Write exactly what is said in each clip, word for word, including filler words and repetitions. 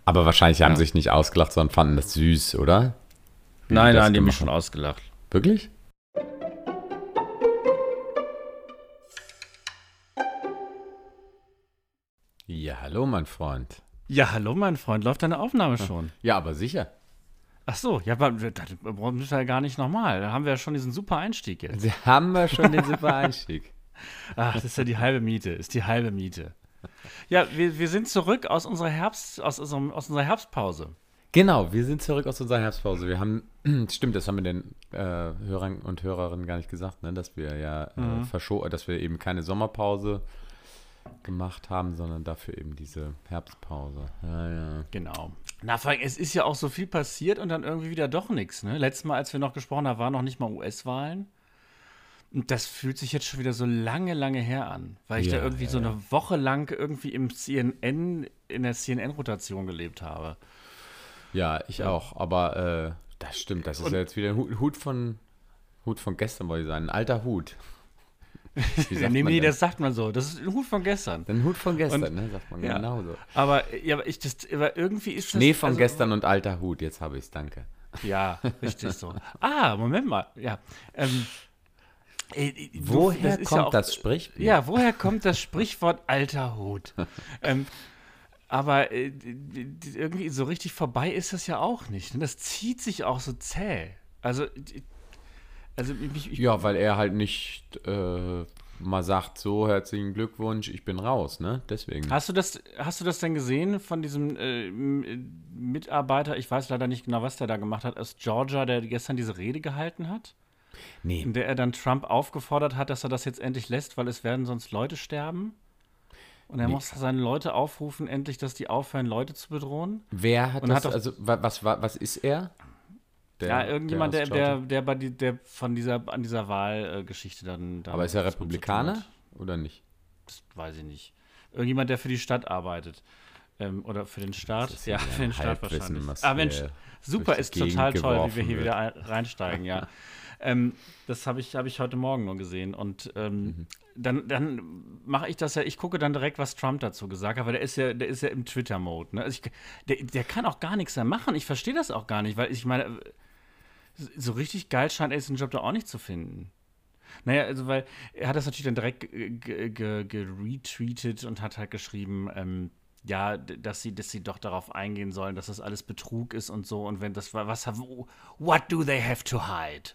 Aber wahrscheinlich haben Ja. sie sich nicht ausgelacht, sondern fanden das süß, oder? Wie Nein, das nein, die haben mich gemacht schon haben. ausgelacht. Wirklich? Ja, hallo, mein Freund. Ja, hallo, mein Freund, läuft deine Aufnahme schon? Ja, aber sicher. Ach so, ja, aber das brauchen wir ja gar nicht nochmal. Da haben wir ja schon diesen super Einstieg jetzt. Sie haben wir schon den super Einstieg. Ach, das ist ja die halbe Miete, ist die halbe Miete. Ja, wir, wir sind zurück aus unserer Herbst, aus, unserem, aus unserer Herbstpause. Genau, wir sind zurück aus unserer Herbstpause. Wir haben, stimmt, das haben wir den äh, Hörern und Hörerinnen gar nicht gesagt, ne, dass wir ja äh, Mhm. verscho- dass wir eben keine Sommerpause gemacht haben, sondern dafür eben diese Herbstpause. Ja, ja. Genau. Na, vor allem, es ist ja auch so viel passiert und dann irgendwie wieder doch nichts, ne? Letztes Mal, als wir noch gesprochen haben, waren noch nicht mal U S-Wahlen. Und das fühlt sich jetzt schon wieder so lange, lange her an, weil ich Ja, da irgendwie ja, so ja. eine Woche lang irgendwie im C N N, in der C N N-Rotation gelebt habe. Ja, ich auch. Aber äh, das stimmt, das ist Und- ja jetzt wieder ein Hut, Hut von Hut von gestern, wollte ich sagen. Ein alter Hut. Wie sagt nee, man nee, denn? das sagt man so. Das ist ein Hut von gestern. Ein Hut von gestern, Und- ne? Sagt man ja. genauso. Aber, ja, aber, ich, das, aber irgendwie ist das. Schnee von also- gestern und alter Hut, jetzt habe ich es, danke. Ja, richtig so. Ah, Moment mal. Ja. Ähm, äh, du- Woher ist kommt ja auch- das Sprichwort? Ja, woher kommt das Sprichwort alter Hut? ähm, aber äh, d- d- irgendwie so richtig vorbei ist das ja auch nicht. Ne? Das zieht sich auch so zäh. Also, d- also ich, ich, Ja, weil er halt nicht äh, mal sagt, so, herzlichen Glückwunsch, ich bin raus, ne? Deswegen. Hast du das, hast du das denn gesehen von diesem äh, M- äh, Mitarbeiter? Ich weiß leider nicht genau, was der da gemacht hat, aus Georgia, der gestern diese Rede gehalten hat, Nee, in der er dann Trump aufgefordert hat, dass er das jetzt endlich lässt, weil es werden sonst Leute sterben. Und er Nee. muss seine Leute aufrufen, endlich, dass die aufhören, Leute zu bedrohen. wer hat Und das, hat doch- also, wa- was, wa- was ist er? Der- ja, irgendjemand, der, aus der, Georgia? der, bei die, der von dieser, an dieser Wahlgeschichte dann, dann. Aber ist er was mit zu tun Republikaner hat. oder nicht? Das weiß ich nicht. Irgendjemand, der für die Stadt arbeitet. Ähm, oder für den Staat. Das ist Ja, ja für den Staat Halbwissen, wahrscheinlich. was Ah, Mensch, hier super, durch die ist total Gegend toll, wie wir geworfen hier wird. wieder ein- reinsteigen, ja. ähm, das habe ich, hab ich heute Morgen nur gesehen. Und ähm, Mhm. dann, dann mache ich das ja, ich gucke dann direkt, was Trump dazu gesagt hat, weil der ist ja, der ist ja im Twitter-Mode. Ne? Also ich, der, der kann auch gar nichts mehr machen. Ich verstehe das auch gar nicht, weil ich meine, so richtig geil scheint er diesen Job da auch nicht zu finden. Naja, also weil er hat das natürlich dann direkt geretweetet ge, ge, geretweetet und hat halt geschrieben, ähm, ja, d- dass sie, dass sie doch darauf eingehen sollen, dass das alles Betrug ist und so. Und wenn das war, was haben, what do they have to hide?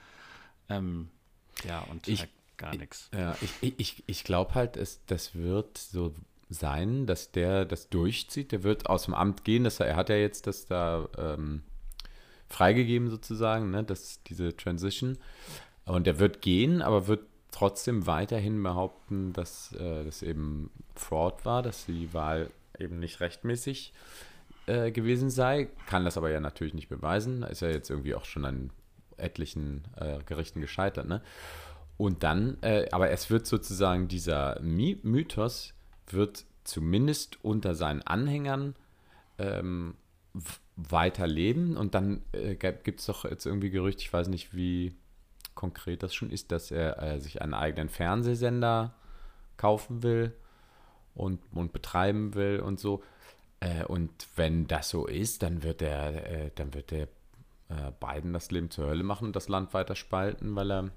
Ähm, ja, und Ich- halt gar nichts. Ja, ich, ich, ich, ich glaube halt, es, das wird so sein, dass der das durchzieht. Der wird aus dem Amt gehen. Das, er hat ja jetzt das da ähm, freigegeben sozusagen, ne, das, diese Transition. Und der wird gehen, aber wird trotzdem weiterhin behaupten, dass äh, das eben Fraud war, dass die Wahl eben nicht rechtmäßig äh, gewesen sei. Kann das aber ja natürlich nicht beweisen. Ist ja jetzt irgendwie auch schon an etlichen äh, Gerichten gescheitert, ne? Und dann, äh, aber es wird sozusagen, dieser My- Mythos wird zumindest unter seinen Anhängern ähm, w- weiterleben. Und dann äh, gibt es doch jetzt irgendwie Gerüchte, ich weiß nicht, wie konkret das schon ist, dass er äh, sich einen eigenen Fernsehsender kaufen will und, und betreiben will und so. Äh, und wenn das so ist, dann wird er, äh, dann wird der äh, Biden das Leben zur Hölle machen und das Land weiter spalten, weil er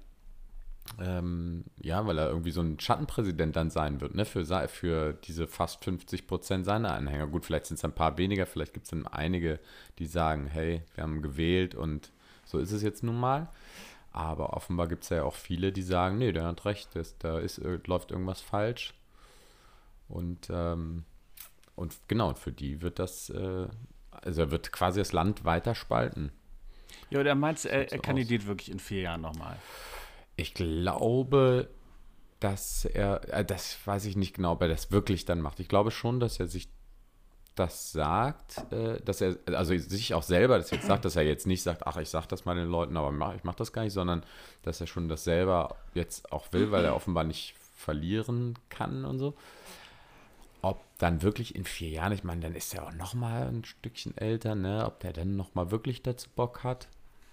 ähm, ja, weil er irgendwie so ein Schattenpräsident dann sein wird, ne, für, se- für diese fast fünfzig Prozent seiner Anhänger. Gut, vielleicht sind es ein paar weniger, vielleicht gibt es dann einige, die sagen, hey, wir haben gewählt und so ist es jetzt nun mal. Aber offenbar gibt es ja auch viele, die sagen, nee, der hat recht, das, da ist, äh, läuft irgendwas falsch. Und, ähm, und genau, und für die wird das, äh, also er wird quasi das Land weiter spalten. Ja, oder meinst du, er, Sieht so er kandidiert wirklich in vier Jahren nochmal? Ich glaube, dass er, äh, das weiß ich nicht genau, ob er das wirklich dann macht. Ich glaube schon, dass er sich das sagt, äh, dass er, also sich auch selber das jetzt sagt, dass er jetzt nicht sagt, ach, ich sag das mal den Leuten, aber mach, ich mach das gar nicht, sondern dass er schon das selber jetzt auch will, weil er offenbar nicht verlieren kann und so. Ob dann wirklich in vier Jahren, ich meine, dann ist er auch noch mal ein Stückchen älter, ne? Ob der dann noch mal wirklich dazu Bock hat.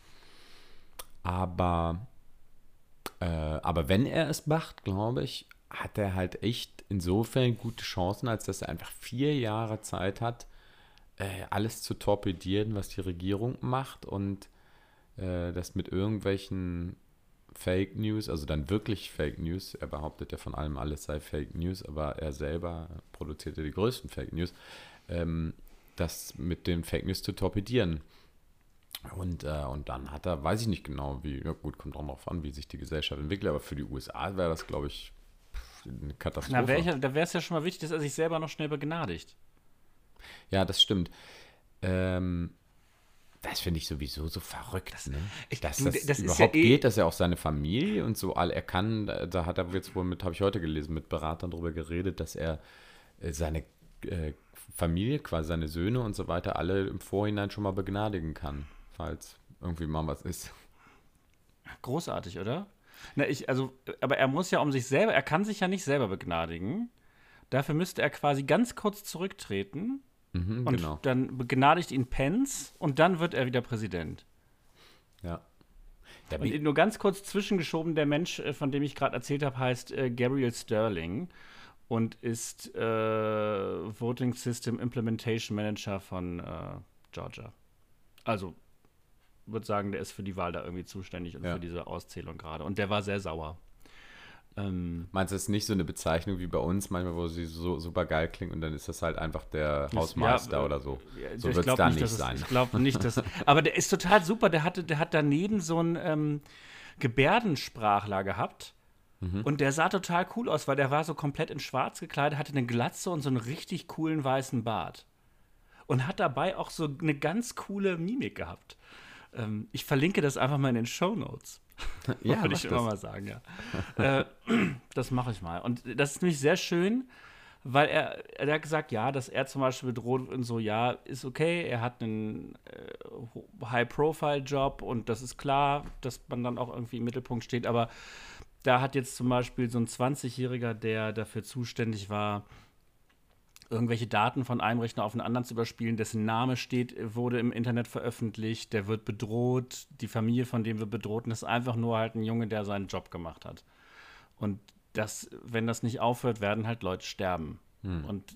Aber Äh, aber wenn er es macht, glaube ich, hat er halt echt insofern gute Chancen, als dass er einfach vier Jahre Zeit hat, äh, alles zu torpedieren, was die Regierung macht und äh, das mit irgendwelchen Fake News, also dann wirklich Fake News, er behauptet ja von allem, alles sei Fake News, aber er selber produzierte die größten Fake News, ähm, das mit den Fake News zu torpedieren. Und, äh, und dann hat er, weiß ich nicht genau, wie, ja gut, kommt auch noch an, wie sich die Gesellschaft entwickelt, aber für die U S A wäre das, glaube ich, eine Katastrophe. Na, wär ich, da wäre es ja schon mal wichtig, dass er sich selber noch schnell begnadigt. Ja, das stimmt. Ähm, das finde ich sowieso so verrückt, ne? Ich- Dass du, das, das ist überhaupt ja eh- geht, dass er auch seine Familie und so, all er kann, da da hat er jetzt wohl mit, habe ich heute gelesen, mit Beratern darüber geredet, dass er äh, seine äh, Familie, quasi seine Söhne und so weiter, alle im Vorhinein schon mal begnadigen kann, falls irgendwie mal was ist. Großartig, oder? Na, ich, also, aber er muss ja um sich selber, er kann sich ja nicht selber begnadigen. Dafür müsste er quasi ganz kurz zurücktreten Mhm, und genau. dann begnadigt ihn Pence und dann wird er wieder Präsident. Ja. Da Und bi- nur ganz kurz zwischengeschoben, der Mensch, äh, von dem ich gerade erzählt habe, heißt äh, Gabriel Sterling und ist äh, Voting System Implementation Manager von äh, Georgia. Also, würde sagen, der ist für die Wahl da irgendwie zuständig und Ja. für diese Auszählung gerade. Und der war sehr sauer. Ähm, Meinst du, das ist nicht so eine Bezeichnung wie bei uns, manchmal, wo sie so super geil klingt und dann ist das halt einfach der Hausmeister ja, äh, oder so. ja, So ich wird es glaub da nicht, nicht dass es- sein. Ich glaube nicht, dass. Aber der ist total super. Der, hatte, der hat daneben so einen ähm, Gebärdensprachler gehabt. Mhm. Und der sah total cool aus, weil der war so komplett in schwarz gekleidet, hatte eine Glatze und so einen richtig coolen weißen Bart. Und hat dabei auch so eine ganz coole Mimik gehabt. Ähm, ich verlinke das einfach mal in den Shownotes. Ja, Würde mach ich immer das. mal sagen, ja. äh, das mache ich mal. Und das ist nämlich sehr schön, weil er, er hat gesagt, ja, dass er zum Beispiel bedroht wird und so, ja, ist okay, er hat einen äh, High-Profile-Job und das ist klar, dass man dann auch irgendwie im Mittelpunkt steht, aber da hat jetzt zum Beispiel so ein zwanzigjähriger, der dafür zuständig war, irgendwelche Daten von einem Rechner auf einen anderen zu überspielen, dessen Name steht, wurde im Internet veröffentlicht, der wird bedroht, die Familie von dem wird bedroht und das ist einfach nur halt ein Junge, der seinen Job gemacht hat. Und das, wenn das nicht aufhört, werden halt Leute sterben. Hm. Und,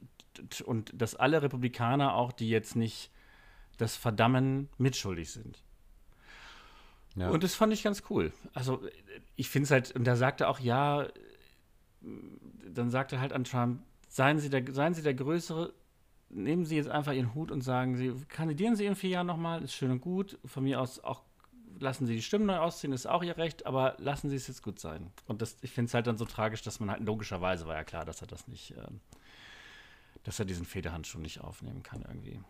und dass alle Republikaner auch, die jetzt nicht das verdammen, mitschuldig sind. Ja. Und das fand ich ganz cool. Also ich finde es halt, und da sagte er auch, ja, dann sagte er halt an Trump, seien Sie, der, seien Sie der Größere, nehmen Sie jetzt einfach Ihren Hut und sagen Sie, kandidieren Sie in vier Jahren nochmal, ist schön und gut. Von mir aus auch, lassen Sie die Stimmen neu ausziehen, ist auch Ihr Recht, aber lassen Sie es jetzt gut sein. Und das, ich finde es halt dann so tragisch, dass man halt, logischerweise war ja klar, dass er das nicht, ähm, dass er diesen Federhandschuh nicht aufnehmen kann irgendwie.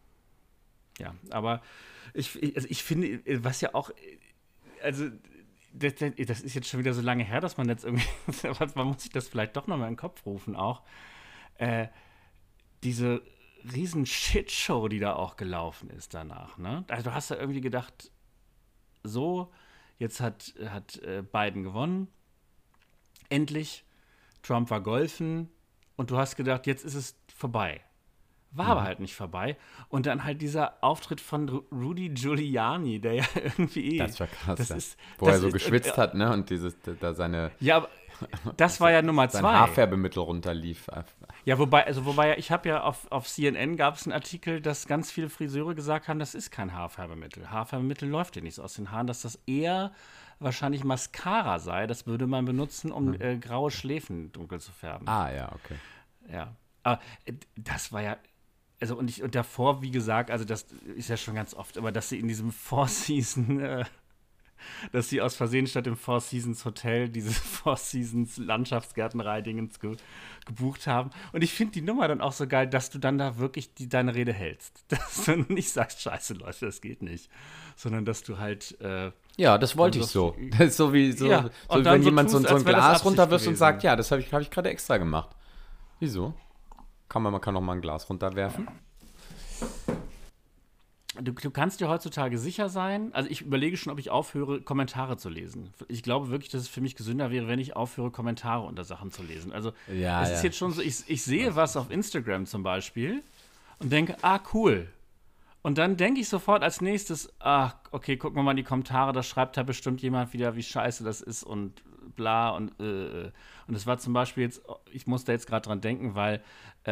Ja, aber ich, ich- also ich finde, was ja auch, also das, das ist jetzt schon wieder so lange her, dass man jetzt irgendwie, man muss sich das vielleicht doch nochmal in den Kopf rufen auch, äh, diese riesen Shitshow, die da auch gelaufen ist danach, ne? Also du hast ja irgendwie gedacht, so, jetzt hat, hat äh, Biden gewonnen, endlich, Trump war golfen und du hast gedacht, jetzt ist es vorbei. War aber halt nicht vorbei. Und dann halt dieser Auftritt von Ru- Rudy Giuliani, der ja irgendwie. Das war krass, das ja. ist, Wo das er so ist, geschwitzt äh, hat, ne? Und dieses, da seine, Ja, aber das war ja Nummer sein zwei. Haarfärbemittel runterlief. Ja, wobei, also wobei ja, ich habe ja auf, auf C N N gab es einen Artikel, dass ganz viele Friseure gesagt haben, das ist kein Haarfärbemittel. Haarfärbemittel läuft dir nicht so aus den Haaren, dass das eher wahrscheinlich Mascara sei. Das würde man benutzen, um äh, graue Schläfen dunkel zu färben. Ah, ja, okay. Ja. Aber äh, das war ja. Also und, ich, und davor, wie gesagt, also das ist ja schon ganz oft, aber dass sie in diesem Four Season, äh, dass sie aus Versehen statt im Four Seasons Hotel dieses Four Seasons Landschaftsgärtnerei-Dingens ge gebucht haben. Und ich finde die Nummer dann auch so geil, dass du dann da wirklich die, deine Rede hältst. Dass du nicht sagst, scheiße Leute, das geht nicht. Sondern dass du halt äh, Ja, das wollte Und ich so. das- Das ist so wie, so, Ja, so und wie dann wenn so jemand so, tust, so ein als wär das Glas Absicht runterwirft und gewesen. sagt, ja, das habe ich, hab ich gerade extra gemacht. Wieso? Kann man, man kann doch mal ein Glas runterwerfen. Du, du kannst dir heutzutage sicher sein, also ich überlege schon, ob ich aufhöre, Kommentare zu lesen. Ich glaube wirklich, dass es für mich gesünder wäre, wenn ich aufhöre, Kommentare unter Sachen zu lesen. Also Ja, es ja. ist jetzt schon so, ich, ich sehe was auf Instagram zum Beispiel und denke, ah, cool. Und dann denke ich sofort als nächstes, ah, okay, gucken wir mal in die Kommentare, da schreibt da bestimmt jemand wieder, wie scheiße das ist und bla und äh. Und es war zum Beispiel jetzt, ich muss da jetzt gerade dran denken, weil äh,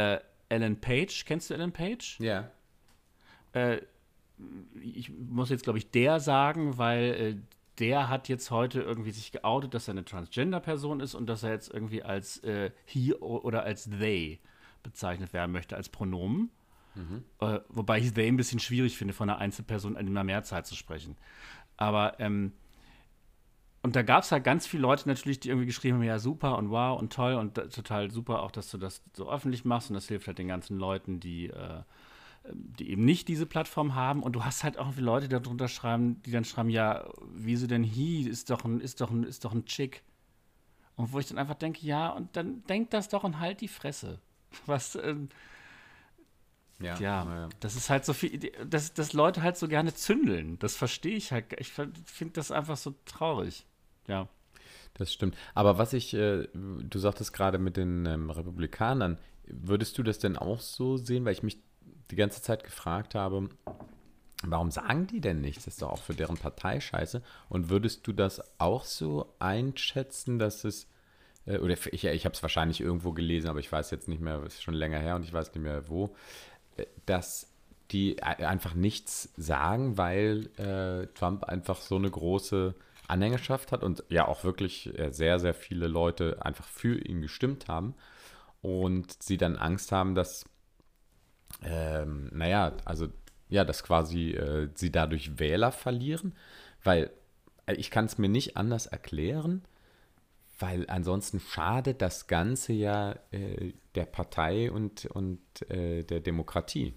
Ellen Page. Kennst du Ellen Page? Ja. Äh, ich muss jetzt, glaube ich, der sagen, weil äh, der hat jetzt heute irgendwie sich geoutet, dass er eine Transgender-Person ist und dass er jetzt irgendwie als äh, he oder als they bezeichnet werden möchte, als Pronomen. Mhm. Äh, wobei ich they ein bisschen schwierig finde, von einer Einzelperson in einer Mehrzahl zu sprechen. Aber, ähm, und da gab es halt ganz viele Leute natürlich, die irgendwie geschrieben haben, ja, super und wow und toll und da, total super auch, dass du das so öffentlich machst und das hilft halt den ganzen Leuten, die äh, die eben nicht diese Plattform haben. Und du hast halt auch viele Leute, die darunter schreiben, die dann schreiben, ja, wieso denn he? Ist doch ein, ist doch ein, ist doch ein Chick. Und wo ich dann einfach denke, ja, und dann denk das doch und halt die Fresse. Was, ähm, ja, ja, ja, das ist halt so viel, dass, dass Leute halt so gerne zündeln. Das verstehe ich halt. Ich finde das einfach so traurig. Ja. Das stimmt. Aber was ich, äh, du sagtest gerade mit den ähm, Republikanern, würdest du das denn auch so sehen? Weil ich mich die ganze Zeit gefragt habe, warum sagen die denn nichts? Das ist doch auch für deren Partei scheiße. Und würdest du das auch so einschätzen, dass es, äh, oder ich, ich habe es wahrscheinlich irgendwo gelesen, aber ich weiß jetzt nicht mehr, es ist schon länger her und ich weiß nicht mehr wo, äh, dass die einfach nichts sagen, weil äh, Trump einfach so eine große Anhängerschaft hat und ja auch wirklich äh, sehr, sehr viele Leute einfach für ihn gestimmt haben und sie dann Angst haben, dass Ähm, naja, also ja, dass quasi äh, sie dadurch Wähler verlieren, weil äh, ich kann es mir nicht anders erklären, weil ansonsten schadet das Ganze ja äh, der Partei und, und äh, der Demokratie.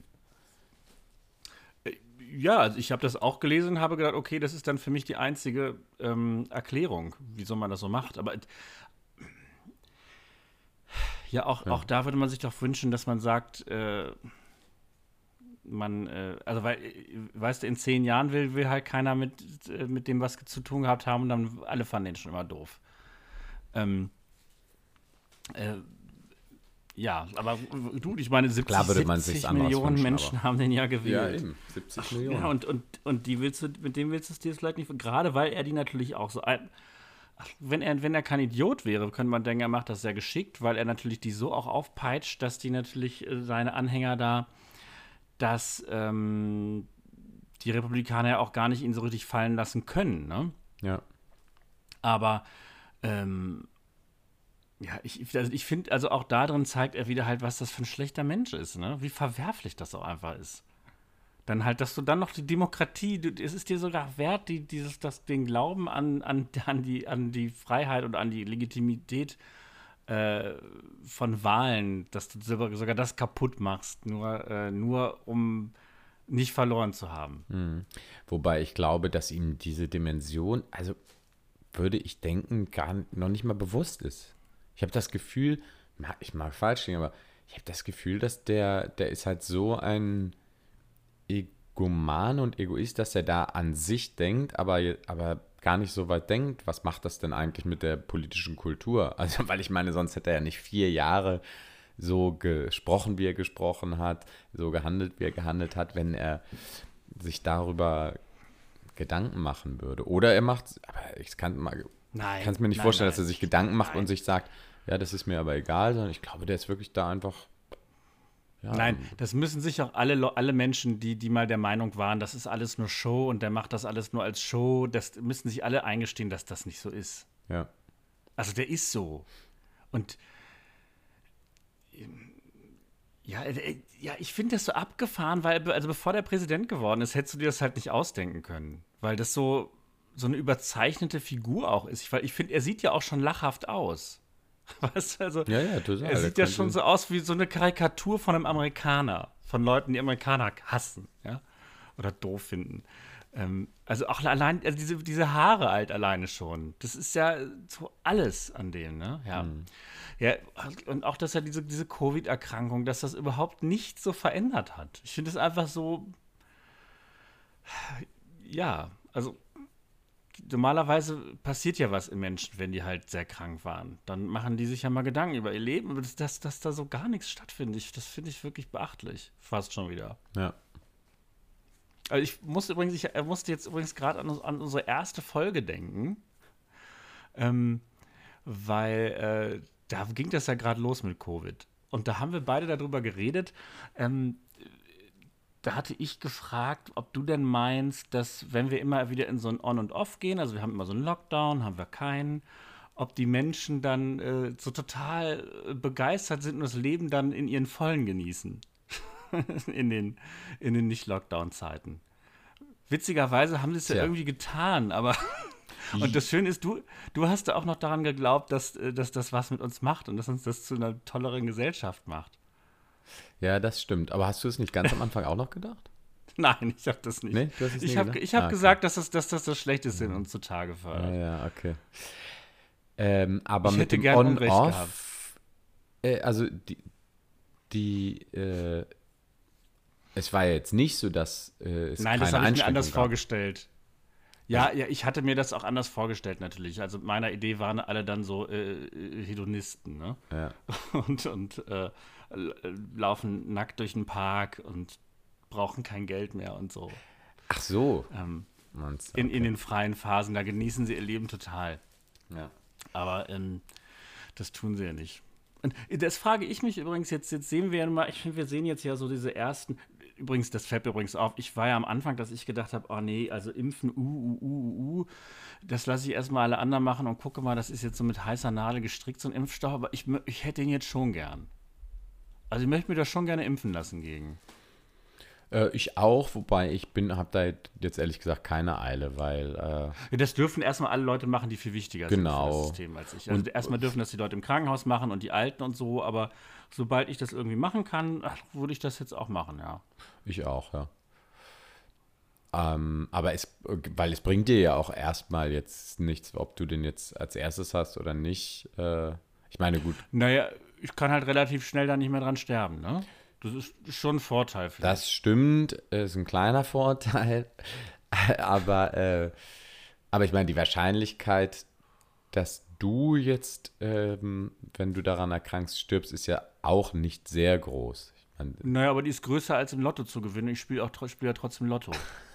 Ja, also ich habe das auch gelesen und habe gedacht, okay, das ist dann für mich die einzige ähm, Erklärung, wieso man das so macht. Aber ja, auch, ja. auch da würde man sich doch wünschen, dass man sagt, äh, man, äh, also weil, weißt du, in zehn Jahren will, will halt keiner mit, äh, mit dem was zu tun gehabt haben und dann alle fanden den schon immer doof. Ähm, äh, ja, aber du, ich meine, siebzig, Klar würde man siebzig sich's Millionen wünschen, Menschen aber. haben den ja gewählt. Ja, eben, siebzig Millionen. Ja, und, und, und die willst du, mit dem willst du es dir vielleicht nicht, gerade weil er die natürlich auch so, wenn er, wenn er kein Idiot wäre, könnte man denken, er macht das sehr geschickt, weil er natürlich die so auch aufpeitscht, dass die natürlich äh, seine Anhänger da, dass ähm, die Republikaner ja auch gar nicht ihn so richtig fallen lassen können, ne? Ja. Aber ähm, ja, ich, also ich finde, also auch darin zeigt er wieder halt, was das für ein schlechter Mensch ist, ne? Wie verwerflich das auch einfach ist. Dann halt, dass du dann noch die Demokratie, du, es ist dir sogar wert, die, dieses, das, den Glauben an, an, an, die, an die Freiheit und an die Legitimität äh, von Wahlen, dass du sogar, sogar das kaputt machst, nur, äh, nur um nicht verloren zu haben. Mhm. Wobei ich glaube, dass ihm diese Dimension, also würde ich denken, gar noch nicht mal bewusst ist. Ich habe das Gefühl, ich mag falsch liegen, aber ich habe das Gefühl, dass der, der ist halt so ein Egoman und Egoist, dass er da an sich denkt, aber, aber gar nicht so weit denkt, was macht das denn eigentlich mit der politischen Kultur? Also, weil ich meine, sonst hätte er ja nicht vier Jahre so gesprochen, wie er gesprochen hat, so gehandelt, wie er gehandelt hat, wenn er sich darüber Gedanken machen würde. Oder er macht, aber ich kann es mir nicht nein, vorstellen, nein, dass er sich Gedanken macht nein. und sich sagt, ja, das ist mir aber egal, sondern ich glaube, der ist wirklich da einfach. Ja, Nein, das müssen sich auch alle, alle Menschen, die, die mal der Meinung waren, das ist alles nur Show und der macht das alles nur als Show, das müssen sich alle eingestehen, dass das nicht so ist. Ja. Also der ist so. Und ja, ja ich finde das so abgefahren, weil, also bevor der Präsident geworden ist, hättest du dir das halt nicht ausdenken können. Weil das so, so eine überzeichnete Figur auch ist. Ich, ich finde, er sieht ja auch schon lachhaft aus. Was? Also, ja, ja, total. Er sieht ja schon so aus wie so eine Karikatur von einem Amerikaner. Von Leuten, die Amerikaner hassen, ja. Oder doof finden. Ähm, also auch allein, also diese, diese Haare halt alleine schon. Das ist ja so alles an dem, ne? Ja. Hm. Ja, und auch, dass er diese, diese Covid-Erkrankung, dass das überhaupt nicht so verändert hat. Ich finde es einfach so, ja, also normalerweise passiert ja was in Menschen, wenn die halt sehr krank waren. Dann machen die sich ja mal Gedanken über ihr Leben, aber dass, dass, dass da so gar nichts stattfindet, das finde ich wirklich beachtlich. Fast schon wieder. Ja. Also ich musste übrigens, ich musste jetzt übrigens gerade an, an unsere erste Folge denken, ähm, weil äh, da ging das ja gerade los mit Covid. Und da haben wir beide darüber geredet. Ähm, da hatte ich gefragt, ob du denn meinst, dass wenn wir immer wieder in so ein On und Off gehen, also wir haben immer so einen Lockdown, haben wir keinen, ob die Menschen dann äh, so total äh, begeistert sind und das Leben dann in ihren Vollen genießen. in den, in den Nicht-Lockdown-Zeiten. Witzigerweise haben sie es ja Tja. irgendwie getan, aber und das Schöne ist, du, du hast da auch noch daran geglaubt, dass, äh, dass das was mit uns macht und dass uns das zu einer tolleren Gesellschaft macht. Ja, das stimmt. Aber hast du es nicht ganz am Anfang auch noch gedacht? Nein, ich habe das nicht. Nee, du hast es Ich nie habe gedacht? ich hab Ah, okay. gesagt, dass das, dass das das Schlechteste in uns zutage Ja, fördert. ja, okay. Ähm, aber Ich mit hätte dem gern Unrecht gehabt. On-Off, äh, also die, die äh, es war ja jetzt nicht so, dass äh, es Nein, keine das habe ich mir anders Einschränkungen gab. vorgestellt. Ja, ja, ich hatte mir das auch anders vorgestellt natürlich. Also meiner Idee waren alle dann so äh, äh, Hedonisten, ne? Ja. Und, und äh, l- laufen nackt durch den Park und brauchen kein Geld mehr und so. Ach so. Ähm, Meinst du, in, okay. in den freien Phasen, da genießen sie ihr Leben total. Ja. Aber ähm, das tun sie ja nicht. Und das frage ich mich übrigens, jetzt, jetzt sehen wir ja mal, ich finde, wir sehen jetzt ja so diese ersten, übrigens, das fällt mir übrigens auf, ich war ja am Anfang, dass ich gedacht habe, oh nee, also impfen, uh, uh, uh, uh, uh, das lasse ich erstmal alle anderen machen und gucke mal, das ist jetzt so mit heißer Nadel gestrickt, so ein Impfstoff, aber ich, mö- ich hätte ihn jetzt schon gern. Also ich möchte mir das schon gerne impfen lassen gegen. Äh, ich auch, wobei ich bin, habe da jetzt ehrlich gesagt keine Eile, weil äh, Ja, das dürfen erstmal alle Leute machen, die viel wichtiger sind für Genau. das System als ich. Also Und- erstmal dürfen das die Leute im Krankenhaus machen und die Alten und so, aber sobald ich das irgendwie machen kann, ach, würde ich das jetzt auch machen, ja. ich auch, ja. Ähm, aber es, weil es bringt dir ja auch erstmal jetzt nichts, ob du den jetzt als erstes hast oder nicht. Äh, ich meine, gut, Naja, ich kann halt relativ schnell da nicht mehr dran sterben, ne? Das ist schon ein Vorteil für das stimmt, ist ein kleiner Vorteil, aber, äh, aber ich meine, die Wahrscheinlichkeit, dass du jetzt, ähm, wenn du daran erkrankst, stirbst, ist ja auch nicht sehr groß. Ich meine, Naja, aber die ist größer als im Lotto zu gewinnen. Ich spiele auch tro- spiel ja trotzdem Lotto.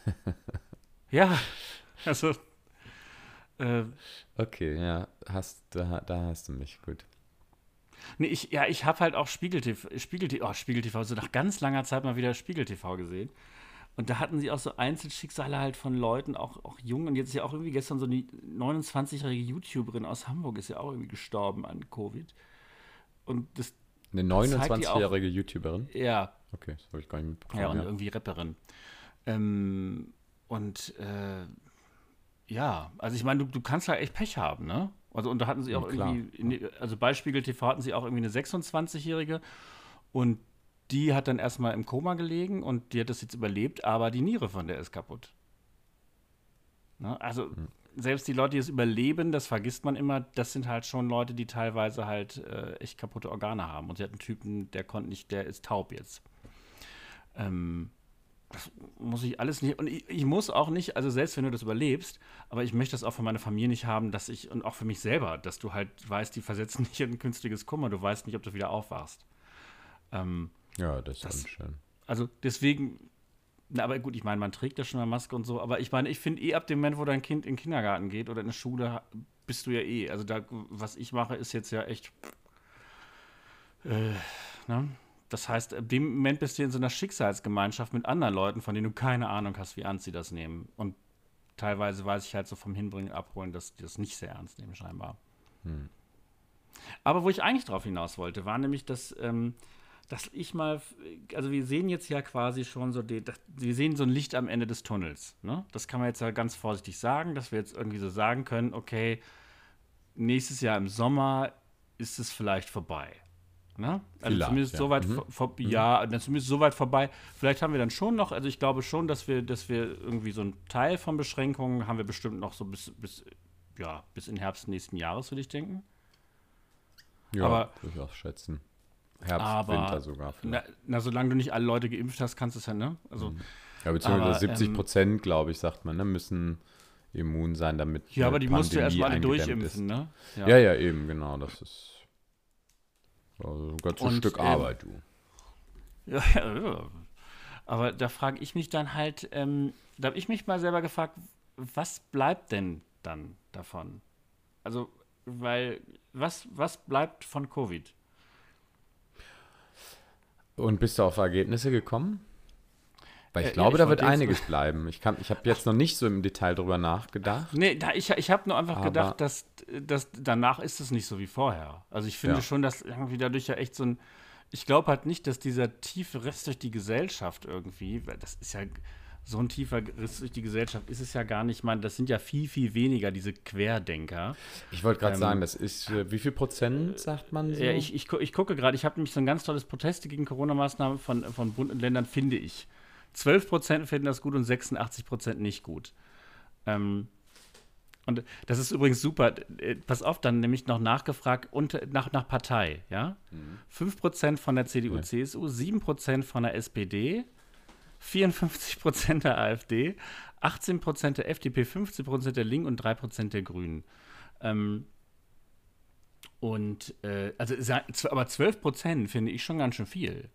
Ja, also, äh, okay, ja, hast, da, da hast du mich, gut. nee, ich, ja, ich habe halt auch Spiegel T V, Spiegel T V, oh, Spiegel T V, so nach ganz langer Zeit mal wieder Spiegel T V gesehen. Und da hatten sie auch so Einzelschicksale halt von Leuten, auch, auch jung. Und jetzt ist ja auch irgendwie gestern so eine neunundzwanzigjährige YouTuberin aus Hamburg ist ja auch irgendwie gestorben an Covid. Und das, Eine zeigt die auch- neunundzwanzigjährige YouTuberin? ja, Okay, das habe ich gar nicht mitbekommen. ja, und Ja, irgendwie Rapperin. Ähm, und äh, ja, also ich meine, du, du kannst halt echt Pech haben, ne? Also und da hatten sie auch Ja, klar. irgendwie, in, die- also bei Spiegel T V hatten sie auch irgendwie eine sechsundzwanzigjährige und die hat dann erstmal im Koma gelegen und die hat das jetzt überlebt, aber die Niere von der ist kaputt. Ne? Also selbst die Leute, die es überleben, das vergisst man immer, das sind halt schon Leute, die teilweise halt äh, echt kaputte Organe haben. Und sie hat einen Typen, der konnte nicht, der ist taub jetzt. Ähm, das muss ich alles nicht, und ich, ich muss auch nicht, also selbst wenn du das überlebst, aber ich möchte das auch für meine Familie nicht haben, dass ich, und auch für mich selber, dass du halt weißt, die versetzen dich in ein künstliches Kummer, du weißt nicht, ob du wieder aufwachst. Ähm, ja, das ist Das- unschön. also deswegen, na, aber gut, ich meine, man trägt ja schon eine Maske und so, aber ich meine, ich finde eh ab dem Moment, wo dein Kind in den Kindergarten geht oder in eine Schule, bist du ja eh, also da, was ich mache, ist jetzt ja echt, äh, ne? Das heißt, ab dem Moment bist du in so einer Schicksalsgemeinschaft mit anderen Leuten, von denen du keine Ahnung hast, wie ernst sie das nehmen. Und teilweise weiß ich halt so vom Hinbringen, Abholen, dass die das nicht sehr ernst nehmen, scheinbar. Hm. Aber wo ich eigentlich drauf hinaus wollte, war nämlich, dass, ähm, dass ich mal, also wir sehen jetzt ja quasi schon so, die, das, wir sehen so ein Licht am Ende des Tunnels. Ne? Das kann man jetzt ja ganz vorsichtig sagen, dass wir jetzt irgendwie so sagen können, okay, nächstes Jahr im Sommer ist es vielleicht vorbei. Ne? Also Vielleicht, zumindest ja. so weit, Mhm. vor, vor, ja, dann zumindest so weit vorbei. Vielleicht haben wir dann schon noch, also ich glaube schon, dass wir, dass wir irgendwie so einen Teil von Beschränkungen haben wir bestimmt noch so bis, bis, ja, bis in Herbst nächsten Jahres, würde ich denken. Ja, Aber- würde ich auch schätzen. Herbst, Aber- Winter sogar. Na, vielleicht. na, solange du nicht alle Leute geimpft hast, kannst du es ja, ne? Also, Ja, beziehungsweise aber, siebzig ähm, Prozent, glaube ich, sagt man, ne, müssen immun sein, damit ja, eine aber die musst du Pandemie erstmal alle eingedämmt durchimpfen, ist. ne? Ja. ja, eben, genau. Das ist also ein ganzes Und, Stück ähm, Arbeit, du. Ja, ja, ja. Aber da frage ich mich dann halt, ähm, da habe ich mich mal selber gefragt, was bleibt denn dann davon? Also, weil, was, was bleibt von Covid? Und bist du auf Ergebnisse gekommen? Weil ich Äh, ja, glaube, ich da wird wollte jetzt- einiges bleiben. Ich, kann- ich habe jetzt noch nicht so im Detail drüber nachgedacht. Nee, da, ich, ich habe nur einfach Aber- gedacht, dass, dass danach ist es nicht so wie vorher. Also ich finde Ja. schon, dass irgendwie dadurch ja echt so ein. Ich glaube halt nicht, dass dieser tiefe Riss durch die Gesellschaft irgendwie, weil das ist ja so ein tiefer Riss durch die Gesellschaft ist es ja gar nicht. Man, das sind ja viel, viel weniger, diese Querdenker. Ich wollte gerade Ähm, sagen, das ist, äh, wie viel Prozent sagt man so? Ja, ich, ich, gu- ich gucke gerade, ich habe nämlich so ein ganz tolles Proteste gegen Corona-Maßnahmen von, von Bund und Ländern, finde ich. zwölf Prozent finden das gut und sechsundachtzig Prozent nicht gut. Ähm, und das ist übrigens super. Äh, Pass auf, dann nämlich noch nachgefragt und, nach, nach Partei. Ja? fünf Prozent von der C D U, Ja. C S U, sieben Prozent von der S P D, vierundfünfzig Prozent der AfD, achtzehn Prozent der F D P, fünfzehn Prozent der Linken und drei Prozent der Grünen. Ähm, und, äh, also, sa- z- aber zwölf Prozent finde ich schon ganz schön viel.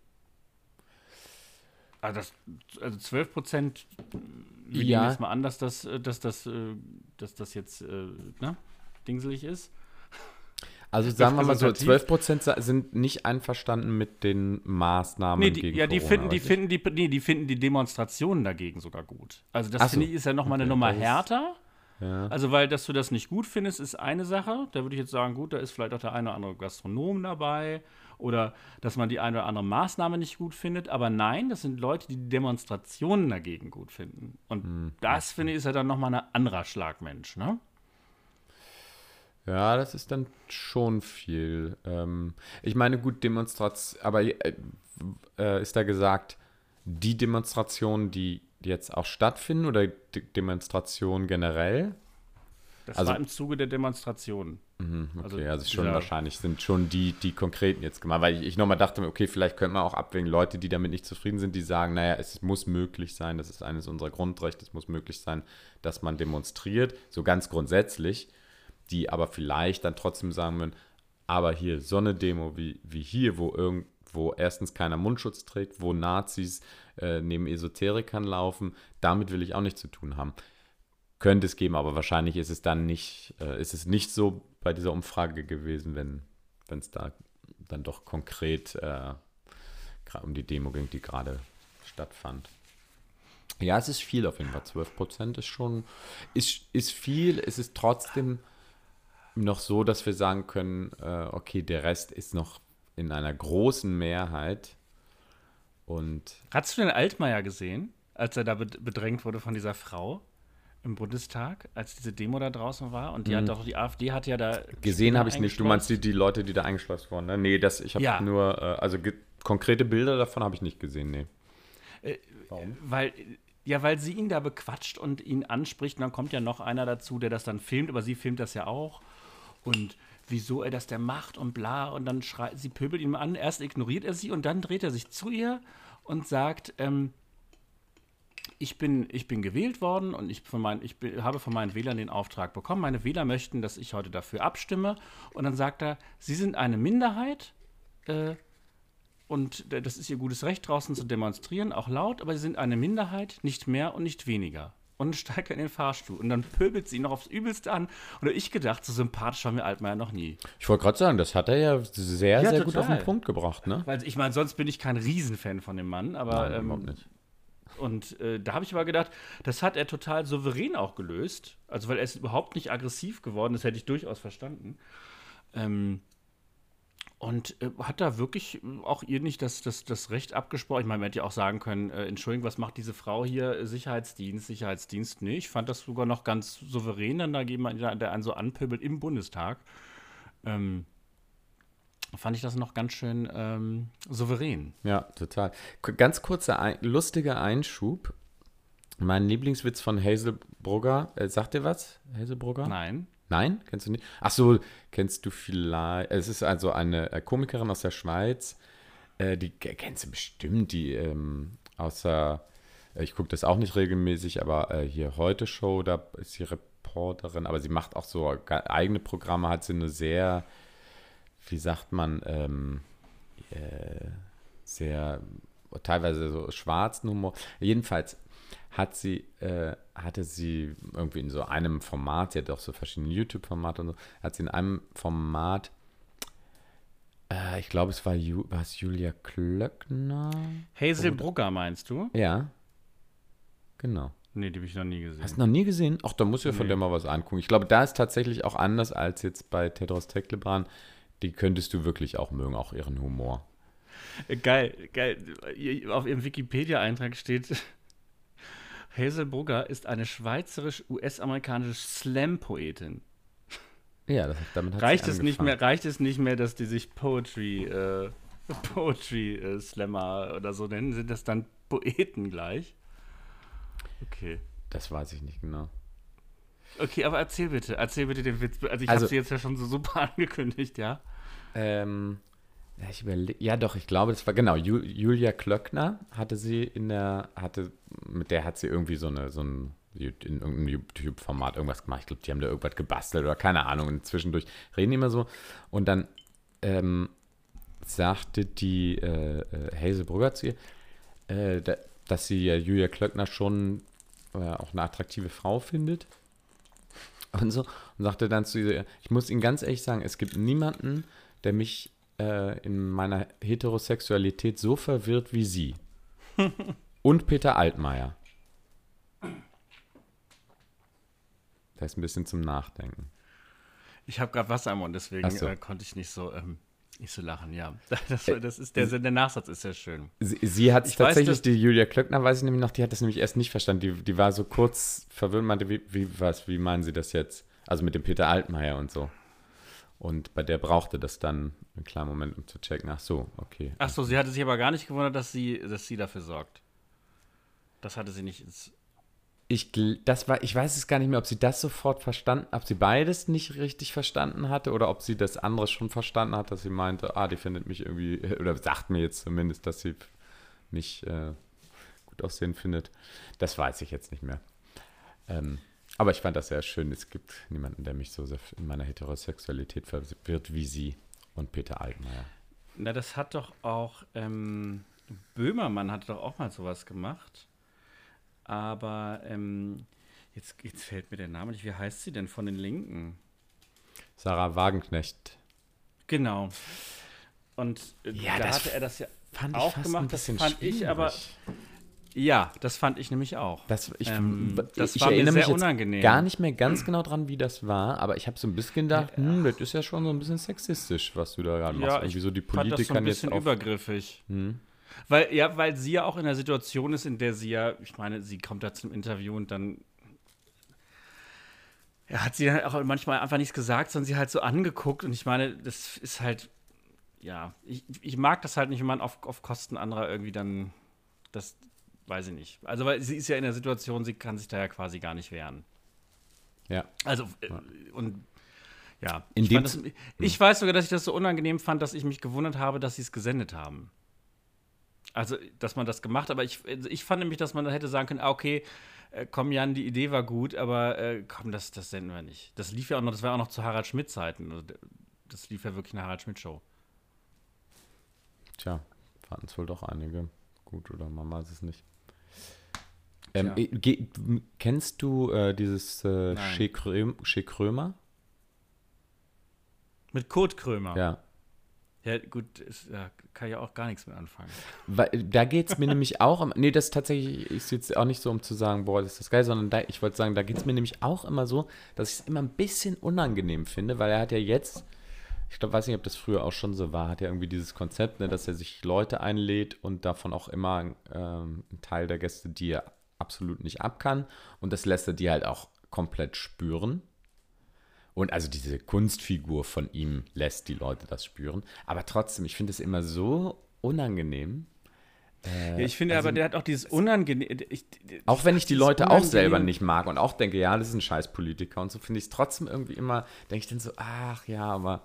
Also, das, also zwölf Prozent, wir Ja. nehmen jetzt mal an, dass das, äh, dass das, äh, dass das jetzt, äh, ne, dingselig ist. Also sagen wir mal so, repräsentativ. zwölf Prozent sa- sind nicht einverstanden mit den Maßnahmen Nee, die, gegen ja, die Corona. finden, die richtig? finden die, nee, die finden die Demonstrationen dagegen sogar gut. Also das Ach so. finde ich ist ja nochmal Okay, eine Nummer das ist- härter. Ja. Also, weil, dass du das nicht gut findest, ist eine Sache. Da würde ich jetzt sagen, gut, da ist vielleicht auch der eine oder andere Gastronom dabei. Oder dass man die eine oder andere Maßnahme nicht gut findet. Aber nein, das sind Leute, die die Demonstrationen dagegen gut finden. Und Hm. das, finde ich, ist ja dann nochmal ein anderer Schlagmensch, ne? Ja, das ist dann schon viel. Ähm, ich meine, gut, Demonstration, aber äh, äh, ist da gesagt, die Demonstrationen, die jetzt auch stattfinden oder die Demonstrationen generell? Das Also- war im Zuge der Demonstrationen. Mhm, okay, Also also, schon dieser- wahrscheinlich sind schon die, die konkreten jetzt gemacht, weil ich, ich nochmal dachte, okay, vielleicht könnte man auch abwägen, Leute, die damit nicht zufrieden sind, die sagen, naja, es muss möglich sein, das ist eines unserer Grundrechte, es muss möglich sein, dass man demonstriert, so ganz grundsätzlich, die aber vielleicht dann trotzdem sagen würden, aber hier so eine Demo wie, wie hier, wo irgendwo erstens keiner Mundschutz trägt, wo Nazis äh, neben Esoterikern laufen, damit will ich auch nichts zu tun haben. Könnte es geben, aber wahrscheinlich ist es dann nicht, äh, ist es nicht so bei dieser Umfrage gewesen, wenn es da dann doch konkret äh, gra- um die Demo ging, die gerade stattfand. Ja, es ist viel auf jeden Fall. zwölf Prozent ist schon, ist, ist viel. Es ist trotzdem noch so, dass wir sagen können, äh, okay, der Rest ist noch in einer großen Mehrheit. Und Hast du den Altmaier gesehen, als er da bed- bedrängt wurde von dieser Frau im Bundestag, als diese Demo da draußen war? Und die hat doch, die AfD hat ja da. gesehen habe ich nicht. Du meinst die, eingeschleust. die Leute, die da eingeschleust wurden, ne? Nee, das, ich habe Ja. nur, äh, also ge- konkrete Bilder davon habe ich nicht gesehen, nee. Warum? Weil, ja, weil sie ihn da bequatscht und ihn anspricht. Und dann kommt ja noch einer dazu, der das dann filmt, aber sie filmt das ja auch. Und wieso er das der macht und bla. Und dann schreit, sie pöbelt ihn an. Erst ignoriert er sie und dann dreht er sich zu ihr und sagt, ähm, ich bin, ich bin gewählt worden und ich, von mein, ich bin, habe von meinen Wählern den Auftrag bekommen. Meine Wähler möchten, dass ich heute dafür abstimme. Und dann sagt er, sie sind eine Minderheit äh, und d- das ist ihr gutes Recht, draußen zu demonstrieren, auch laut, aber sie sind eine Minderheit, nicht mehr und nicht weniger. Und dann steigt er in den Fahrstuhl und dann pöbelt sie ihn noch aufs Übelste an. Und ich gedacht, so sympathisch war mir Altmaier noch nie. Ich wollte gerade sagen, das hat er ja sehr, Ja, sehr gut auf total. den Punkt gebracht, ne? Weil ich meine, sonst bin ich kein Riesenfan von dem Mann, aber Nein, ähm, überhaupt nicht. Und äh, da habe ich aber gedacht, das hat er total souverän auch gelöst. Also, weil er ist überhaupt nicht aggressiv geworden, das hätte ich durchaus verstanden. Ähm, und äh, hat da wirklich auch ihr nicht das, das, das Recht abgesprochen. Ich meine, man hätte ja auch sagen können, äh, Entschuldigung, was macht diese Frau hier? Äh, Sicherheitsdienst, Sicherheitsdienst. Nee, ich fand das sogar noch ganz souverän, dann da jemand, der der einen so anpöbelt im Bundestag. Ähm, fand ich das noch ganz schön ähm, souverän. Ja, total. K- Ganz kurzer, ein, lustiger Einschub. Mein Lieblingswitz von Hazel Brugger, äh, sagt dir was? Hazel Brugger? Nein. Nein? Kennst du nicht? Ach so, kennst du vielleicht, es ist also eine äh, Komikerin aus der Schweiz, äh, die k- kennst du bestimmt, die ähm, außer, äh, ich gucke das auch nicht regelmäßig, aber äh, hier Heute-Show, da ist sie Reporterin, aber sie macht auch so ga- eigene Programme, hat sie eine sehr, wie sagt man, ähm, äh, sehr, teilweise so schwarzen Humor. Jedenfalls hat sie, äh, hatte sie irgendwie in so einem Format, sie hat auch so verschiedene YouTube-Formate und so, hat sie in einem Format Äh, ich glaube, es war, Ju, war es Julia Klöckner? Hazel Oder- Brugger meinst du? Ja, genau. Nee, die habe ich noch nie gesehen. Hast du noch nie gesehen? Ach, da muss ja von Nee. der mal was angucken. Ich glaube, da ist tatsächlich auch anders als jetzt bei Tedros Teklebran. Die könntest du wirklich auch mögen, auch ihren Humor. Äh, Geil, geil. Auf ihrem Wikipedia-Eintrag steht, Hazel Brugger ist eine schweizerisch-US-amerikanische Slam-Poetin. Ja, das, damit hat Reicht sie es nicht angefangen. mehr, reicht es nicht mehr, dass die sich Poetry, äh, Poetry äh, Slammer oder so nennen? Sind das dann Poeten gleich? Okay. Das weiß ich nicht genau. Okay, aber erzähl bitte, erzähl bitte den Witz. Also ich Also- habe sie jetzt ja schon so super angekündigt, ja? Ähm, ja, ich überle- ja, doch, ich glaube, das war genau. Ju Julia Klöckner hatte sie in der, hatte, mit der hat sie irgendwie so eine, so ein, in irgendeinem YouTube-Format irgendwas gemacht. Ich glaube, die haben da irgendwas gebastelt oder keine Ahnung. Und zwischendurch reden die immer so. Und dann ähm, sagte die äh, äh, Hazel Brugger zu ihr, äh, da, dass sie ja Julia Klöckner schon äh, auch eine attraktive Frau findet. Und so. Und sagte dann zu ihr, ich muss Ihnen ganz ehrlich sagen, es gibt niemanden, der mich äh, in meiner Heterosexualität so verwirrt wie Sie. Und Peter Altmaier. Das ist ein bisschen zum Nachdenken. Ich habe gerade Wasser im Mund, deswegen Ach so. äh, konnte ich nicht so, ähm, nicht so lachen, ja. Das, das ist der, der Nachsatz ist sehr schön. Sie, sie hat es Ich weiß, tatsächlich, dass- die Julia Klöckner, weiß ich nämlich noch, die hat das nämlich erst nicht verstanden. Die, die war so kurz verwirrt und meinte, wie, wie, was, wie meinen Sie das jetzt? Also mit dem Peter Altmaier und so. Und bei der brauchte das dann einen kleinen Moment, um zu checken. Ach so, okay. Ach so, sie hatte sich aber gar nicht gewundert, dass sie, dass sie dafür sorgt. Das hatte sie nicht ins. Ich, gl- das war, ich weiß es gar nicht mehr, ob sie das sofort verstanden, ob sie beides nicht richtig verstanden hatte oder ob sie das andere schon verstanden hat, dass sie meinte, ah, die findet mich irgendwie, oder sagt mir jetzt zumindest, dass sie mich äh, gut aussehen findet. Das weiß ich jetzt nicht mehr. Ähm, aber ich fand das sehr schön. Es gibt niemanden, der mich so sehr in meiner Heterosexualität verwirrt wie sie und Peter Altmaier. Na, das hat doch auch, ähm, Böhmermann hat doch auch mal sowas gemacht. Aber, ähm, jetzt, jetzt fällt mir der Name nicht. Wie heißt sie denn von den Linken? Sarah Wagenknecht. Genau. Und äh, Ja, da das hatte er das ja Fand auch ich fast gemacht. ein Das bisschen fand ich aber. schwierig. Ja, das fand ich nämlich auch. Das, ich, Ähm, das ich war mir erinnere mich sehr jetzt unangenehm. gar nicht mehr ganz genau dran, wie das war, aber ich habe so ein bisschen gedacht, hm, das ist ja schon so ein bisschen sexistisch, was du da gerade machst. Ja, ich Irgendwie so die fand das so Politiker ein bisschen jetzt auf. übergriffig. Hm. Weil, ja, weil sie ja auch in der Situation ist, in der sie ja, ich meine, sie kommt da zum Interview und dann ja, hat sie dann auch manchmal einfach nichts gesagt, sondern sie halt so angeguckt und ich meine, das ist halt, ja, ich, ich mag das halt nicht, wenn man auf, auf Kosten anderer irgendwie dann, das weiß ich nicht. Also, weil sie ist ja in der Situation, sie kann sich da ja quasi gar nicht wehren. Ja. Also, äh, und ja, In ich, dem fand das, ich weiß sogar, dass ich das so unangenehm fand, dass ich mich gewundert habe, dass sie es gesendet haben. Also, dass man das gemacht hat, aber ich, ich fand nämlich, dass man da hätte sagen können, ah, okay, äh, komm Jan, die Idee war gut, aber äh, komm, das, das senden wir nicht. Das lief ja auch noch, das war auch noch zu Harald Schmidt-Zeiten. Also, das lief ja wirklich eine Harald Schmidt-Show. Tja, fanden es wohl doch einige gut oder man weiß es nicht. Ähm, Tja. äh, ge- m- kennst du äh, dieses äh, Nein. Chez Krö- Chez Krömer? Mit Kurt Krömer. Ja. Ja, gut, ist, ja, kann ich auch gar nichts mit anfangen. Weil, da geht es mir nämlich auch, um, nee, das tatsächlich ist jetzt auch nicht so, um zu sagen, boah, das ist das geil, sondern da, ich wollte sagen, da geht es mir nämlich auch immer so, dass ich es immer ein bisschen unangenehm finde, weil er hat ja jetzt, ich glaube, weiß nicht, ob das früher auch schon so war, hat ja irgendwie dieses Konzept, ne, dass er sich Leute einlädt und davon auch immer ähm, ein Teil der Gäste, die er absolut nicht ab kann und das lässt er die halt auch komplett spüren. Und also diese Kunstfigur von ihm lässt die Leute das spüren. Aber trotzdem, ich finde es immer so unangenehm. Äh, Ja, ich finde also, aber, der hat auch dieses Unangenehm. Ich, auch wenn ich die dieses Leute auch selber Unangenehm- nicht mag und auch denke, ja, das ist ein scheiß Politiker und so, finde ich es trotzdem irgendwie immer, denke ich dann so, ach ja, aber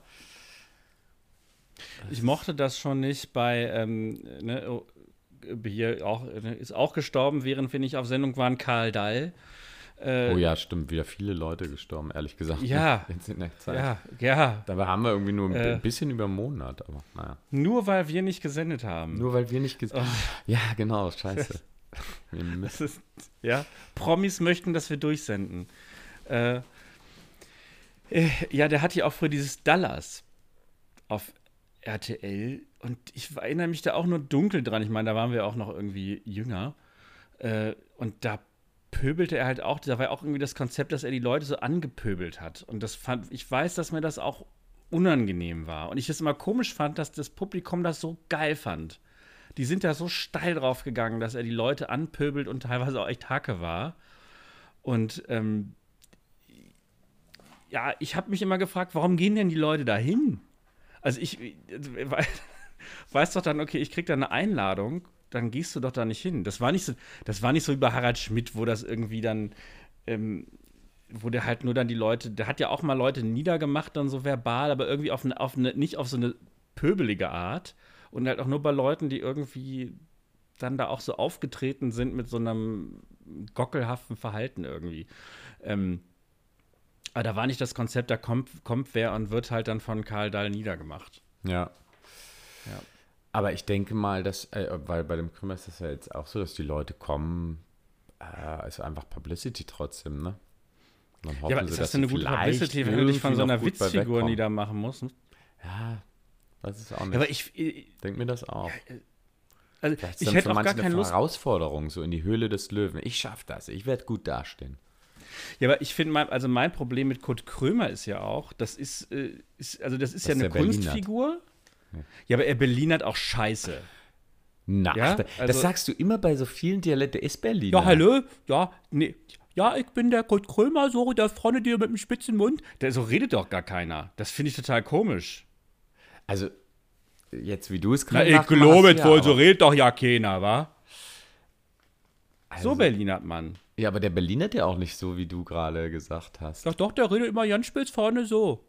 Ich mochte das schon nicht bei, ähm, ne, oh, hier auch, ne, ist auch gestorben, während wir nicht auf Sendung waren, Karl Dall. Äh, oh ja, stimmt, wieder viele Leute gestorben, ehrlich gesagt. Ja. Jetzt in der Zeit. Ja, ja. Dabei haben wir irgendwie nur ein Äh. bisschen über einen Monat, aber naja. Nur weil wir nicht gesendet haben. Nur weil wir nicht gesagt Oh. Ja, genau, scheiße. Wir müssen- Das ist, ja. Promis möchten, dass wir durchsenden. Äh, äh, ja, der hat ja auch früher dieses Dallas auf R T L und ich erinnere mich da auch nur dunkel dran. Ich meine, da waren wir auch noch irgendwie jünger. Äh, und da pöbelte er halt auch, da war ja auch irgendwie das Konzept, dass er die Leute so angepöbelt hat. Und das fand, ich weiß, dass mir das auch unangenehm war. Und ich es immer komisch fand, dass das Publikum das so geil fand. Die sind da so steil drauf gegangen, dass er die Leute anpöbelt und teilweise auch echt Hacke war. Und ähm, ja, ich habe mich immer gefragt, warum gehen denn die Leute da hin? Also ich we- weiß doch dann, okay, ich krieg da eine Einladung, dann gehst du doch da nicht hin. Das war nicht so, das war nicht so wie bei Harald Schmidt, wo das irgendwie dann, ähm, wo der halt nur dann die Leute, der hat ja auch mal Leute niedergemacht, dann so verbal, aber irgendwie auf eine, auf eine, nicht auf so eine pöbelige Art. Und halt auch nur bei Leuten, die irgendwie dann da auch so aufgetreten sind mit so einem gockelhaften Verhalten irgendwie. Ähm, aber da war nicht das Konzept, da kommt, kommt wer und wird halt dann von Karl Dahl niedergemacht. Ja. Ja. Aber ich denke mal, dass, äh, weil bei dem Krümmer ist das ja jetzt auch so, dass die Leute kommen, äh, ist einfach Publicity trotzdem, ne? Dann Ja, hoffen aber sie, ist dass das denn eine sie gute vielleicht Publicity, wenn du dich von so irgendwie einer noch gut bei Witzfigur wegkommen. niedermachen musst? Ja, das ist auch nicht. Ja, aber ich, äh, Denk mir das auch. also Vielleicht ist ich dann hätte für auch gar manche eine keine Lust. Herausforderung, so in die Höhle des Löwen. Ich schaff das, ich werde gut dastehen. Ja, aber ich finde, mein, also mein Problem mit Kurt Krömer ist ja auch, das ist, äh, ist also das ist Dass ja eine der Berlinert. Kunstfigur. Ja, aber er Berlinert auch scheiße. Na, Ja, ach, da- das also- sagst du immer bei so vielen Dialekten. Der ist Berliner. Ja, hallo? Ja, nee. Ja, ich bin der Kurt Krömer, so der vorne dir mit dem spitzen Mund. Der, so redet doch gar keiner. Das finde ich total komisch. Also, jetzt wie du es Na, gerade ich nachmachst, glaube ja, wohl, so aber- redet doch ja keiner, wa? also, So Berlinert Mann. Ja, aber der Berlinert ja auch nicht so, wie du gerade gesagt hast. Doch, doch, der redet immer ganz spitz vorne so.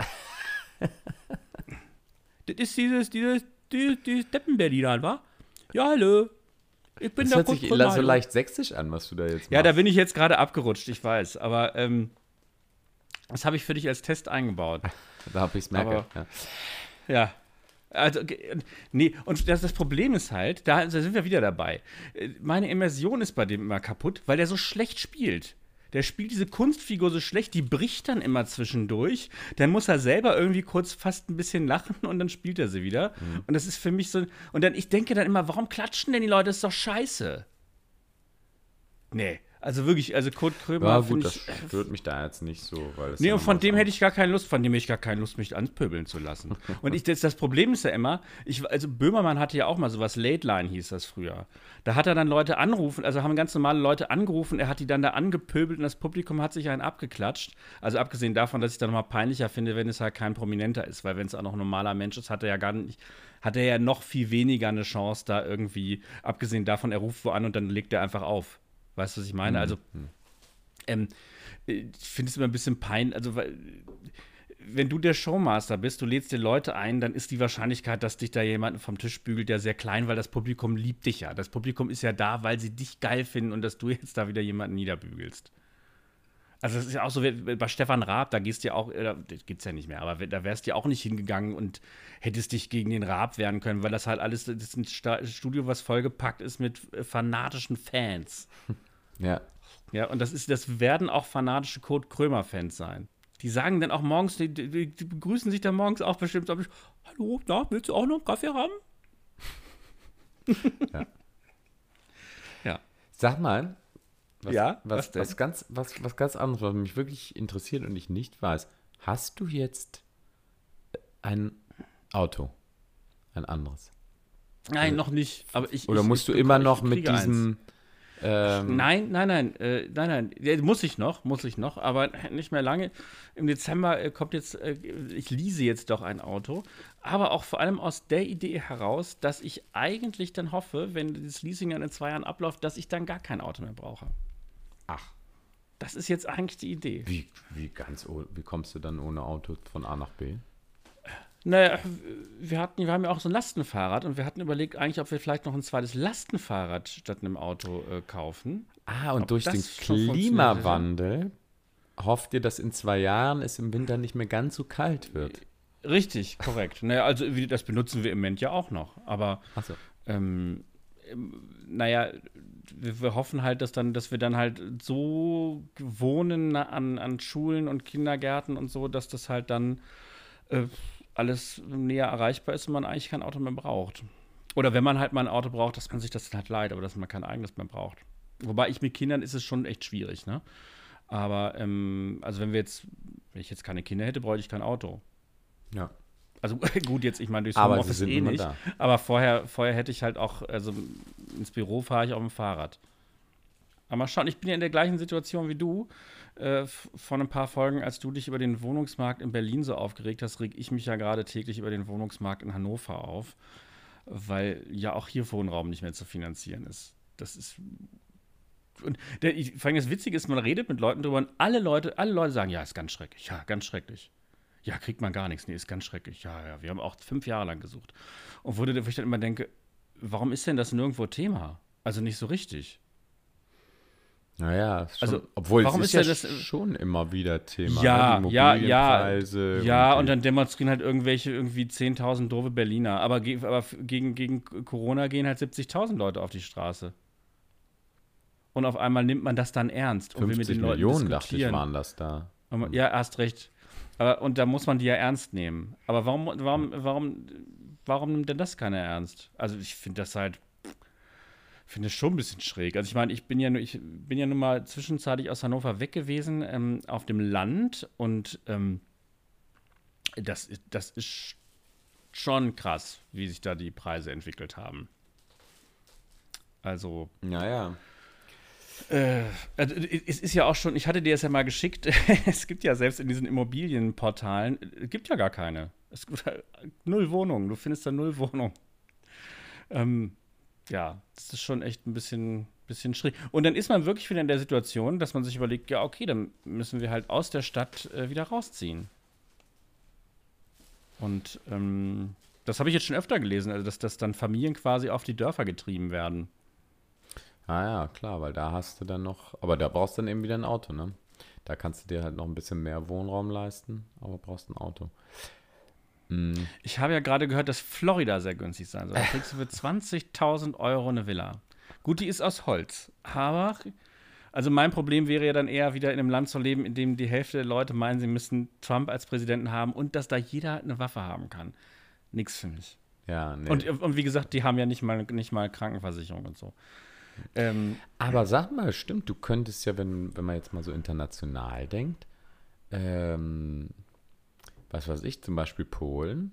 Das ist dieses, dieses, dieses, dieses Deppen-Berliner, wa? Ja, hallo. Ich bin Das der hört Kurt sich Krömer, so hallo. leicht sächsisch an, was du da jetzt machst. Ja, da bin ich jetzt gerade abgerutscht, ich weiß. Aber ähm, das habe ich für dich als Test eingebaut. Da habe ich es merke. Aber- Ja. Ja. Also, ge- nee, und das, das Problem ist halt, da, da sind wir wieder dabei. Äh, Meine Immersion ist bei dem immer kaputt, weil der so schlecht spielt. Der spielt diese Kunstfigur so schlecht, die bricht dann immer zwischendurch. Dann muss er selber irgendwie kurz fast ein bisschen lachen und dann spielt er sie wieder. Und das ist für mich so. Und dann, ich denke dann immer, warum klatschen denn die Leute? Das ist doch scheiße. Nee, also wirklich, also Kurt Krömer Ja, find gut, das ich, stört mich da jetzt nicht so. Weil das Nee, ja und von nochmal dem was hätte ich gar keine Lust, von dem hätte ich gar keine Lust, mich anpöbeln zu lassen. Und ich, das, das Problem ist ja immer, ich, also Böhmermann hatte ja auch mal sowas, Late Line hieß das früher. Da hat er dann Leute angerufen, also haben ganz normale Leute angerufen, er hat die dann da angepöbelt und das Publikum hat sich einen abgeklatscht. Also abgesehen davon, dass ich dann nochmal peinlicher finde, wenn es halt kein Prominenter ist, weil wenn es auch noch ein normaler Mensch ist, hat er ja gar nicht, hat er ja noch viel weniger eine Chance da irgendwie, abgesehen davon, er ruft wo an und dann legt er einfach auf. Weißt du, was ich meine? Also Ähm, ich finde es immer ein bisschen peinlich, also weil, wenn du der Showmaster bist, du lädst dir Leute ein, dann ist die Wahrscheinlichkeit, dass dich da jemand vom Tisch bügelt, ja sehr klein, weil das Publikum liebt dich ja. Das Publikum ist ja da, weil sie dich geil finden und dass du jetzt da wieder jemanden niederbügelst. Also das ist ja auch so, wie bei Stefan Raab, da gehst du ja auch, äh, das gibt's ja nicht mehr, aber da wärst du ja auch nicht hingegangen und hättest dich gegen den Raab wehren können, weil das halt alles, das ist ein Sta- Studio, was vollgepackt ist mit äh, fanatischen Fans. Ja. Ja, und das ist, das werden auch fanatische Kurt Krömer-Fans sein. Die sagen dann auch morgens, die, die, die begrüßen sich dann morgens auch bestimmt. Sag ich, hallo, na, willst du auch noch einen Kaffee haben? Ja. Ja. Sag mal, was, Ja, was, was denn? was, ganz, was, was ganz anderes, was mich wirklich interessiert und ich nicht weiß. Hast du jetzt ein Auto? Ein anderes? Nein, noch nicht. Aber ich, Oder ich, musst ich du immer bekomme- noch ich mit kriege eins. diesem. Ähm, Nein, nein, nein, äh, nein, nein. Ja, muss ich noch, muss ich noch, aber nicht mehr lange. Im Dezember äh, kommt jetzt, äh, ich lease jetzt doch ein Auto, aber auch vor allem aus der Idee heraus, dass ich eigentlich dann hoffe, wenn das Leasing dann in zwei Jahren abläuft, dass ich dann gar kein Auto mehr brauche. Ach, Das ist jetzt eigentlich die Idee. wie, wie, ganz, oh- wie kommst du dann ohne Auto von A nach B? Naja, wir hatten, wir haben ja auch so ein Lastenfahrrad und wir hatten überlegt eigentlich, ob wir vielleicht noch ein zweites Lastenfahrrad statt einem Auto äh, kaufen. Ah, und Ob durch das den schon funktioniert, Klimawandel hofft ihr, dass in zwei Jahren es im Winter nicht mehr ganz so kalt wird? Richtig, korrekt. Naja, also wie- das benutzen wir im Moment ja auch noch. Aber Achso. ähm, ähm, naja, wir, wir hoffen halt, dass dann, dass wir dann halt so wohnen an, an Schulen und Kindergärten und so, dass das halt dann äh, alles näher erreichbar ist und man eigentlich kein Auto mehr braucht. Oder wenn man halt mal ein Auto braucht, dass man sich das dann halt leiht, aber dass man kein eigenes mehr braucht. Wobei ich mit Kindern ist es schon echt schwierig, ne? Aber, ähm, also wenn wir jetzt, wenn ich jetzt keine Kinder hätte, bräuchte ich kein Auto. Ja. Also gut, jetzt, ich meine, durchs Aber sie Homeoffice sind eh immer nicht. da. Aber vorher, vorher hätte ich halt auch, also ins Büro fahre ich auf dem Fahrrad. Aber mal schauen, ich bin ja in der gleichen Situation wie du. Äh, f- vor ein paar Folgen, als du dich über den Wohnungsmarkt in Berlin so aufgeregt hast, reg ich mich ja gerade täglich über den Wohnungsmarkt in Hannover auf, weil ja auch hier Wohnraum nicht mehr zu finanzieren ist. Das ist. Und der, ich, vor allem das Witzige ist, man redet mit Leuten drüber und alle Leute, alle Leute sagen, ja, ist ganz schrecklich, ja, ganz schrecklich. Ja, kriegt man gar nichts, nee, ist ganz schrecklich. Ja, ja, wir haben auch fünf Jahre lang gesucht. Und wo, du- wo ich dann immer denke, warum ist denn das nirgendwo Thema? Also nicht so richtig. Naja, schon, Also, obwohl warum es ist ist ja denn das- schon immer wieder Thema, Ja, ne? Die ja, ja. Immobilienpreise Ja, und die, dann demonstrieren halt irgendwelche irgendwie zehntausend doofe Berliner. Aber, ge aber f- gegen, gegen Corona gehen halt siebzigtausend Leute auf die Straße. Und auf einmal nimmt man das dann ernst und will mit fünfzig den Leuten Millionen, dachte ich, diskutieren. waren das da. Und man- Ja, hast recht. Aber, und da muss man die ja ernst nehmen. Aber warum, warum, warum, warum nimmt denn das keiner ernst? Also ich finde das halt, finde es schon ein bisschen schräg. Also ich meine, ich bin ja nur, ich bin ja nun mal zwischenzeitlich aus Hannover weg gewesen, ähm, auf dem Land und ähm, das, ist- das ist schon krass, wie sich da die Preise entwickelt haben. Also Naja. Äh, also, es ist ja auch schon, ich hatte dir das ja mal geschickt, es gibt ja selbst in diesen Immobilienportalen, es gibt ja gar keine. Es gibt halt null Wohnungen, du findest da null Wohnungen. Ähm, ja, das ist schon echt ein bisschen, bisschen schräg. Und dann ist man wirklich wieder in der Situation, dass man sich überlegt, ja, okay, dann müssen wir halt aus der Stadt äh, wieder rausziehen. Und ähm, das habe ich jetzt schon öfter gelesen, also dass, dass dann Familien quasi auf die Dörfer getrieben werden. Ah ja, klar, weil da hast du dann noch, aber da brauchst du dann eben wieder ein Auto, ne? Da kannst du dir halt noch ein bisschen mehr Wohnraum leisten, aber brauchst ein Auto. Mm, Ich habe ja gerade gehört, dass Florida sehr günstig sein soll. Da kriegst du für zwanzigtausend Euro eine Villa. Gut, die ist aus Holz. Aber, also mein Problem wäre ja dann eher wieder in einem Land zu leben, in dem die Hälfte der Leute meinen, sie müssen Trump als Präsidenten haben und dass da jeder eine Waffe haben kann. Nix für mich. ja, nee. Und, und wie gesagt, die haben ja nicht mal, nicht mal Krankenversicherung und so. Ähm, Aber sag mal, stimmt, du könntest ja, wenn, wenn man jetzt mal so international denkt, ähm, was weiß ich, zum Beispiel Polen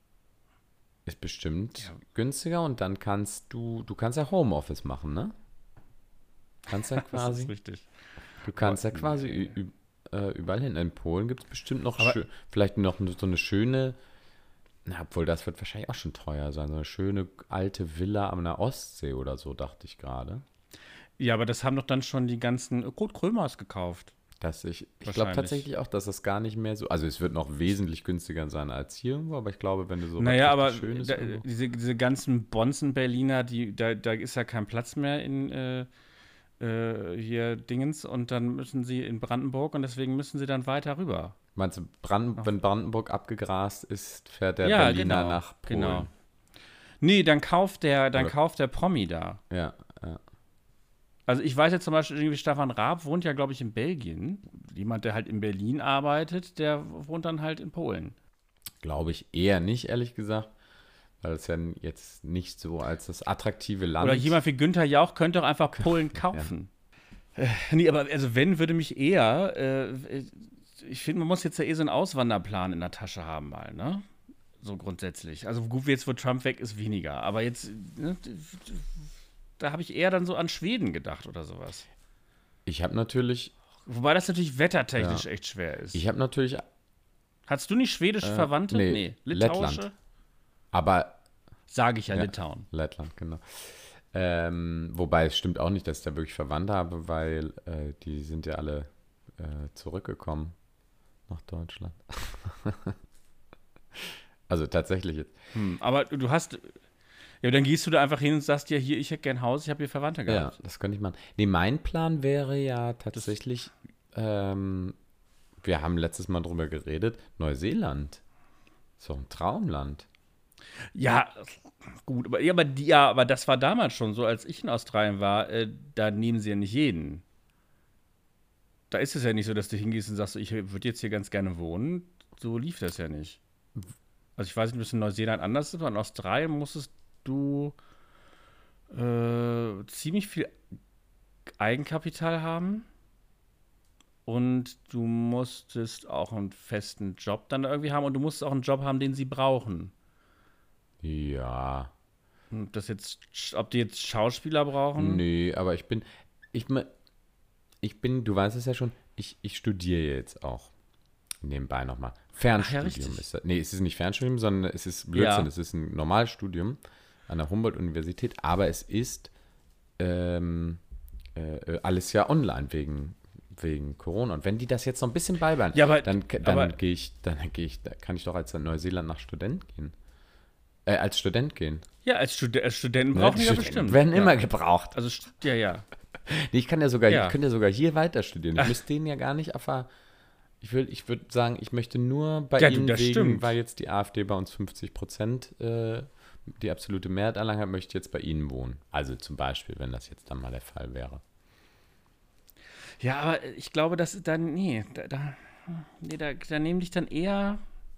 ist bestimmt Ja. günstiger und dann kannst du, du kannst ja Homeoffice machen, ne? Kannst ja das ist quasi, richtig. du kannst ja Aber, quasi nee. ü, ü, äh, überall hin. In Polen gibt es bestimmt noch, Aber- schö- vielleicht noch so eine schöne, na, obwohl das wird wahrscheinlich auch schon teuer sein, so eine schöne alte Villa an der Ostsee oder so, dachte ich gerade. Ja, aber das haben doch dann schon die ganzen Kurt Krömers gekauft. Dass ich, ich glaube Wahrscheinlich. tatsächlich auch, dass das gar nicht mehr so, also es wird noch wesentlich günstiger sein als hier irgendwo, aber ich glaube, wenn du so Naja, aber was richtig Schönes da, irgendwo- diese, diese ganzen Bonzen-Berliner, die, da, da ist ja kein Platz mehr in äh, äh, hier Dingens und dann müssen sie in Brandenburg und deswegen müssen sie dann weiter rüber. Meinst du, Brand, wenn Brandenburg abgegrast ist, fährt der Ja, Berliner genau, nach Polen? genau. Nee, dann kauft der, dann Oder- kauft der Promi da. Ja, ja. Also ich weiß jetzt zum Beispiel, irgendwie Stefan Raab wohnt ja, glaube ich, in Belgien. Jemand, der halt in Berlin arbeitet, der wohnt dann halt in Polen. Glaube ich eher nicht, ehrlich gesagt, weil es ja jetzt nicht so als das attraktive Land. Oder jemand wie Günther Jauch könnte doch einfach Polen kaufen. Äh, nee, aber also wenn, würde mich eher, äh, ich finde, man muss jetzt ja eh so einen Auswanderplan in der Tasche haben mal, ne? So grundsätzlich. Also gut, wie jetzt, wo Trump weg ist, weniger. Aber jetzt, ne, da habe ich eher dann so an Schweden gedacht oder sowas. Ich habe natürlich, Wobei das natürlich wettertechnisch Ja. echt schwer ist. ich habe natürlich, Hast du nicht schwedische Äh, Verwandte? nee, Litauische? Lettland. aber Sage ich ja, Ja. Litauen. Lettland, genau. Ähm, wobei es stimmt auch nicht, dass ich da wirklich Verwandte habe, weil äh, die sind ja alle äh, zurückgekommen nach Deutschland. Also tatsächlich jetzt. Hm, aber du hast, ja, dann gehst du da einfach hin und sagst, ja, hier, ich hätte gern Haus, ich habe hier Verwandte Ja, gehabt. das könnte ich machen. Nee, mein Plan wäre ja tatsächlich, ähm, wir haben letztes Mal drüber geredet, Neuseeland. So ein Traumland. Ja, gut, aber, ja, aber, die, ja, aber das war damals schon so, als ich in Australien war, äh, da nehmen sie ja nicht jeden. Da ist es ja nicht so, dass du hingehst und sagst, ich würde jetzt hier ganz gerne wohnen. So lief das ja nicht. Also ich weiß nicht, ob es in Neuseeland anders ist, aber in Australien musstest du äh, ziemlich viel Eigenkapital haben und du musstest auch einen festen Job dann irgendwie haben und du musstest auch einen Job haben, den sie brauchen. Ja. Und das jetzt, ob die jetzt Schauspieler brauchen? Nee, aber ich bin, ich, me- ich bin, du weißt es ja schon, ich, ich studiere jetzt auch nebenbei nochmal. Ach ja, Fernstudium richtig. ist das. Nee, es ist nicht Fernstudium, sondern es ist Blödsinn. Ja. Es ist ein Normalstudium an der Humboldt-Universität, aber es ist ähm, äh, alles ja online wegen, wegen Corona. Und wenn die das jetzt noch ein bisschen beibehalten, Ja, aber, dann, aber dann gehe ich, dann gehe ich, da kann ich doch als Neuseeland nach Student gehen. Äh, als Student gehen. ja, als, Stud als Studenten Ne? brauchen Die die ja Studenten bestimmt. werden ja. immer gebraucht. Also, st- ja, ja. Nee, ich kann ja sogar, Ja. ich könnte ja sogar hier weiter studieren. Ich Ach. müsste denen ja gar nicht erfahren. Ich würde ich würd sagen, ich möchte nur bei Ja, du, ihnen das wegen, stimmt. weil jetzt die AfD bei uns fünfzig Prozent äh, die absolute Mehrheit erlangt hat, möchte ich jetzt bei ihnen wohnen. Also zum Beispiel, wenn das jetzt dann mal der Fall wäre. Ja, aber ich glaube, dass dann, nee, da, da, nee, da, da nehmen dich dann eher.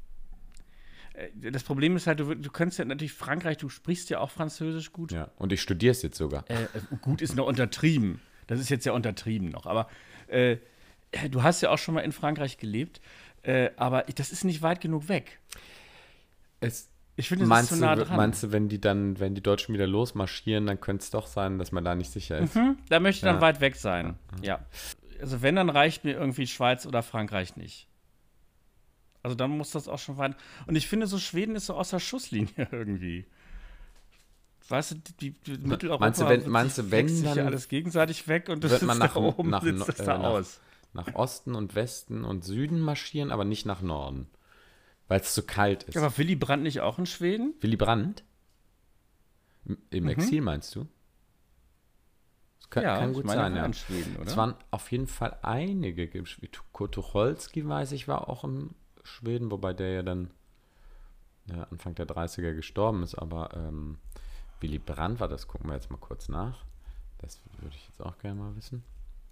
äh, Das Problem ist halt, du, du könntest ja natürlich Frankreich, du sprichst ja auch Französisch gut. Ja. Und ich studiere es jetzt sogar. Äh, äh, gut ist noch untertrieben. Das ist jetzt ja untertrieben noch. Aber äh, du hast ja auch schon mal in Frankreich gelebt. Äh, aber das ist nicht weit genug weg. Es, Ich finde, das meinst, ist zu nah du, dran. meinst du, wenn die dann, wenn die Deutschen wieder losmarschieren, dann könnte es doch sein, dass man da nicht sicher ist? Hm? Da möchte ich dann Ja. weit weg sein. Ja. Also wenn, dann reicht mir irgendwie Schweiz oder Frankreich nicht. Also dann muss das auch schon weit. Und ich finde, so Schweden ist so außer Schusslinie irgendwie. Weißt du, die, die Mitteleuropa Meinst du, wenn- wird meinst sich- du, wenn, wächst sich ja dann alles gegenseitig weg und das wird sitzt man da nach- oben, nach- sitzt das äh, da nach- aus. Nach Osten und Westen und Süden marschieren, aber nicht nach Norden. Weil es zu kalt ist. Ja, aber Willy Brandt nicht auch in Schweden? Willy Brandt? Im- Mhm. Im Exil meinst du? Das kann, Ja, kann ich gut meine, sein, er war ja. in Schweden, oder? Es waren auf jeden Fall einige. Wie Kurt Tucholsky, weiß ich, war auch in Schweden, wobei der ja dann ja, Anfang der dreißiger gestorben ist. Aber ähm, Willy Brandt war das, gucken wir jetzt mal kurz nach. Das würde ich jetzt auch gerne mal wissen.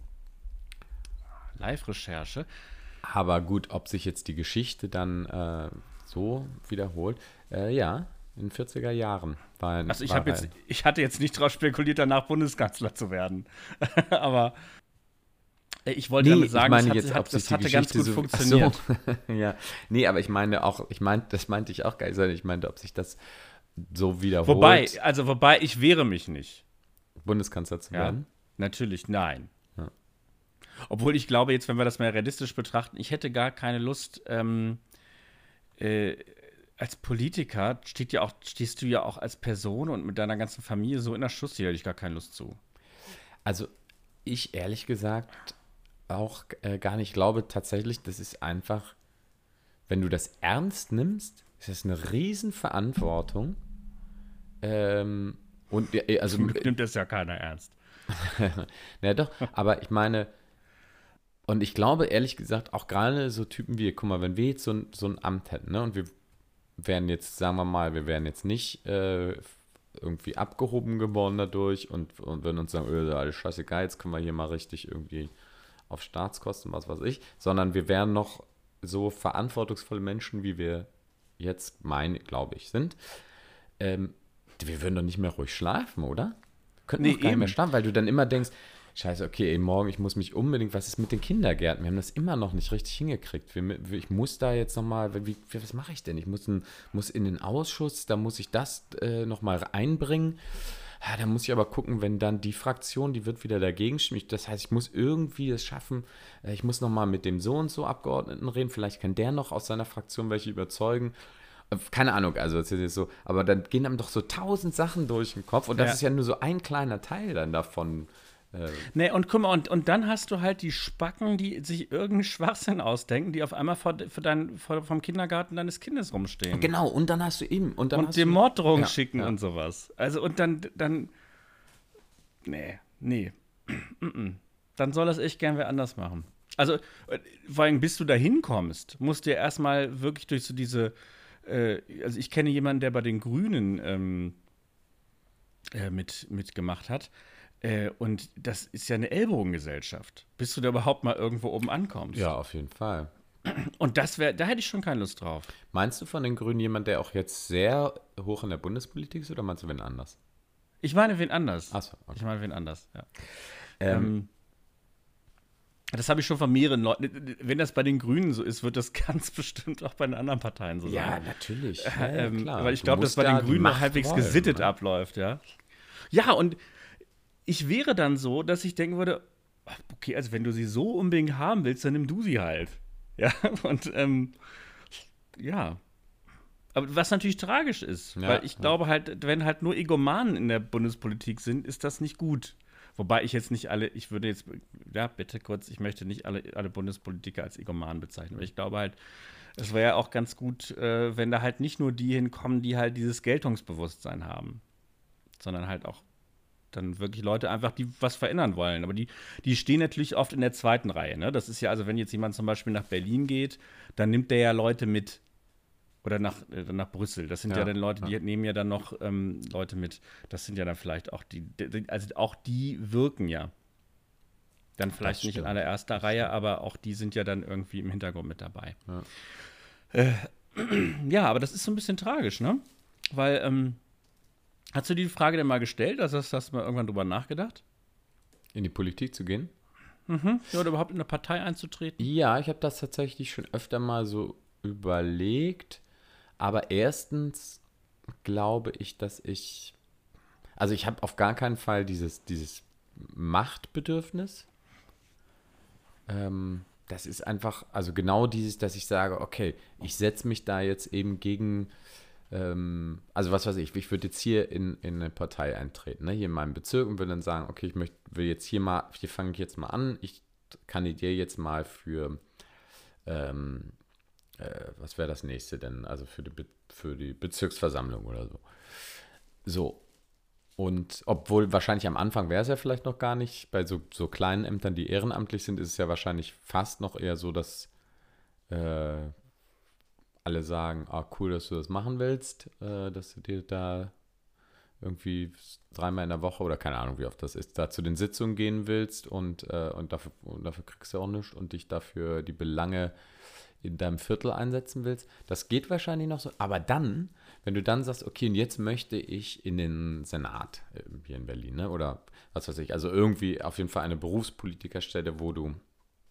Live-Recherche. Aber gut, ob sich jetzt die Geschichte dann äh, so wiederholt. Äh, ja, in den vierziger Jahren war ein, Also ich war habe jetzt, ein- ich hatte jetzt nicht drauf spekuliert, danach Bundeskanzler zu werden. Aber äh, ich wollte Nee, damit ich sagen, meine das, jetzt, hat, ob hat, sich das die hatte ganz Geschichte gut so, funktioniert. Ach so. Ja, nee, aber ich meine auch, ich meinte, das meinte ich auch geil, sondern ich meinte, ob sich das so wiederholt, Wobei, also wobei, ich wehre mich nicht. Bundeskanzler zu Ja, werden. natürlich nein. Ja. Obwohl ich glaube, jetzt, wenn wir das mal realistisch betrachten, ich hätte gar keine Lust, ähm, äh, als Politiker steht ja auch, stehst du ja auch als Person und mit deiner ganzen Familie so in der Schusslinie, hätte ich gar keine Lust zu. Also ich ehrlich gesagt auch äh, gar nicht glaube tatsächlich, das ist einfach, wenn du das ernst nimmst, ist das eine Riesenverantwortung. Ähm, und äh, also Zum Glück nimmt das ja keiner ernst. ja, doch, aber ich meine, und ich glaube ehrlich gesagt, auch gerade so Typen wie, guck mal, wenn wir jetzt so ein, so ein Amt hätten, ne, und wir wären jetzt, sagen wir mal, wir wären jetzt nicht äh, irgendwie abgehoben geworden dadurch und, und würden uns sagen, öh, alles scheißegal, jetzt können wir hier mal richtig irgendwie auf Staatskosten, was weiß ich, sondern wir wären noch so verantwortungsvolle Menschen, wie wir jetzt, meine, glaube ich, sind. Ähm, wir würden doch nicht mehr ruhig schlafen, oder? Könnten Nee, doch gar nicht mehr eben. schlafen, weil du dann immer denkst, scheiße, okay, ey, morgen, ich muss mich unbedingt, was ist mit den Kindergärten? Wir haben das immer noch nicht richtig hingekriegt. Wir, ich muss da jetzt nochmal, wie, was mache ich denn? Ich muss, ein, muss in den Ausschuss, da muss ich das äh, nochmal einbringen. Ja, da muss ich aber gucken, wenn dann die Fraktion, die wird wieder dagegen stimmen. Ich- Das heißt, ich muss irgendwie es schaffen, äh, ich muss nochmal mit dem so und so Abgeordneten reden, vielleicht kann der noch aus seiner Fraktion welche überzeugen. Äh, Keine Ahnung, also das ist jetzt so, aber dann gehen einem doch so tausend Sachen durch den Kopf und das Ja. ist ja nur so ein kleiner Teil dann davon. Äh, Nee, und guck mal, und, und dann hast du halt die Spacken, die sich irgendeinen Schwachsinn ausdenken, die auf einmal vor, für dein, vor, vom Kindergarten deines Kindes rumstehen. Genau, und dann hast du eben. Und, dann Und hast dir du, Morddrohungen Ja, schicken ja. und sowas. Also, und dann, dann, nee, nee. Mm-mm. Dann soll das echt gern wer anders machen. Also, äh, vor allem, bis du da hinkommst, musst du ja erstmal wirklich durch so diese, äh, also ich kenne jemanden, der bei den Grünen ähm, äh, mit, mitgemacht hat. Äh, und das ist ja eine Ellbogengesellschaft, bis du da überhaupt mal irgendwo oben ankommst. Ja, auf jeden Fall. Und das wäre, da hätte ich schon keine Lust drauf. Meinst du von den Grünen jemand, der auch jetzt sehr hoch in der Bundespolitik ist, oder meinst du wen anders? Ich meine wen anders. Achso, okay. Ich meine wen anders, ja. Ähm, Ähm, das habe ich schon von mehreren Leuten. Wenn das bei den Grünen so ist, wird das ganz bestimmt auch bei den anderen Parteien so sein. ja, natürlich. Ja, Äh, ja, ähm, klar. Weil ich Du glaube, dass musst bei da den die Grünen noch Macht halbwegs wollen, gesittet ne? abläuft, ja. Ja, und ich wäre dann so, dass ich denken würde, ach, okay, also wenn du sie so unbedingt haben willst, dann nimm du sie halt. Ja, und ähm, ja. Aber was natürlich tragisch ist, Ja, weil ich ja. glaube halt, wenn halt nur Egomanen in der Bundespolitik sind, ist das nicht gut. Wobei ich jetzt nicht alle, ich würde jetzt, ja, bitte kurz, ich möchte nicht alle, alle Bundespolitiker als Egomanen bezeichnen, aber ich glaube halt, es wäre ja auch ganz gut, äh, wenn da halt nicht nur die hinkommen, die halt dieses Geltungsbewusstsein haben, sondern halt auch dann wirklich Leute einfach, die was verändern wollen. Aber die, die stehen natürlich oft in der zweiten Reihe. Ne? Das ist ja, also wenn jetzt jemand zum Beispiel nach Berlin geht, dann nimmt der ja Leute mit. Oder nach, äh, nach Brüssel. Das sind ja, Ja, dann Leute, die ja. nehmen ja dann noch ähm, Leute mit. Das sind ja dann vielleicht auch die, die, also auch die wirken ja. Dann vielleicht Das nicht in stimmt. allererster Das Reihe, stimmt. aber auch die sind ja dann irgendwie im Hintergrund mit dabei. Ja. Äh, ja, aber das ist so ein bisschen tragisch, ne? Weil, ähm, hast du die Frage denn mal gestellt? Also hast, hast du mal irgendwann drüber nachgedacht? In die Politik zu gehen? Mhm. Ja, oder überhaupt in eine Partei einzutreten? Ja, ich habe das tatsächlich schon öfter mal so überlegt. Aber erstens glaube ich, dass ich, also ich habe auf gar keinen Fall dieses, dieses Machtbedürfnis. Ähm, das ist einfach, also genau dieses, dass ich sage, okay, ich setze mich da jetzt eben gegen, ähm, also was weiß ich, ich würde jetzt hier in, in eine Partei eintreten, ne, hier in meinem Bezirk und würde dann sagen, okay, ich möchte, will jetzt hier mal, hier fange ich jetzt mal an, ich kandidiere jetzt mal für, ähm, äh, was wäre das nächste denn, also für die, Be- für die Bezirksversammlung oder so. So, und obwohl wahrscheinlich am Anfang wäre es ja vielleicht noch gar nicht, bei so, so kleinen Ämtern, die ehrenamtlich sind, ist es ja wahrscheinlich fast noch eher so, dass äh, alle sagen, ah, cool, dass du das machen willst, äh, dass du dir da irgendwie dreimal in der Woche oder keine Ahnung, wie oft das ist, da zu den Sitzungen gehen willst und, äh, und, dafür, und dafür kriegst du auch nichts und dich dafür die Belange in deinem Viertel einsetzen willst. Das geht wahrscheinlich noch so. Aber dann, wenn du dann sagst, okay, und jetzt möchte ich in den Senat äh, hier in Berlin, ne? Oder was weiß ich, also irgendwie auf jeden Fall eine Berufspolitikerstelle, wo du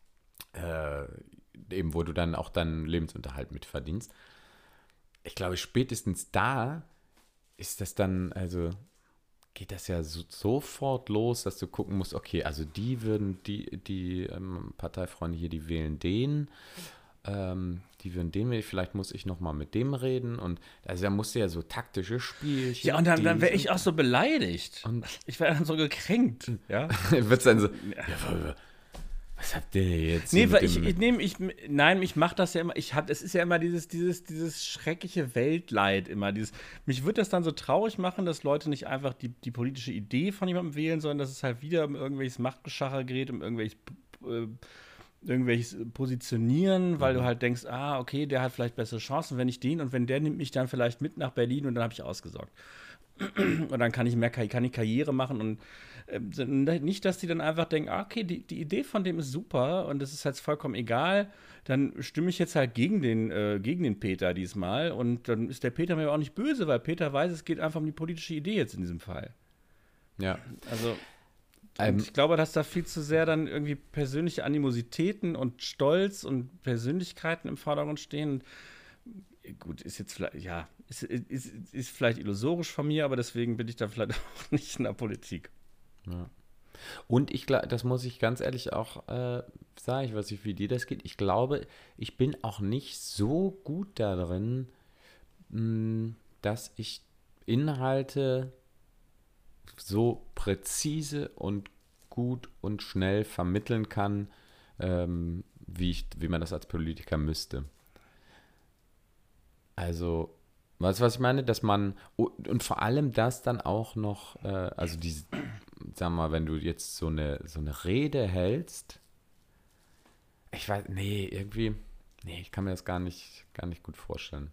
äh, eben, wo du dann auch deinen Lebensunterhalt mitverdienst. Ich glaube, spätestens da ist das dann, also geht das ja so, sofort los, dass du gucken musst, okay, also die würden, die, die ähm, Parteifreunde hier, die wählen den, ähm, die würden den wählen, vielleicht muss ich nochmal mit dem reden und also da musst du ja so taktische Spielchen. Ja, und dann, dann wäre dies ich auch so beleidigt. und- Ich wäre dann so gekränkt. Ja. wird es dann so, ja, was habt ihr jetzt hier Nee, mit weil ich, dem- ich nehme, ich, nein, ich mache das ja immer, ich hab, es ist ja immer dieses, dieses, dieses schreckliche Weltleid immer, dieses, mich wird das dann so traurig machen, dass Leute nicht einfach die, die politische Idee von jemandem wählen, sondern dass es halt wieder um irgendwelches Machtgeschacher geht, um irgendwelches, äh, irgendwelches Positionieren, weil Mhm. du halt denkst, ah, okay, der hat vielleicht bessere Chancen, wenn ich den und wenn der nimmt mich dann vielleicht mit nach Berlin und dann habe ich ausgesorgt. Und dann kann ich mehr kann ich Karriere machen und äh, nicht, dass die dann einfach denken, ah, okay, die, die Idee von dem ist super und das ist jetzt vollkommen egal, dann stimme ich jetzt halt gegen den, äh, gegen den Peter diesmal und dann ist der Peter mir auch nicht böse, weil Peter weiß, es geht einfach um die politische Idee jetzt in diesem Fall. ja. Also Ähm, und ich glaube, dass da viel zu sehr dann irgendwie persönliche Animositäten und Stolz und Persönlichkeiten im Vordergrund stehen. Gut, ist jetzt vielleicht, ja, ist, ist, ist vielleicht illusorisch von mir, aber deswegen bin ich da vielleicht auch nicht in der Politik. Ja. Und ich glaube, das muss ich ganz ehrlich auch äh, sagen, ich weiß nicht, wie dir das geht. Ich glaube, ich bin auch nicht so gut darin, mh, dass ich Inhalte so präzise und gut und schnell vermitteln kann, ähm, wie, ich, wie man das als Politiker müsste. Also, weißt du, was ich meine? Dass man, und, und vor allem das dann auch noch, äh, also diese, sag mal, wenn du jetzt so eine, so eine Rede hältst, ich weiß, nee, irgendwie, nee, ich kann mir das gar nicht, gar nicht gut vorstellen.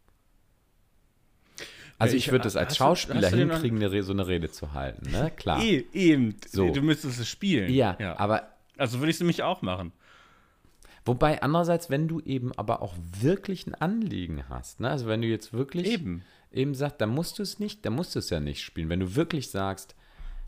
Also Ja, ich ich- würde es als hast du- Schauspieler hast du dir noch- hinkriegen, eine Re- so eine Rede zu halten, ne? Klar. Eh, eben, So. du müsstest es spielen. Ja, aber Also würde ich es nämlich auch machen. Wobei andererseits, wenn du eben aber auch wirklich ein Anliegen hast, ne? Also wenn du jetzt wirklich Eben. eben sagst, dann musst du es nicht, dann musst du es ja nicht spielen. Wenn du wirklich sagst,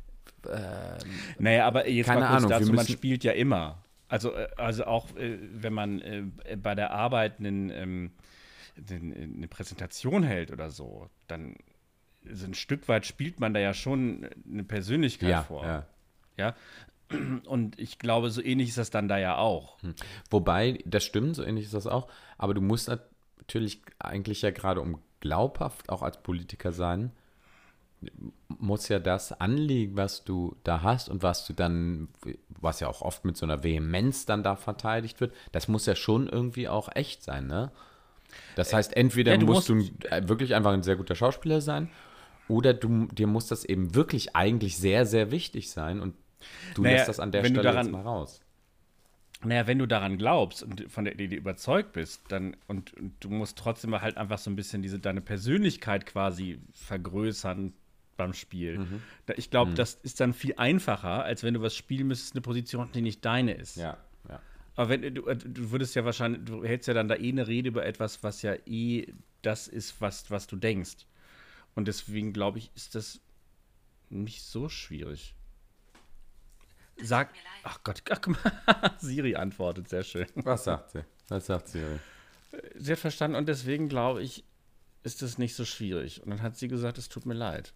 Naja, aber jetzt keine mal kurz Ahnung, wir dazu, man müssen- spielt ja immer. Also, äh, also auch äh, wenn man äh, bei der Arbeit einen, ähm, den- eine Präsentation hält oder so, dann so ein Stück weit spielt man da ja schon eine Persönlichkeit ja, vor. ja. Ja. Und ich glaube, so ähnlich ist das dann da ja auch. Wobei, das stimmt, so ähnlich ist das auch, aber du musst natürlich eigentlich ja gerade, um glaubhaft auch als Politiker sein, muss ja das Anliegen, was du da hast und was du dann, was ja auch oft mit so einer Vehemenz dann da verteidigt wird, das muss ja schon irgendwie auch echt sein, ne? Das heißt, entweder Ja, du musst musst- du ein- wirklich einfach ein sehr guter Schauspieler sein oder du, dir muss das eben wirklich eigentlich sehr, sehr wichtig sein und du Naja, lässt das an der wenn du Stelle daran- jetzt mal raus. Naja, wenn du daran glaubst und von der Idee überzeugt bist, dann und, und du musst trotzdem halt einfach so ein bisschen diese deine Persönlichkeit quasi vergrößern beim Spiel. Mhm. Da- Ich glaube, das ist dann viel einfacher, als wenn du was spielen müsstest, eine Position, die nicht deine ist. Ja, ja. Aber wenn du, du würdest ja wahrscheinlich, du hältst ja dann da eh eine Rede über etwas, was ja eh das ist, was, was du denkst. Und deswegen glaube ich, ist das nicht so schwierig. Sag, ach Gott, ach, guck mal, Siri antwortet, sehr schön. Was sagt sie? Was sagt sie? Sie hat verstanden und deswegen glaube ich, ist das nicht so schwierig. Und dann hat sie gesagt, es tut mir leid.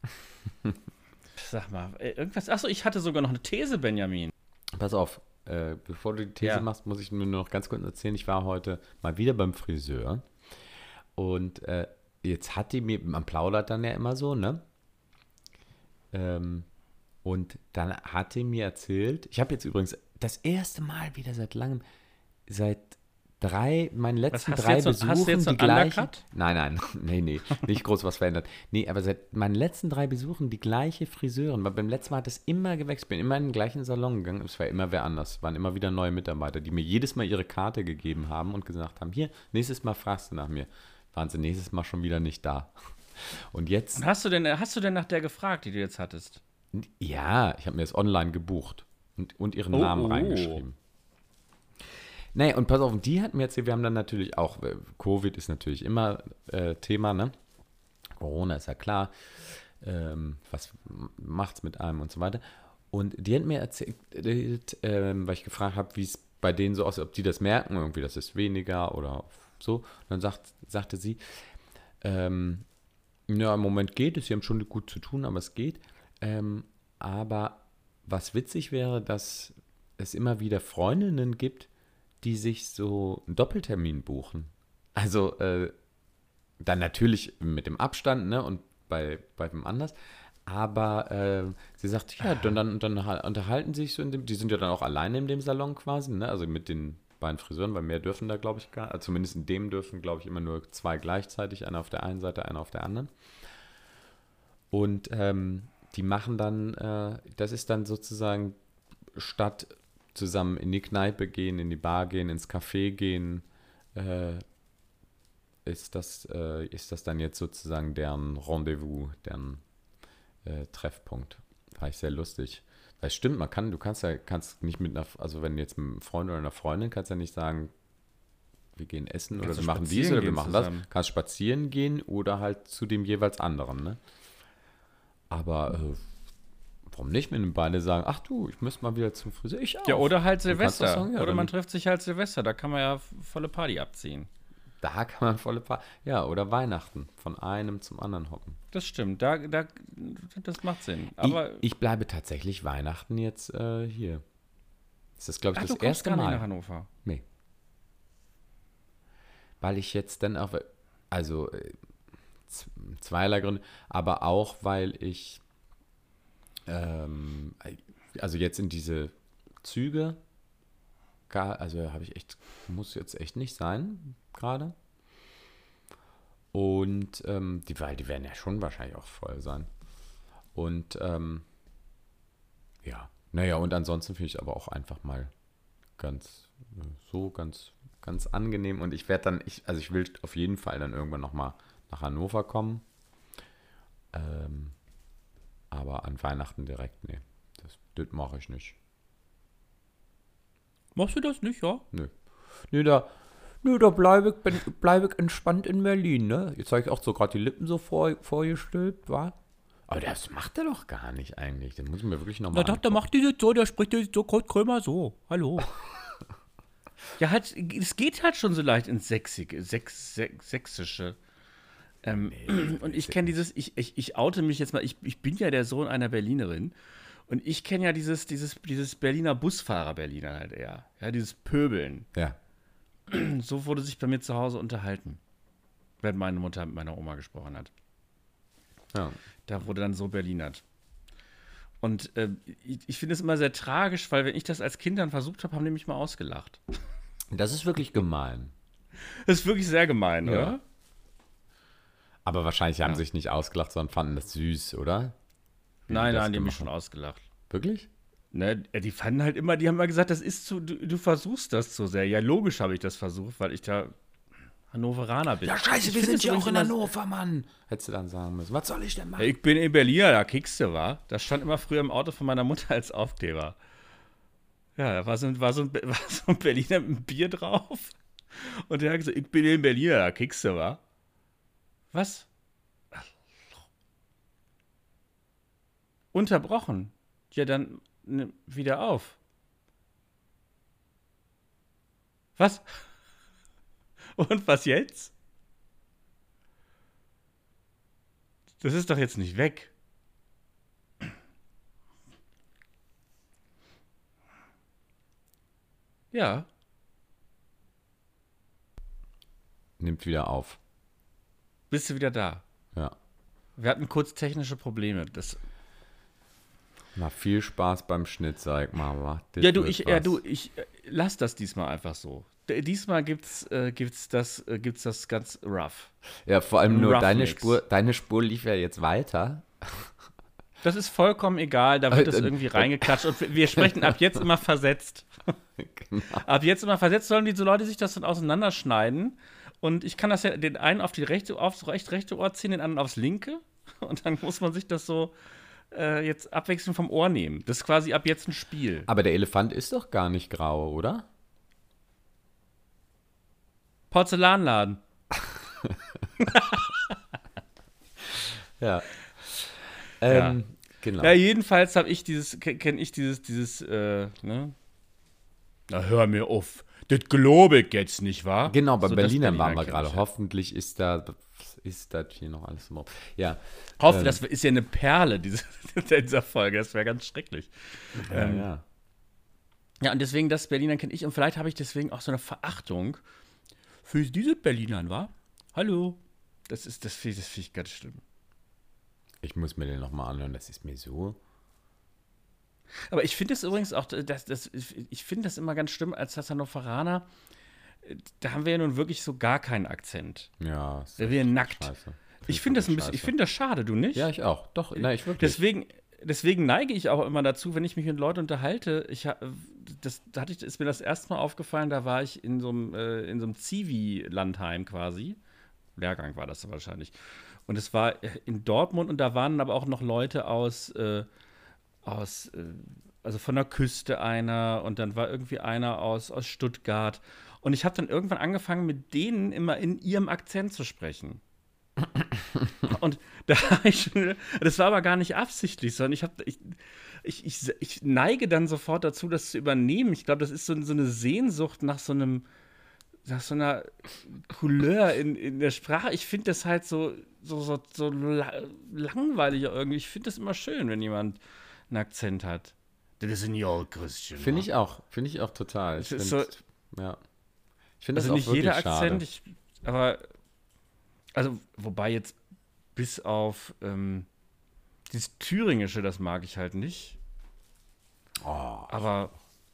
Sag mal, äh, irgendwas, achso, ich hatte sogar noch eine These, Benjamin. Pass auf, äh, bevor du die These Ja. machst, muss ich nur noch ganz kurz erzählen. Ich war heute mal wieder beim Friseur und äh, jetzt hat die mir, man plaudert dann ja immer so, ne? Ähm, und dann hat die mir erzählt, ich habe jetzt übrigens das erste Mal wieder seit langem, seit drei, meinen letzten hast du drei jetzt so- Besuchen hast du jetzt so die ein gleichen. Undercut? Nein, nein, nee, nee, nicht groß was verändert. Nee, aber seit meinen letzten drei Besuchen die gleiche Friseurin, weil beim letzten Mal hat es immer gewechselt, bin immer in den gleichen Salon gegangen, es war immer wer anders, es waren immer wieder neue Mitarbeiter, die mir jedes Mal ihre Karte gegeben haben und gesagt haben, hier, nächstes Mal fragst du nach mir. Waren sie nächstes Mal schon wieder nicht da. Und jetzt, Und hast du denn, hast du denn nach der gefragt, die du jetzt hattest? ja, ich habe mir das online gebucht und, und ihren Oh, Namen oh. reingeschrieben. Naja, und pass auf, und die hat mir erzählt, wir haben dann natürlich auch, äh, Covid ist natürlich immer äh, Thema, ne? Corona ist ja klar, ähm, was m- macht's mit einem und so weiter. Und die hat mir erzählt, äh, ähm, weil ich gefragt habe, wie es bei denen so aussieht, ob die das merken, irgendwie, das ist weniger oder so. Und dann sagt, sagte sie, ähm, ja, im Moment geht es, sie haben schon gut zu tun, aber es geht. Ähm, aber was witzig wäre, dass es immer wieder Freundinnen gibt, die sich so einen Doppeltermin buchen. Also äh, dann natürlich mit dem Abstand, ne, und bei, bei dem anders. Aber äh, sie sagt, ja, dann, dann, dann ha- unterhalten sie sich so in dem, die sind ja dann auch alleine in dem Salon quasi, ne, also mit den beiden Friseuren, weil mehr dürfen da, glaube ich, gar, also zumindest in dem dürfen, glaube ich, immer nur zwei gleichzeitig, einer auf der einen Seite, einer auf der anderen. Und ähm, die machen dann, äh, das ist dann sozusagen statt zusammen in die Kneipe gehen, in die Bar gehen, ins Café gehen, äh, ist, das, äh, ist das dann jetzt sozusagen deren Rendezvous, deren äh, Treffpunkt. War ich sehr lustig. Weil es stimmt, man kann, du kannst ja, kannst nicht mit einer, also wenn du jetzt mit einem Freund oder einer Freundin, kannst ja nicht sagen, wir gehen essen oder Kannst wir du machen dies spazieren oder wir gehen machen zusammen. das. Kannst spazieren gehen oder halt zu dem jeweils anderen, ne? Aber äh, warum nicht, wenn beide sagen, ach du, ich müsste mal wieder zum Friseur? Ich auch. Ja, oder halt Du kannst doch Silvester. sagen, ja, oder dann- man trifft sich halt Silvester, da kann man ja volle Party abziehen. Da kann man volle Paar. Ja, oder Weihnachten. Von einem zum anderen hoppen. Das stimmt, da, da, das macht Sinn. Aber ich, ich bleibe tatsächlich Weihnachten jetzt äh, hier. Das ist, glaube ich, ach, das du kommst erste gar nicht Mal. nach Hannover. Nee. Weil ich jetzt dann auch, also äh, z- zweierlei Gründe, aber auch, weil ich, ähm, also jetzt in diese Züge, gar, also habe ich echt, muss jetzt echt nicht sein, gerade. Und ähm, die, weil die werden ja schon wahrscheinlich auch voll sein. Und ähm, ja, naja, und ansonsten finde ich aber auch einfach mal ganz äh, so, ganz, ganz angenehm. Und ich werde dann, ich, also ich will auf jeden Fall dann irgendwann nochmal nach Hannover kommen. Ähm, aber an Weihnachten direkt, nee. Das, das mache ich nicht. Machst du das nicht, ja? Nö. nee, da, nee, da bleibe ich, bin, bleib ich entspannt in Berlin, ne? Jetzt habe ich auch so gerade die Lippen so vor, vorgestülpt, wa? Aber das macht er doch gar nicht eigentlich. Den muss ich mir wirklich nochmal Na doch, der macht das so, der spricht das so Kurt Krömer so. Hallo. Ja, halt, es geht halt schon so leicht ins Sächsige, Sächs, Sächs, Sächsische. Ähm, nee, und ich kenne dieses, ich, ich, ich oute mich jetzt mal, ich, ich bin ja der Sohn einer Berlinerin und ich kenne ja dieses, dieses, dieses Berliner Busfahrer-Berliner halt eher. Ja, dieses Pöbeln. Ja. So wurde sich bei mir zu Hause unterhalten, wenn meine Mutter mit meiner Oma gesprochen hat. Ja. Da wurde dann so Berlinert. Und äh, ich, ich finde es immer sehr tragisch, weil wenn ich das als Kind dann versucht habe, haben die mich mal ausgelacht. Das ist wirklich gemein. Das ist wirklich sehr gemein, Ja. oder? Aber wahrscheinlich haben Ja. sie sich nicht ausgelacht, sondern fanden das süß, oder? Wie Nein, das nein, die haben mich gemacht schon ausgelacht. Wirklich? Ne, die fanden halt immer, die haben immer gesagt, das ist zu, du, du versuchst das zu sehr. Ja, logisch habe ich das versucht, weil ich da Hannoveraner bin. Ja, scheiße, Ich wir finde sind ja übrigens auch in immer- Hannover, Mann. Hättest du dann sagen müssen. Was soll ich denn Ja, machen? ich bin in Berlin, da kickst du, wa? Das stand immer früher im Auto von meiner Mutter als Aufkleber. Ja, da war so, ein- war so, ein, war so ein Berliner mit einem Bier drauf. Und der hat gesagt, ich bin in Berlin, da kickst du, wa? Was? Unterbrochen. Ja, dann nimm wieder auf. Was? Und was jetzt? Das ist doch jetzt nicht weg. Ja. Nimmt wieder auf. Bist du wieder da? Ja. Wir hatten kurz technische Probleme. Das, Na, viel Spaß beim Schnitt, sag mal. Wa? Das ja, du, wird ich, ja, was. du, ich äh, lass das diesmal einfach so. D- Diesmal gibt's, äh, gibt's das, äh, gibt's das ganz rough. Ja, vor allem nur Rough deine Mix. Spur, deine Spur lief ja jetzt weiter. Das ist vollkommen egal, da wird Äh, es äh, irgendwie reingeklatscht und wir- wir sprechen ab jetzt immer versetzt. Genau. Ab jetzt immer versetzt sollen die so Leute sich das dann auseinanderschneiden und ich kann das ja den einen auf die rechte, aufs recht, rechte Ohr ziehen, den anderen aufs linke und dann muss man sich das so äh, jetzt abwechselnd vom Ohr nehmen. Das ist quasi ab jetzt ein Spiel. Aber der Elefant ist doch gar nicht grau, oder? Porzellanladen. Ja. Ähm, genau. Ja, jedenfalls habe ich dieses, kenne ich dieses, dieses, äh, ne? Na, hör mir auf. Das glaube ich jetzt nicht, wahr? Genau, bei So, das Berliner Berliner waren wir kenn gerade. ich ja. Hoffentlich ist da ist das hier noch alles drauf. Ja. Hoffe, ähm, das ist ja eine Perle, diese, dieser Folge. Das wäre ganz schrecklich. ja, ähm, ja. Ja, und deswegen, das Berliner kenne ich. Und vielleicht habe ich deswegen auch so eine Verachtung für diese Berlinern, wa? Hallo. Das ist, das finde ich, das find ich ganz schlimm. Ich muss mir den nochmal anhören, das ist mir so. Aber ich finde es übrigens auch, das, das, ich finde das immer ganz schlimm als Hannoveraner. Da haben wir ja nun wirklich so gar keinen Akzent. Ja. ist Da wir nackt. Scheiße. Ich finde das ein wirklich bisschen, ich scheiße. finde das schade, du nicht? Ja, ich auch. Doch, nein, ich wirklich. Deswegen, deswegen neige ich auch immer dazu, wenn ich mich mit Leuten unterhalte. Ich ha- das, da hatte ich, ist mir das erste Mal aufgefallen, da war ich in so einem, äh, in so einem Zivi-Landheim quasi. Lehrgang war das wahrscheinlich. Und es war in Dortmund und da waren aber auch noch Leute aus, äh, aus äh, also von der Küste einer und dann war irgendwie einer aus, aus Stuttgart. Und ich habe dann irgendwann angefangen, mit denen immer in ihrem Akzent zu sprechen. Und da habe ich schon, das war aber gar nicht absichtlich, sondern ich habe, ich, ich, ich, ich neige dann sofort dazu, das zu übernehmen. Ich glaube, das ist so, so eine Sehnsucht nach so einem, nach so einer Couleur in, in der Sprache. Ich finde das halt so, so, so, so la langweilig irgendwie. Ich finde das immer schön, wenn jemand einen Akzent hat. Das ist ein Yo, Christian. Finde ich auch. Finde ich auch total. Ich Es ist find, ja. Ich finde das Also auch nicht wirklich jeder schade. Akzent, ich, aber also wobei jetzt bis auf ähm, dieses Thüringische, das mag ich halt nicht. Oh, Aber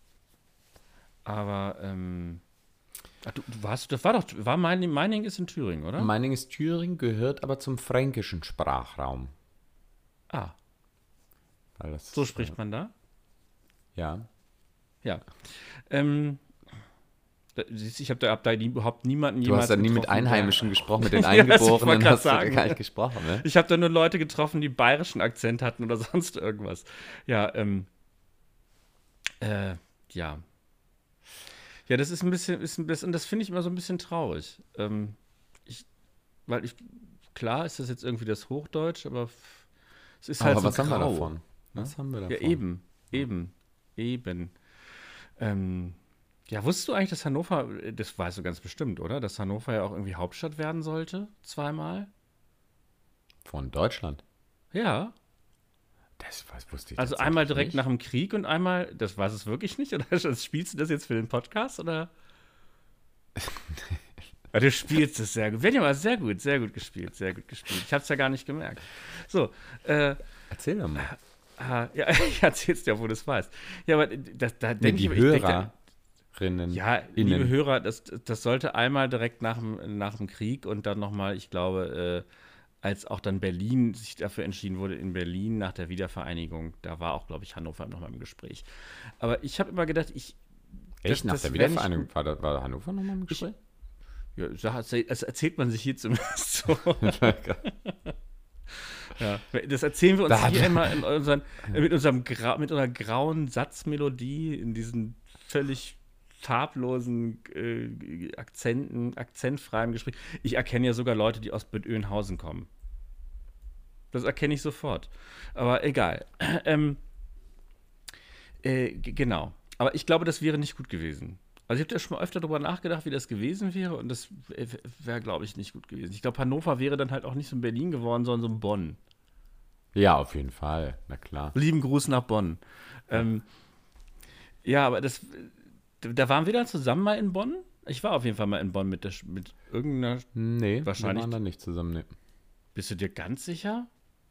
aber ähm, ach, du, du warst, das war doch, war Meining, Meining ist in Thüringen, oder? Meiningen ist Thüringen, gehört aber zum fränkischen Sprachraum. Ah, Weil das, so spricht man da. Ja. Ja. Ähm, da, siehst du, ich habe da, hab da nie, überhaupt niemanden Du jemals hast ja nie mit getroffen, der- Einheimischen gesprochen, mit den Ja, das wollte ich Eingeborenen grad hast du sagen. gar nicht gesprochen, ne? Ich habe da nur Leute getroffen, die bayerischen Akzent hatten oder sonst irgendwas. Ja, ähm, äh, ja. Ja, das ist ein bisschen, ist ein bisschen, und das finde ich immer so ein bisschen traurig. Ähm, ich, weil ich, klar ist das jetzt irgendwie das Hochdeutsch, aber f- es ist halt Aber so was haben wir grau. davon? Ne? Was haben wir Ja, davon? eben, eben, eben. Ähm, ja, wusstest du eigentlich, dass Hannover, das weißt du ganz bestimmt, oder? Dass Hannover ja auch irgendwie Hauptstadt werden sollte, zweimal? Von Deutschland? Ja. Das was wusste ich Also einmal tatsächlich direkt nicht. nach dem Krieg und einmal, das weiß es wirklich nicht, oder spielst du das jetzt für den Podcast, oder? Ja, du spielst es sehr gut. Benjamin, aber sehr gut, sehr gut gespielt, sehr gut gespielt. Ich habe es ja gar nicht gemerkt. So, äh, Erzähl doch mal. ah, ja, ich erzähl's dir, obwohl du es weißt. Ja, aber da, da Nee, denke ich, die aber, ich denk da, Hörerinnen, ja, liebe innen. Hörer, das, das sollte einmal direkt nach dem, nach dem Krieg und dann nochmal, ich glaube, äh, als auch dann Berlin sich dafür entschieden wurde, in Berlin nach der Wiedervereinigung, da war auch, glaube ich, Hannover nochmal im Gespräch. Aber ich habe immer gedacht, ich, Echt? Nach das der wär nicht Wiedervereinigung gut. war, da, war Hannover nochmal im Gespräch? Ja, das erzählt man sich hier zumindest so. Ja, das erzählen wir uns Da hat- hier immer in unseren, mit, unserem Gra mit unserer grauen Satzmelodie, in diesen völlig farblosen äh, Akzenten, akzentfreiem Gespräch. Ich erkenne ja sogar Leute, die aus Bad Oeynhausen kommen. Das erkenne ich sofort. Aber egal. Ähm, äh, g- genau. Aber ich glaube, das wäre nicht gut gewesen. Also ich habe da schon mal öfter darüber nachgedacht, wie das gewesen wäre und das wäre, glaube ich, nicht gut gewesen. Ich glaube, Hannover wäre dann halt auch nicht so ein Berlin geworden, sondern so ein Bonn. Ja, auf jeden Fall. Na klar. Lieben Gruß nach Bonn. Ähm, ja, aber das, da waren wir dann zusammen mal in Bonn. Ich war auf jeden Fall mal in Bonn mit, der, mit irgendeiner. Nee, Wahrscheinlich- wir waren da nicht zusammen. Nee. Bist du dir ganz sicher?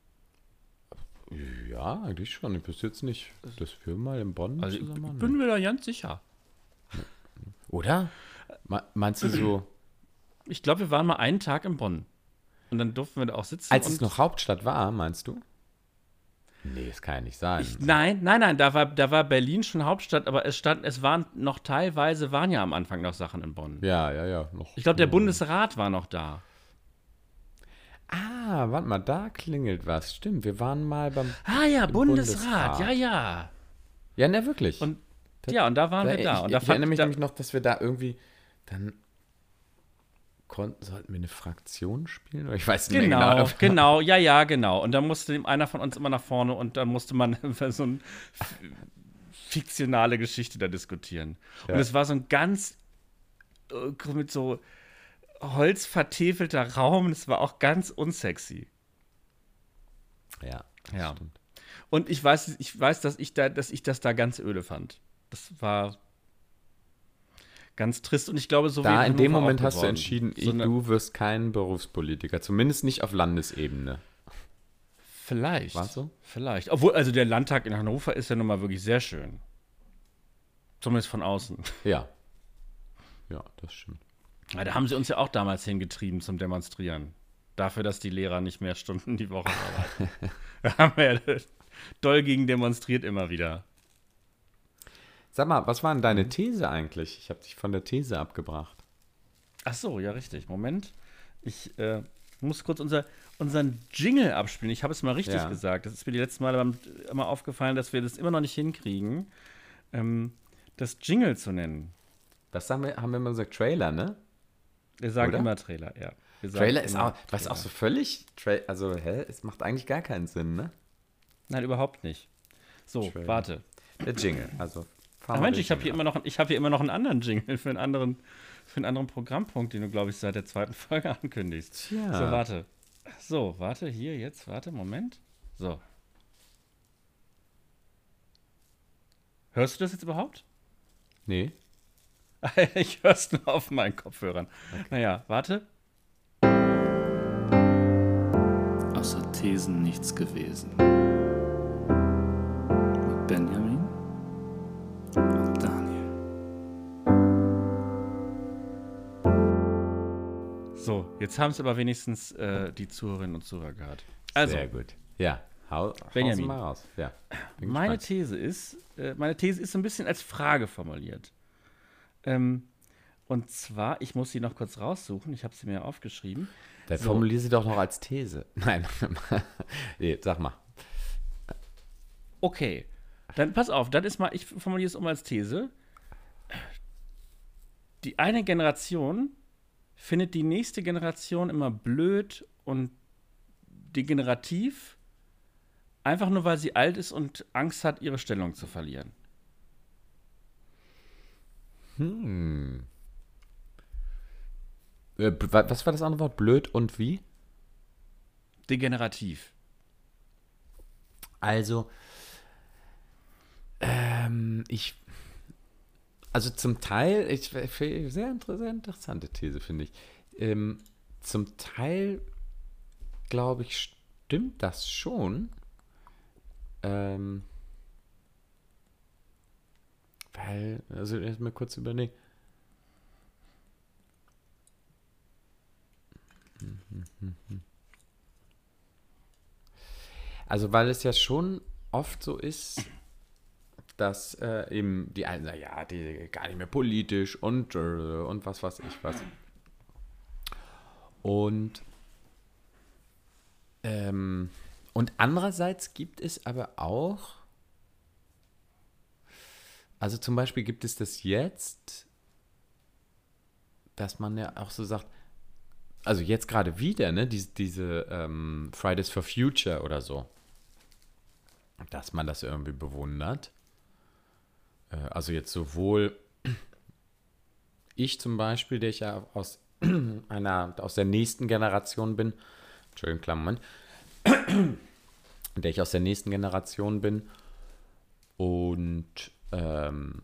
Ja, eigentlich schon. Ich wüsste jetzt nicht, dass wir mal in Bonn Also ich zusammen waren. bin mir da ganz sicher. Oder? Me- Meinst du so, Ich glaube, wir waren mal einen Tag in Bonn. Und dann durften wir da auch sitzen. als und es noch Hauptstadt war, meinst du? Nee, das kann ja nicht sein. Ich, nein, nein, nein, da war, da war Berlin schon Hauptstadt, aber es stand, es waren noch teilweise, waren ja am Anfang noch Sachen in Bonn. Ja, ja, ja. Noch, Ich glaube, der noch- Bundesrat war noch da. Ah, warte mal, da klingelt was. Stimmt, wir waren mal beim. Ah ja, Im Bundesrat, Bundesrat. ja, ja. Ja, ne, wirklich. Und Das- ja, und da waren Da- wir da. Ich, Und da ich erinnere mich da, nämlich noch, dass wir da irgendwie dann konnten, sollten wir eine Fraktion spielen? Oder ich weiß nicht genau, mehr genau, genau. genau, ja, ja, genau. Und da musste einer von uns immer nach vorne und dann musste man so eine fiktionale Geschichte da diskutieren. Ja. Und es war so ein ganz äh, mit so holzvertäfelter Raum. Es war auch ganz unsexy. Ja, das Ja. stimmt. Und ich weiß, ich weiß, dass ich da, dass ich das da ganz öde fand. Das war ganz trist. Und ich glaube, so Da wäre in dem Hannover Moment auch hast du geworden. entschieden, So eine- du wirst kein Berufspolitiker. Zumindest nicht auf Landesebene. Vielleicht. War's so? Vielleicht. Obwohl, also der Landtag in Hannover ist ja nun mal wirklich sehr schön. Zumindest von außen. Ja. Ja, das stimmt. Ja, da haben sie uns ja auch damals hingetrieben zum Demonstrieren. Dafür, dass die Lehrer nicht mehr Stunden die Woche arbeiten. Da haben wir ja doll gegen demonstriert immer wieder. Sag mal, was war denn deine Mhm. These eigentlich? Ich habe dich von der These abgebracht. Ach so, ja, richtig. Moment. Ich äh, muss kurz unser, unseren Jingle abspielen. Ich habe es mal richtig Ja. gesagt. Das ist mir die letzten Male beim- immer aufgefallen, dass wir das immer noch nicht hinkriegen, ähm, das Jingle zu nennen. Was haben wir, haben wir immer gesagt? Trailer, ne? Wir sagen Oder? immer Trailer, ja. Wir sagen Trailer ist immer auch, was Trailer. auch so völlig, Tra also, hä? Es macht eigentlich gar keinen Sinn, ne? Nein, überhaupt nicht. So, Trailer. warte. Der Jingle, also. fahr Ach mal Mensch, den ich habe hier, Jingle immer noch- ich hab hier immer noch einen anderen Jingle für einen anderen, für einen anderen Programmpunkt, den du, glaube ich, seit der zweiten Folge ankündigst. Tja. So, warte. So, warte, hier, jetzt, warte, Moment. So. Hörst du das jetzt überhaupt? Nee. Ich höre es nur auf meinen Kopfhörern. Naja, warte. Außer Thesen nichts gewesen. Mit Benjamin und Daniel. So, jetzt haben es aber wenigstens äh, die Zuhörerinnen und Zuhörer gehört. Also, Sehr gut. Ja, hau, Benjamin. hau's mal raus. Ja. Bin meine gespannt. These ist, äh, meine These ist so ein bisschen als Frage formuliert. Ähm, und zwar, ich muss sie noch kurz raussuchen, ich habe sie mir aufgeschrieben. Dann So. formulier sie doch noch als These. Nein. Nee, sag mal. Okay, dann pass auf, dann ist mal, ich formuliere es um als These. die eine Generation findet die nächste Generation immer blöd und degenerativ, einfach nur weil sie alt ist und Angst hat, ihre Stellung zu verlieren. Hm. Äh, b- wa- was war das andere Wort? Blöd und wie? Degenerativ. Also, ähm, ich, also zum Teil, ich, sehr, inter- sehr interessante These, finde ich. Ähm, zum Teil, glaube ich, stimmt das schon. Ähm, weil, also erst mal kurz überlegen. Also, weil es ja schon oft so ist, dass äh, eben die einen sagen, ja, die gar nicht mehr politisch und, äh, und was weiß ich was. Und, ähm, und andererseits gibt es aber auch, also zum Beispiel gibt es das jetzt, dass man ja auch so sagt, also jetzt gerade wieder, ne, diese, diese ähm, Fridays for Future oder so, dass man das irgendwie bewundert. Äh, also jetzt sowohl ich zum Beispiel, der ich ja aus einer, aus der nächsten Generation bin, Entschuldigung, kleinen Moment, der ich aus der nächsten Generation bin und ähm,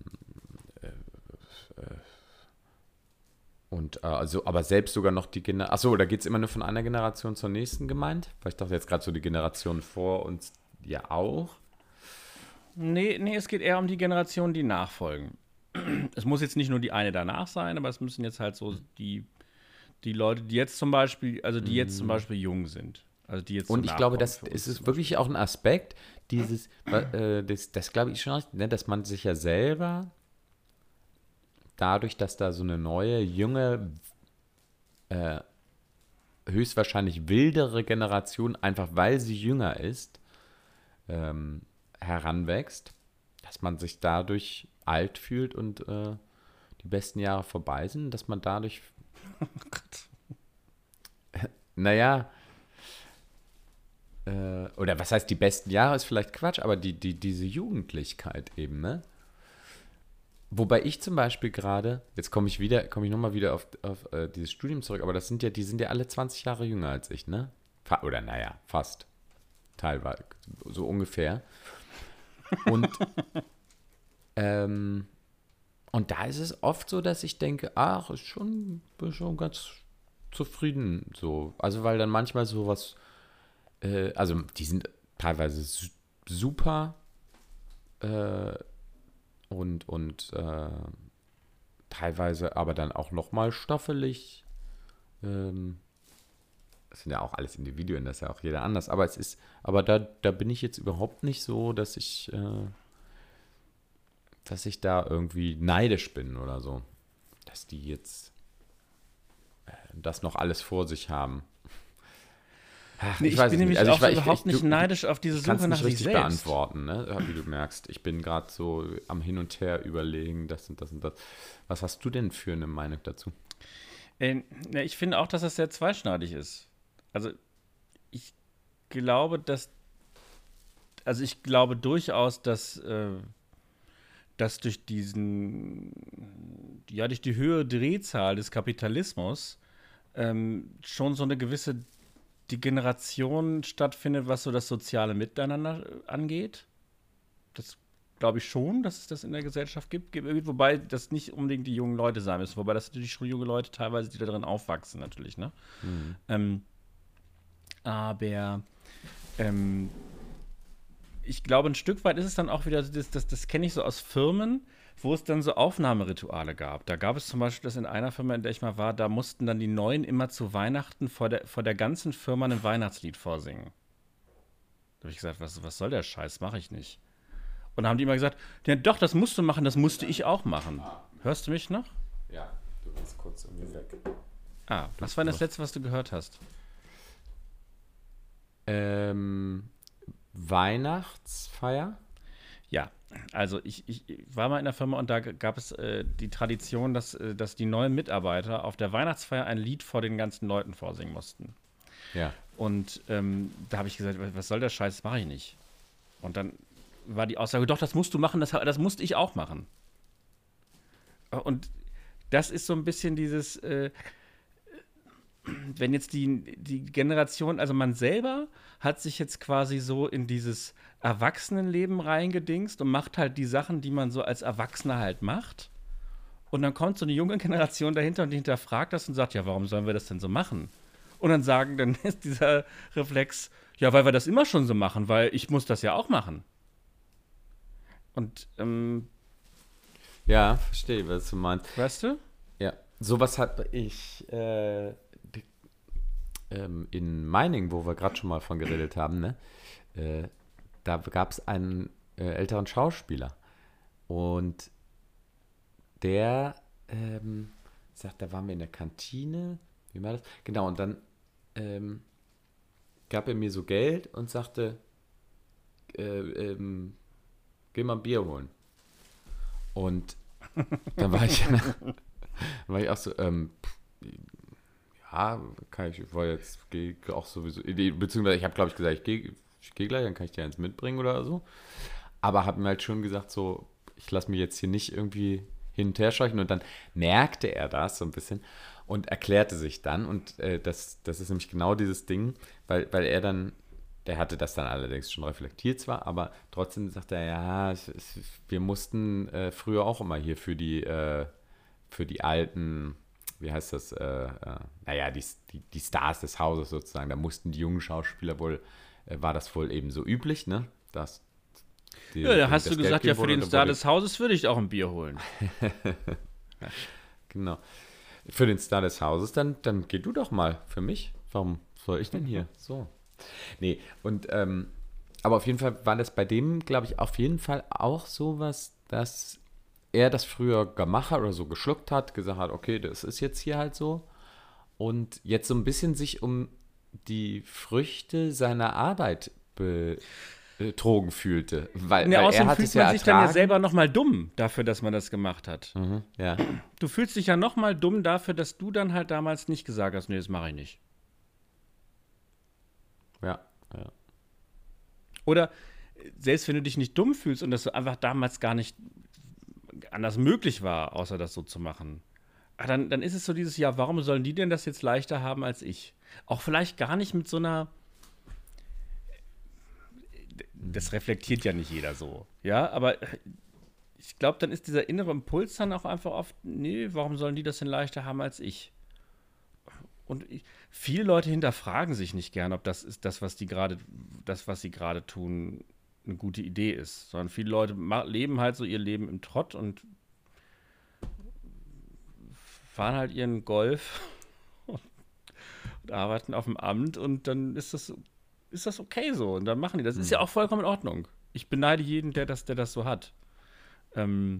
und äh, also, aber selbst sogar noch die Generation, achso, da geht es immer nur von einer Generation zur nächsten gemeint, weil ich dachte jetzt gerade so die Generation vor uns ja auch. Nee, nee, es geht eher um die Generationen, die nachfolgen. Es muss jetzt nicht nur die eine danach sein, aber es müssen jetzt halt so die, die Leute, die jetzt zum Beispiel, also die jetzt zum Beispiel jung sind. Also die jetzt so Und ich glaube, nachkommen das für uns ist es zum wirklich auch ein Aspekt, dieses, äh, das, das glaube ich schon, ne, dass man sich ja selber dadurch, dass da so eine neue, junge, äh, höchstwahrscheinlich wildere Generation, einfach weil sie jünger ist, ähm, heranwächst, dass man sich dadurch alt fühlt und äh, die besten Jahre vorbei sind, dass man dadurch, Oh Gott. naja, äh, oder was heißt die besten Jahre, ist vielleicht Quatsch, aber die, die, diese Jugendlichkeit eben, ne? Wobei ich zum Beispiel gerade, jetzt komme ich wieder, komme ich nochmal wieder auf, auf äh, dieses Studium zurück, aber das sind ja, die sind ja alle zwanzig Jahre jünger als ich, ne? Fa oder naja, fast. Teilweise, so ungefähr. Und, ähm, und da ist es oft so, dass ich denke, ach, ist schon, bin schon ganz zufrieden so. Also weil dann manchmal sowas, äh, also die sind teilweise su super äh, und, und äh, teilweise aber dann auch nochmal stoffelig. Ähm, das sind ja auch alles Individuen, das ist ja auch jeder anders. Aber es ist, aber da, da bin ich jetzt überhaupt nicht so, dass ich, äh, dass ich da irgendwie neidisch bin oder so. Dass die jetzt äh, das noch alles vor sich haben. Ach, Nee, ich ich weiß bin es nicht. nämlich Also auch ich, so war- ich, überhaupt ich, nicht du, neidisch auf diese Ich kann es Suche nach nicht sich richtig selbst. beantworten, ne? Wie du merkst. Ich bin gerade so am Hin und Her überlegen, das und das und das. Was hast du denn für eine Meinung dazu? Äh, ne, ich finde auch, dass das sehr zweischneidig ist. Also ich glaube, dass, also ich glaube durchaus, dass, äh, dass durch diesen, ja, durch die höhere Drehzahl des Kapitalismus ähm, schon so eine gewisse Degeneration stattfindet, was so das soziale Miteinander äh, angeht. Das glaube ich schon, dass es das in der Gesellschaft gibt. Gibt- Wobei das nicht unbedingt die jungen Leute sein müssen. Wobei das natürlich schon junge Leute teilweise, die da drin aufwachsen, natürlich, ne? Mhm. Ähm, aber ähm, ich glaube, ein Stück weit ist es dann auch wieder, das, das, das kenne ich so aus Firmen, wo es dann so Aufnahmerituale gab. Da gab es zum Beispiel das in einer Firma, in der ich mal war, da mussten dann die Neuen immer zu Weihnachten vor der, vor der ganzen Firma ein Weihnachtslied vorsingen. Da habe ich gesagt, was, was soll der Scheiß, mache ich nicht. Und dann haben die immer gesagt, ja doch, das musst du machen, das musste ich auch machen. Hörst du mich noch? Ja, du bist kurz irgendwie weg. Ah, was war denn das letzte, was du gehört hast? Ähm, Weihnachtsfeier? Ja, Also ich, ich war mal in der Firma und da g- gab es äh, die Tradition, dass, äh, dass die neuen Mitarbeiter auf der Weihnachtsfeier ein Lied vor den ganzen Leuten vorsingen mussten. Ja. Und ähm, da habe ich gesagt, was was soll der Scheiß, das mache ich nicht. Und dann war die Aussage, doch, das musst du machen, das, das musste ich auch machen. Und das ist so ein bisschen dieses, äh, wenn jetzt die, die Generation, also man selber hat sich jetzt quasi so in dieses Erwachsenenleben reingedingst und macht halt die Sachen, die man so als Erwachsener halt macht. Und dann kommt so eine junge Generation dahinter und die hinterfragt das und sagt, ja, warum sollen wir das denn so machen? Und dann sagen, dann ist dieser Reflex, ja, weil wir das immer schon so machen, weil ich muss das ja auch machen. Und, ähm, Ja, verstehe, was du meinst. weißt du? Ja, sowas habe ich äh, die, ähm, in Meiningen, wo wir gerade schon mal von geredet haben, ne? Äh, da gab es einen äh, älteren Schauspieler und der ähm, sagt, da waren wir in der Kantine, wie war das? Genau, und dann ähm, gab er mir so Geld und sagte, äh, ähm, geh mal ein Bier holen. Und dann war ich, dann war ich auch so, ähm, pff, ja, kann ich, ich war jetzt geh auch sowieso, beziehungsweise ich habe, glaube ich, gesagt, ich gehe ich geh gleich, dann kann ich dir eins mitbringen oder so. Aber habe mir halt schon gesagt, so, ich lasse mich jetzt hier nicht irgendwie hin und her scheuchen. Und dann merkte er das so ein bisschen und erklärte sich dann. Und äh, das, das ist nämlich genau dieses Ding, weil, weil er dann, der hatte das dann allerdings schon reflektiert zwar, aber trotzdem sagt er, ja, es, es, wir mussten äh, früher auch immer hier für die, äh, für die alten, wie heißt das, äh, äh, naja, die, die, die Stars des Hauses sozusagen, da mussten die jungen Schauspieler wohl, äh, war das wohl eben so üblich, ne? Dass die, Ja, da die- hast das du Geld gesagt, ja, geben für wurde, den da Star wurde- des Hauses würde ich auch ein Bier holen. Genau. Für den Star des Hauses, dann, dann geh du doch mal für mich. Warum soll ich denn hier? So. Nee, und ähm, aber auf jeden Fall war das bei dem, glaube ich, auf jeden Fall auch sowas, dass er das früher gemacht hat oder so geschluckt hat, gesagt hat, okay, das ist jetzt hier halt so. Und jetzt so ein bisschen sich um die Früchte seiner Arbeit betrogen fühlte. Weil, Ja, weil er außerdem hat fühlt es ja man sich dann ja ertragen. selber nochmal dumm dafür, dass man das gemacht hat. Mhm, ja. Du fühlst dich ja nochmal dumm dafür, dass du dann halt damals nicht gesagt hast, nee, das mache ich nicht. Ja, ja. Oder äh, selbst wenn du dich nicht dumm fühlst und das so einfach damals gar nicht anders möglich war, außer das so zu machen, ah, dann, dann ist es so dieses, ja, warum sollen die denn das jetzt leichter haben als ich? Auch vielleicht gar nicht mit so einer, das reflektiert ja nicht jeder so, ja, aber äh, ich glaube, dann ist dieser innere Impuls dann auch einfach oft, nee, warum sollen die das denn leichter haben als ich? Und ich, viele Leute hinterfragen sich nicht gern, ob das ist das, was die gerade, das, was sie gerade tun, eine gute Idee ist. Sondern viele Leute ma- leben halt so ihr Leben im Trott und fahren halt ihren Golf und arbeiten auf dem Amt und dann ist das, ist das okay so. Und dann machen die das. Ist ja auch vollkommen in Ordnung. Ich beneide jeden, der das, der das so hat. Ähm,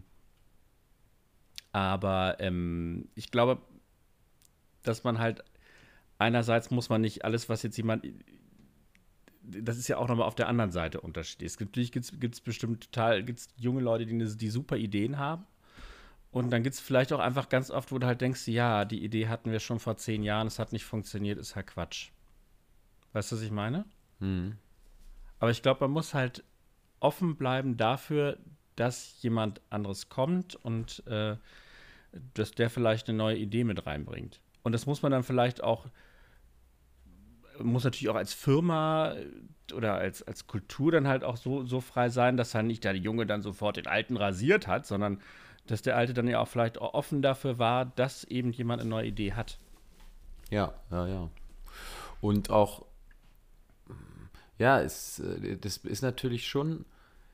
aber ähm, ich glaube, dass man halt einerseits muss man nicht alles, was jetzt jemand, das ist ja auch nochmal auf der anderen Seite unterschiedlich. Es gibt, natürlich gibt es bestimmt total, gibt's junge Leute, die, die super Ideen haben. Und dann gibt es vielleicht auch einfach ganz oft, wo du halt denkst, ja, die Idee hatten wir schon vor zehn Jahren, es hat nicht funktioniert, ist halt Quatsch. Weißt du, was ich meine? Mhm. Aber ich glaube, man muss halt offen bleiben dafür, dass jemand anderes kommt und äh, dass der vielleicht eine neue Idee mit reinbringt. Und das muss man dann vielleicht auch, muss natürlich auch als Firma oder als, als Kultur dann halt auch so, so frei sein, dass dann nicht der Junge dann sofort den Alten rasiert hat, sondern dass der Alte dann ja auch vielleicht auch offen dafür war, dass eben jemand eine neue Idee hat. Ja, ja, ja. Und auch, ja, es, äh, das ist natürlich schon,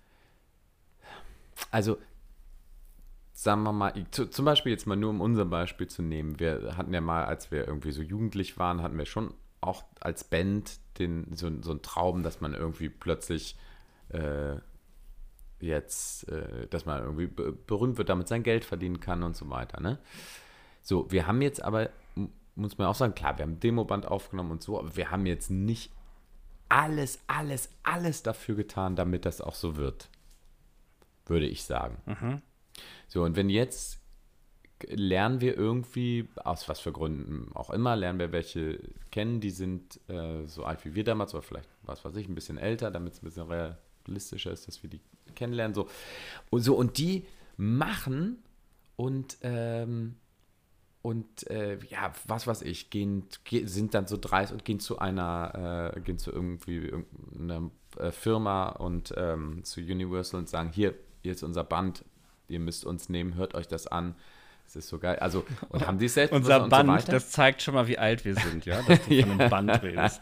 also, sagen wir mal, zu, zum Beispiel jetzt mal nur um unser Beispiel zu nehmen, wir hatten ja mal, als wir irgendwie so jugendlich waren, hatten wir schon auch als Band den, so, so einen Traum, dass man irgendwie plötzlich äh, jetzt, äh, dass man irgendwie be- berühmt wird, damit sein Geld verdienen kann und so weiter, ne? So, wir haben jetzt aber, m- muss man auch sagen, klar, wir haben ein Demoband aufgenommen und so, aber wir haben jetzt nicht alles, alles, alles dafür getan, damit das auch so wird. würde ich sagen. Mhm. So, und wenn jetzt lernen wir irgendwie, aus was für Gründen auch immer, lernen wir welche kennen, die sind äh, so alt wie wir damals oder vielleicht, was weiß ich, ein bisschen älter, damit es ein bisschen realistischer ist, dass wir die kennenlernen. So, und, so, und die machen und ähm, und äh, ja, was weiß ich, gehen, ge- sind dann so dreist und gehen zu einer, äh, gehen zu irgendwie irgendeiner äh, Firma und ähm, zu Universal und sagen, hier, hier ist unser Band, ihr müsst uns nehmen, hört euch das an. Das ist so geil. Also, und haben die es selbst Unser und Band, so weiter? das zeigt schon mal, wie alt wir sind, ja, dass du von einem Band redest.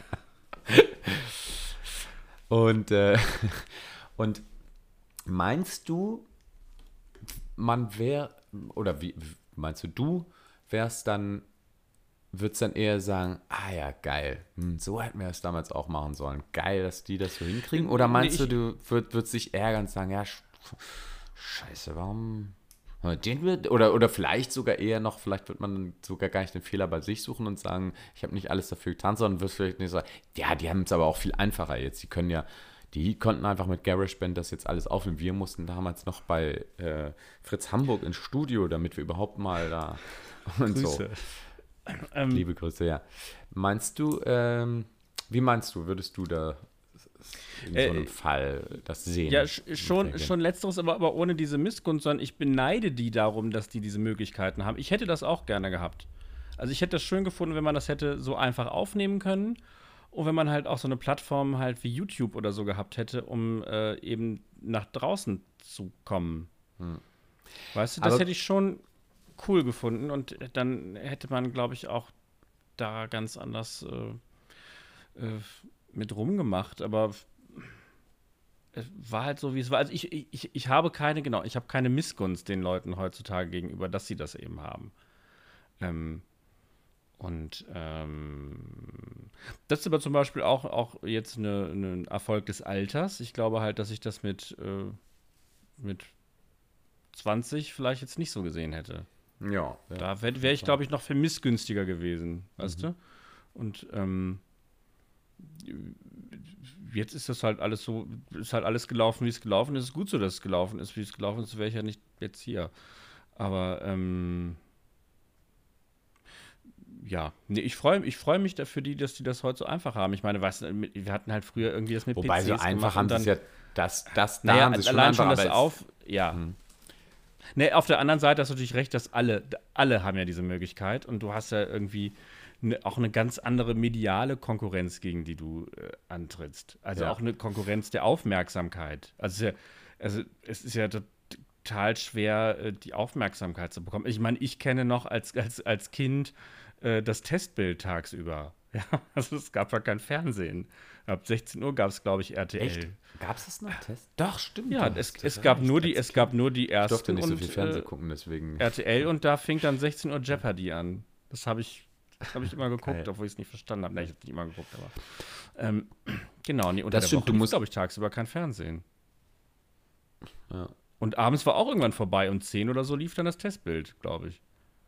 Und, äh, und meinst du, man wäre, oder wie meinst du, du wärst dann, würdest dann eher sagen, ah ja, geil, hm, so hätten wir es damals auch machen sollen. Geil, dass die das so hinkriegen. Oder meinst Nee, ich- du, du würd, würdest dich ärgern und sagen, ja, sch- scheiße, warum... Den wird, oder, oder vielleicht sogar eher noch, vielleicht wird man sogar gar nicht den Fehler bei sich suchen und sagen, ich habe nicht alles dafür getan, sondern wirst vielleicht nicht sagen, ja, die haben es aber auch viel einfacher jetzt. Die können ja, die konnten einfach mit GarageBand das jetzt alles aufnehmen. Wir mussten damals noch bei äh, Fritz Hamburg ins Studio, damit wir überhaupt mal da und so. Grüße. Ähm, Liebe Grüße, ja. Meinst du, ähm, wie meinst du, würdest du da in so Äh, einem Fall das sehen? Ja, sch- schon, Reagieren? schon letzteres, aber, aber ohne diese Missgunst, sondern ich beneide die darum, dass die diese Möglichkeiten haben. Ich hätte das auch gerne gehabt. Also ich hätte das schön gefunden, wenn man das hätte so einfach aufnehmen können und wenn man halt auch so eine Plattform halt wie YouTube oder so gehabt hätte, um äh, eben nach draußen zu kommen. Weißt du, das Aber- hätte ich schon cool gefunden und dann hätte man, glaube ich, auch da ganz anders äh, äh, mit rumgemacht, aber es war halt so, wie es war. Also ich, ich, ich habe keine, genau, ich habe keine Missgunst den Leuten heutzutage gegenüber, dass sie das eben haben. Ähm, und ähm, das ist aber zum Beispiel auch, auch jetzt eine, ein Erfolg des Alters. Ich glaube halt, dass ich das mit, äh, mit zwanzig vielleicht jetzt nicht so gesehen hätte. Ja. ja. Da wäre wär ich, glaube ich, noch viel missgünstiger gewesen, weißt du? Und ähm, jetzt ist das halt alles so, ist halt alles gelaufen, wie es gelaufen ist. Es ist gut so, dass es gelaufen ist, wie es gelaufen ist, wäre ich ja nicht jetzt hier. Aber ähm, ja, nee, ich freue ich freu mich dafür, die, dass die das heute so einfach haben. Ich meine, weißt du, mit- wir hatten halt früher irgendwie das mit Wobei P Cs so einfach gemacht haben und sie es dann, ja, das, das, da naja, haben sie es schon allein schon einfach, das aber auf, ja. Nee, auf der anderen Seite hast du natürlich recht, dass alle, alle haben ja diese Möglichkeit und du hast ja irgendwie ne, auch eine ganz andere mediale Konkurrenz, gegen die du äh, antrittst. Also Ja. auch eine Konkurrenz der Aufmerksamkeit. Also, es ist ja, also es ist ja total schwer, äh, die Aufmerksamkeit zu bekommen. Ich meine, ich kenne noch als, als, als Kind äh, das Testbild tagsüber. Ja, also es gab ja kein Fernsehen. Ab sechzehn Uhr gab es, glaube ich, R T L. Echt? Gab es das noch? Test? Doch, stimmt. Ja, doch. es, Das es, war gab echt nur die, als es gab nur die Ich ersten durfte nicht so und, viel Fernsehen äh, gucken, deswegen. R T L und da fing dann sechzehn Uhr Jeopardy an. Das habe ich, das hab ich immer geguckt, Geil. obwohl ich es nicht verstanden habe. Nein, ich habe nicht immer geguckt, aber. Ähm, genau, nee, unter Das der stimmt, Woche du lief, musst- glaube ich, tagsüber kein Fernsehen. Ja. Und abends war auch irgendwann vorbei. Um zehn oder so lief dann das Testbild, glaube ich.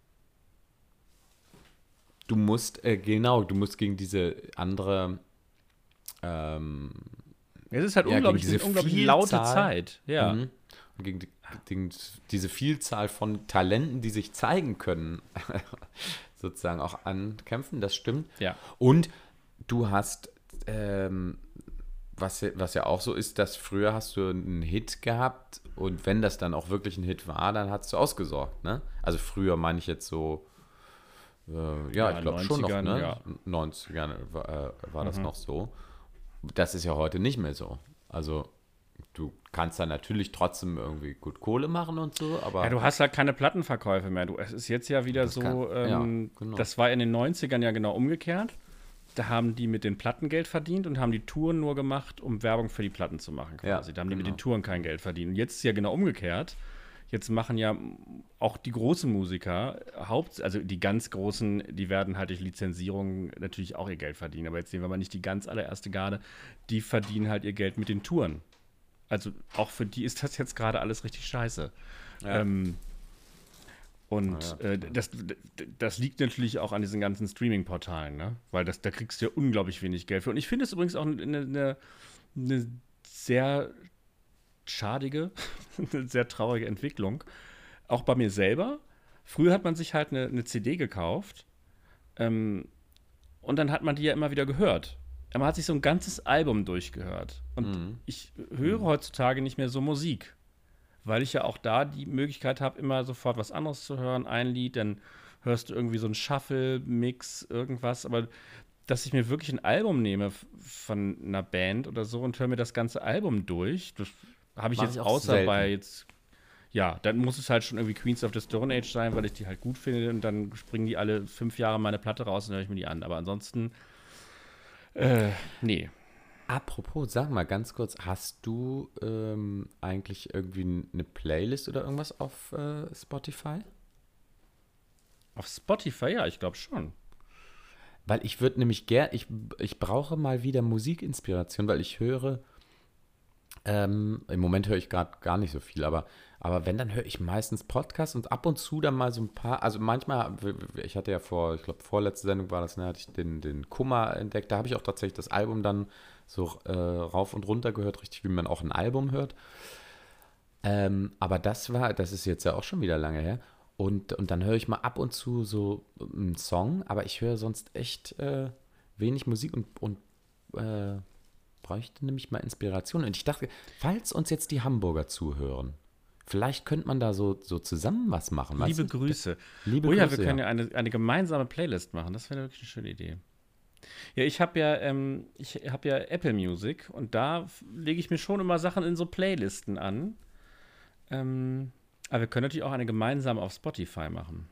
Du musst, äh, genau, du musst gegen diese andere, ähm, Es ist halt Ja, unglaublich, gegen diese eine unglaublich laute Vielzahl. Zeit. Ja. mhm. Und gegen, die, gegen diese Vielzahl von Talenten, die sich zeigen können, sozusagen auch ankämpfen, das stimmt. Ja. Und du hast, ähm, was, ja- was ja auch so ist, dass früher hast du einen Hit gehabt und wenn das dann auch wirklich ein Hit war, dann hast du ausgesorgt, ne? Also früher meine ich jetzt so, äh, ja, Ja, ich glaube schon noch, neunzigern, ne? ja. neunzigern war, äh, war das Mhm. noch so. Das ist ja heute nicht mehr so. Also du kannst da natürlich trotzdem irgendwie gut Kohle machen und so, aber Ja, du hast halt keine Plattenverkäufe mehr. Du, es ist jetzt ja wieder Das so, kann- ja, ähm, genau. das war in den neunzigern ja genau umgekehrt. Da haben die mit den Platten Geld verdient und haben die Touren nur gemacht, um Werbung für die Platten zu machen quasi. Ja, da haben die mit genau. den Touren kein Geld verdient. Und jetzt ist ja genau umgekehrt. Jetzt machen ja auch die großen Musiker, Haupt, also die ganz großen, die werden halt durch Lizenzierung natürlich auch ihr Geld verdienen. Aber jetzt nehmen wir mal nicht die ganz allererste Garde, die verdienen halt ihr Geld mit den Touren. Also auch für die ist das jetzt gerade alles richtig scheiße. Ja. Ähm, und Ja, äh, das, das liegt natürlich auch an diesen ganzen Streaming-Portalen, ne? Weil das, da kriegst du ja unglaublich wenig Geld für. Und ich finde es übrigens auch eine, eine, eine sehr schadige, eine sehr traurige Entwicklung. Auch bei mir selber. Früher hat man sich halt eine, eine C D gekauft ähm, und dann hat man die ja immer wieder gehört. Man hat sich so ein ganzes Album durchgehört. Und Mhm. ich höre heutzutage nicht mehr so Musik, weil ich ja auch da die Möglichkeit habe, immer sofort was anderes zu hören. Ein Lied, dann hörst du irgendwie so einen Shuffle-Mix, irgendwas. Aber dass ich mir wirklich ein Album nehme f- von einer Band oder so und höre mir das ganze Album durch, das habe ich Mach jetzt ich auch außer selten. bei jetzt, ja, dann muss es halt schon irgendwie Queens of the Stone Age sein, weil ich die halt gut finde und dann springen die alle fünf Jahre meine Platte raus und höre ich mir die an. Aber ansonsten, äh, nee. Apropos, sag mal ganz kurz, hast du ähm, eigentlich irgendwie eine Playlist oder irgendwas auf äh, Spotify? Auf Spotify, ja, ich glaube schon. Weil ich würde nämlich gern, ich, ich brauche mal wieder Musikinspiration, weil ich höre, ähm, im Moment höre ich gerade gar nicht so viel, aber, aber wenn, dann höre ich meistens Podcasts und ab und zu dann mal so ein paar, also manchmal, ich hatte ja vor, ich glaube vorletzte Sendung war das, ne, hatte ich den, den Kummer entdeckt, da habe ich auch tatsächlich das Album dann so äh, rauf und runter gehört, richtig wie man auch ein Album hört. Ähm, aber das war, das ist jetzt ja auch schon wieder lange her. Und, und dann höre ich mal ab und zu so einen Song, aber ich höre sonst echt äh, wenig Musik und, und äh, bräuchte nämlich mal Inspiration. Und ich dachte, falls uns jetzt die Hamburger zuhören, vielleicht könnte man da so, so zusammen was machen. weißt Liebe du? Grüße. Liebe Oh ja, Grüße, wir können ja. ja eine, eine gemeinsame Playlist machen. Das wäre wirklich eine schöne Idee. Ja, ich habe ja, ähm, ich habe ja Apple Music und da f- lege ich mir schon immer Sachen in so Playlisten an. Ähm, aber wir können natürlich auch eine gemeinsame auf Spotify machen.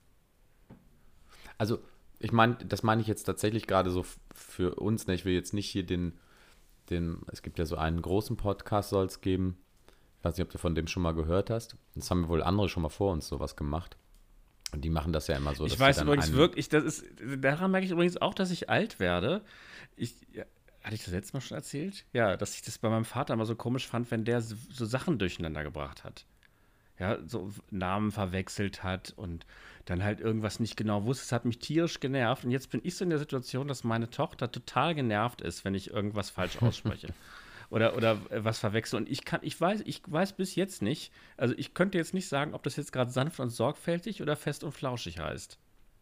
Also, ich meine, das meine ich jetzt tatsächlich gerade so f- für uns. Ne? Ich will jetzt nicht hier den, den, es gibt ja so einen großen Podcast, soll es geben. Ich weiß nicht, ob du von dem schon mal gehört hast. Das haben wohl andere schon mal vor uns sowas gemacht. Und die machen das ja immer so, Ich dass weiß sie dann übrigens einen, wirklich, das ist, daran merke ich übrigens auch, dass ich alt werde. Ich, ja, hatte ich das letztes Mal schon erzählt? Ja, dass ich das bei meinem Vater immer so komisch fand, wenn der so, so Sachen durcheinander gebracht hat. Ja, so Namen verwechselt hat und dann halt irgendwas nicht genau wusste. Es hat mich tierisch genervt. Und jetzt bin ich so in der Situation, dass meine Tochter total genervt ist, wenn ich irgendwas falsch ausspreche. Oder, oder äh, was verwechsel. Und ich kann, ich weiß, ich weiß bis jetzt nicht, also ich könnte jetzt nicht sagen, ob das jetzt gerade sanft und sorgfältig oder fest und flauschig heißt.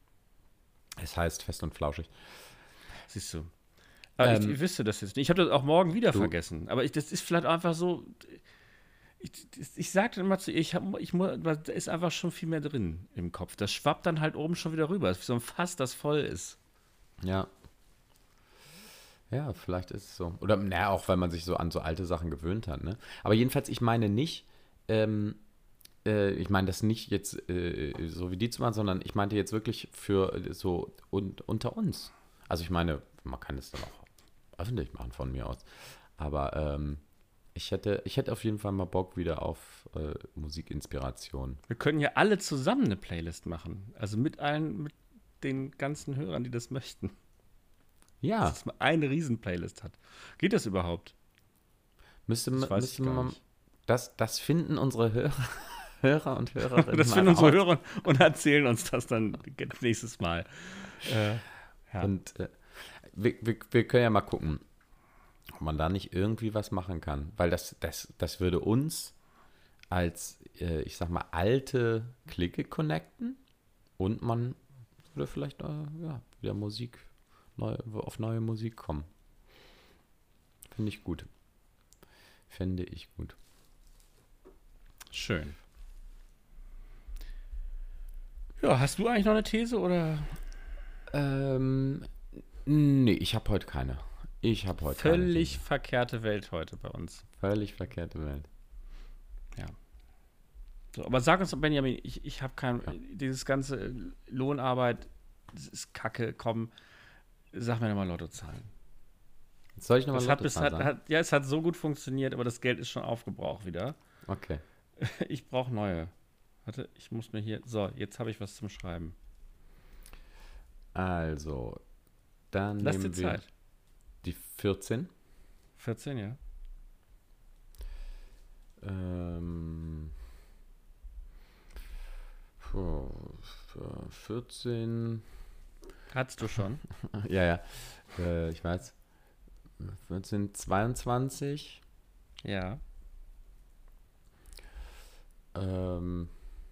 es heißt fest und flauschig. Siehst du. Aber ich, Ähm, ich wüsste das jetzt nicht. Ich habe das auch morgen wieder du- vergessen. Aber ich, das ist vielleicht einfach so. Ich, das- ich sage dann immer zu ihr, ich hab, ich, mu- da ist einfach schon viel mehr drin im Kopf. Das schwappt dann halt oben schon wieder rüber. Das ist wie so ein Fass, das voll ist. Ja. Ja, vielleicht ist es so. Oder, naja, auch weil man sich so an so alte Sachen gewöhnt hat, ne? Aber jedenfalls, ich meine nicht, ähm, äh, ich meine das nicht jetzt äh, so wie die zu machen, sondern ich meinte jetzt wirklich für äh, so un unter uns. Also ich meine, man kann es dann auch öffentlich machen von mir aus. Aber ähm, ich hätte, ich hätte auf jeden Fall mal Bock wieder auf äh, Musikinspiration. Wir können ja alle zusammen eine Playlist machen. Also mit allen, mit den ganzen Hörern, die das möchten. Ja, Dass man eine Riesen-Playlist hat. Geht das überhaupt? müsste, Das weiß müsste ich gar man, nicht. das, das finden unsere Hörer, Hörer und Hörerinnen Das mal finden unsere raus. Hörer und erzählen uns das dann nächstes Mal. Äh, ja. Und äh, wir, wir, wir können ja mal gucken, ob man da nicht irgendwie was machen kann. Weil das, das, das würde uns als, äh, ich sag mal, alte Clique connecten und man würde vielleicht äh, ja, wieder Musik, neu, auf neue Musik kommen. Finde ich gut. Fände ich gut. Schön. Ja, hast du eigentlich noch eine These oder Ähm, nee, ich habe heute keine. Ich habe heute keine völlig These. verkehrte Welt heute bei uns? Völlig verkehrte Welt. So, aber sag uns, Benjamin, ich, ich habe kein, Ja. dieses ganze Lohnarbeit, das ist Kacke, komm, sag mir nochmal Lottozahlen. Soll ich nochmal Das hat Lotto bis, hat, hat, ja, es hat so gut funktioniert, aber das Geld ist schon aufgebraucht wieder. Okay. Ich brauche neue. Warte, ich muss mir hier, so, jetzt habe ich was zum Schreiben. Also, dann Lass dir nehmen wir Zeit. die vierzehn. vierzehn, ja. Ähm, puh, vierzehn. Hattest du schon? Ja, ja. Äh, ich weiß. vierzehn, zweiundzwanzig. Ja. Ähm,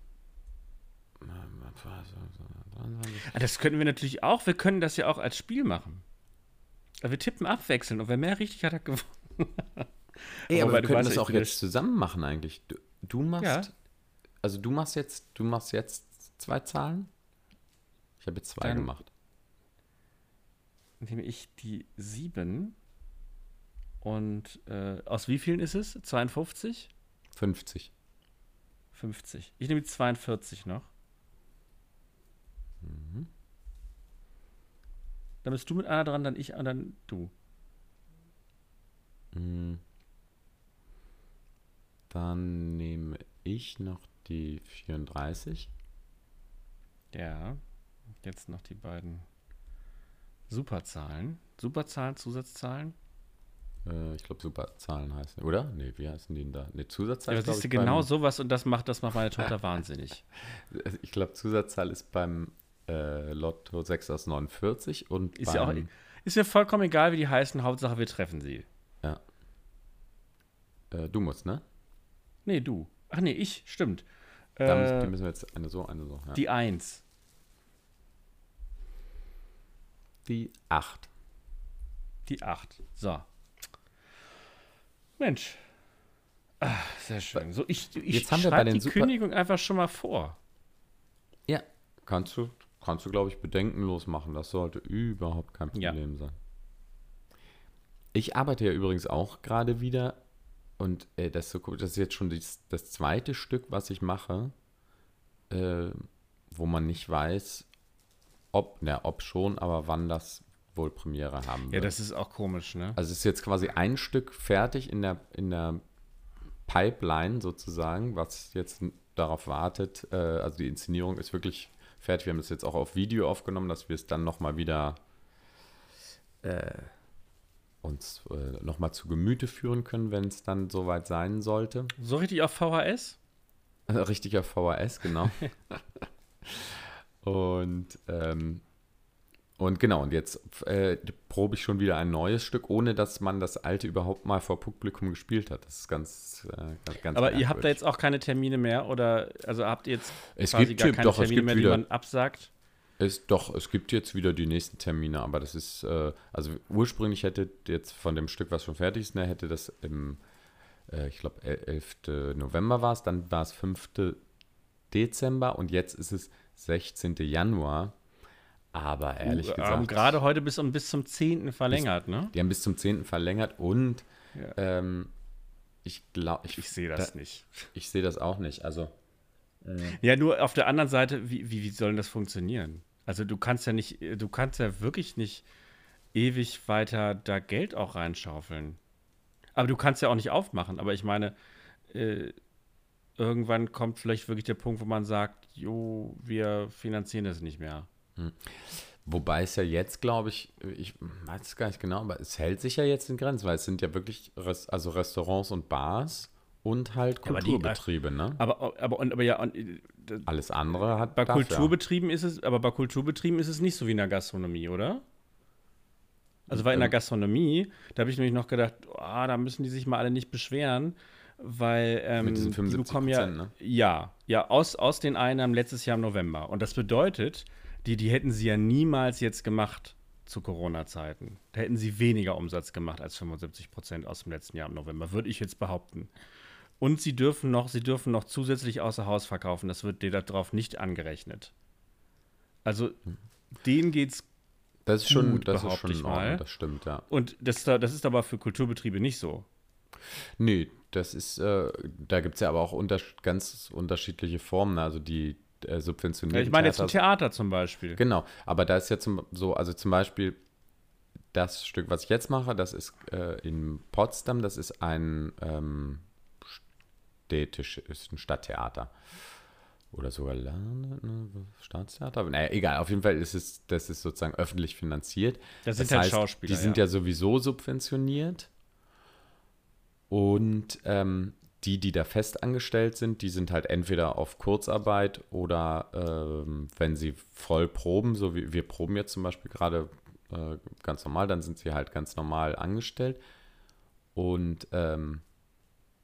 Ah, das könnten wir natürlich auch. Wir können das ja auch als Spiel machen. Aber wir tippen abwechselnd und wer mehr richtig hat, hat gewonnen. Ey, aber Wobei, wir du können weißt das ja, ich auch bin jetzt zusammen machen eigentlich. Du, du machst, Ja. also du machst jetzt, du machst jetzt zwei Zahlen? Ich habe jetzt zwei Dann- gemacht. Nehme ich die sieben und äh, aus wie vielen ist es? zweiundfünfzig? fünfzig. fünfzig. Ich nehme die zweiundvierzig noch. Mhm. Dann bist du mit einer dran, dann ich und dann du. Mm. Dann nehme ich noch die vierunddreißig. Ja. Jetzt noch die beiden Superzahlen. Superzahlen, Zusatzzahlen. Äh, ich glaube, Superzahlen heißen, oder? Nee, wie heißen die denn da? Ne, Zusatzzahl Ja, ist, glaub siehst du, ich, genau beim, sowas und das macht, das macht meine Tochter wahnsinnig. Ich glaube, Zusatzzahl ist beim äh, Lotto sechs aus neunundvierzig und Ist beim, ja auch, ist mir vollkommen egal, wie die heißen, Hauptsache wir treffen sie. ja. Äh, du musst, ne? Nee, du. Ach nee, ich, stimmt. Da müssen, Äh, die müssen wir jetzt eine so, eine so. Ja. die eins. Die acht. Die acht. So. Mensch. Ah, sehr schön. So, ich ich Jetzt haben wir bei schreibe den die Super- Kündigung einfach schon mal vor. Ja. Kannst du, kannst du, glaube ich, bedenkenlos machen. Das sollte überhaupt kein Ja. Problem sein. Ich arbeite ja übrigens auch gerade wieder und äh, das, ist so, cool, das ist jetzt schon das, das zweite Stück, was ich mache, äh, wo man nicht weiß, ob, na, ob schon, aber wann das wohl Premiere haben wird. Ja, das ist auch komisch, ne? Also es ist jetzt quasi ein Stück fertig in der, in der Pipeline sozusagen, was jetzt n- darauf wartet. Äh, also die Inszenierung ist wirklich fertig. Wir haben das jetzt auch auf Video aufgenommen, dass wir es dann nochmal wieder äh, uns äh, nochmal zu Gemüte führen können, wenn es dann soweit sein sollte. So richtig auf V H S? Richtig auf V H S, genau. und, ähm, und genau, und jetzt äh, probe ich schon wieder ein neues Stück, ohne dass man das alte überhaupt mal vor Publikum gespielt hat. Das ist ganz, äh, ganz, ganz Aber ihr habt da merkwürdig. jetzt auch keine Termine mehr oder also habt ihr jetzt Es quasi gibt gar hier- keine doch, es Termine gibt mehr, wieder- die man absagt? Es, doch, es gibt jetzt wieder die nächsten Termine, aber das ist, äh, also ursprünglich hätte jetzt von dem Stück, was schon fertig ist, ne, hätte das im, äh, ich glaube, elften November war es, dann war es fünften Dezember und jetzt ist es sechzehnten Januar. Aber ehrlich Uh, gesagt, haben gerade heute bis, um, bis zum zehnten verlängert, ne? die haben bis zum zehnten verlängert und Ja. ähm, ich glaube, ich, Ich sehe das da, nicht. ich sehe das auch nicht. Also, Ja, nur auf der anderen Seite, wie, wie, wie soll denn das funktionieren? Also du kannst ja nicht, du kannst ja wirklich nicht ewig weiter da Geld auch reinschaufeln. Aber du kannst ja auch nicht aufmachen. Aber ich meine, äh, irgendwann kommt vielleicht wirklich der Punkt, wo man sagt, jo, wir finanzieren das nicht mehr. wobei es ja jetzt, glaube ich, ich weiß es gar nicht genau, aber es hält sich ja jetzt in Grenzen, weil es sind ja wirklich Res also Restaurants und Bars und halt aber die- Kulturbetriebe, ne? Aber, aber, und, aber ja, und, äh, Alles andere hat bei darf Kulturbetrieben ist es, aber bei Kulturbetrieben ist es nicht so wie in der Gastronomie, oder? Also weil in der Ähm. Gastronomie, da habe ich nämlich noch gedacht, ah, da müssen die sich mal alle nicht beschweren, weil ähm, Mit diesen die fünfundsiebzig bekommen ja, Prozent, ne? ja, ja, aus, aus den Einnahmen letztes Jahr im November. Und das bedeutet, die, die hätten sie ja niemals jetzt gemacht zu Corona-Zeiten. Da hätten sie weniger Umsatz gemacht als fünfundsiebzig Prozent aus dem letzten Jahr im November, würde ich jetzt behaupten. Und sie dürfen noch, sie dürfen noch zusätzlich außer Haus verkaufen. Das wird dir darauf nicht angerechnet. Also denen geht's Das ist schon, gut, das ist behaupte schon ich in Ordnung, mal. das stimmt, ja. und das, das ist aber für Kulturbetriebe nicht so. Nee, das ist, äh, da gibt es ja aber auch unter, ganz unterschiedliche Formen, ne? Also die äh, subventionierten Ich meine jetzt ein Theater- Theater zum Beispiel. Genau, aber da ist ja zum, so, also zum Beispiel das Stück, was ich jetzt mache, das ist äh, in Potsdam, das ist ein ähm, städtisch, ist ein Stadttheater. Oder sogar La- ne, Staatstheater. Naja, egal, auf jeden Fall ist es, das ist sozusagen öffentlich finanziert. Das sind halt Schauspieler, Die sind ja. ja sowieso subventioniert. Und ähm, die, die da fest angestellt sind, die sind halt entweder auf Kurzarbeit oder ähm, wenn sie voll proben, so wie wir proben jetzt zum Beispiel gerade äh, ganz normal, dann sind sie halt ganz normal angestellt. Und ähm,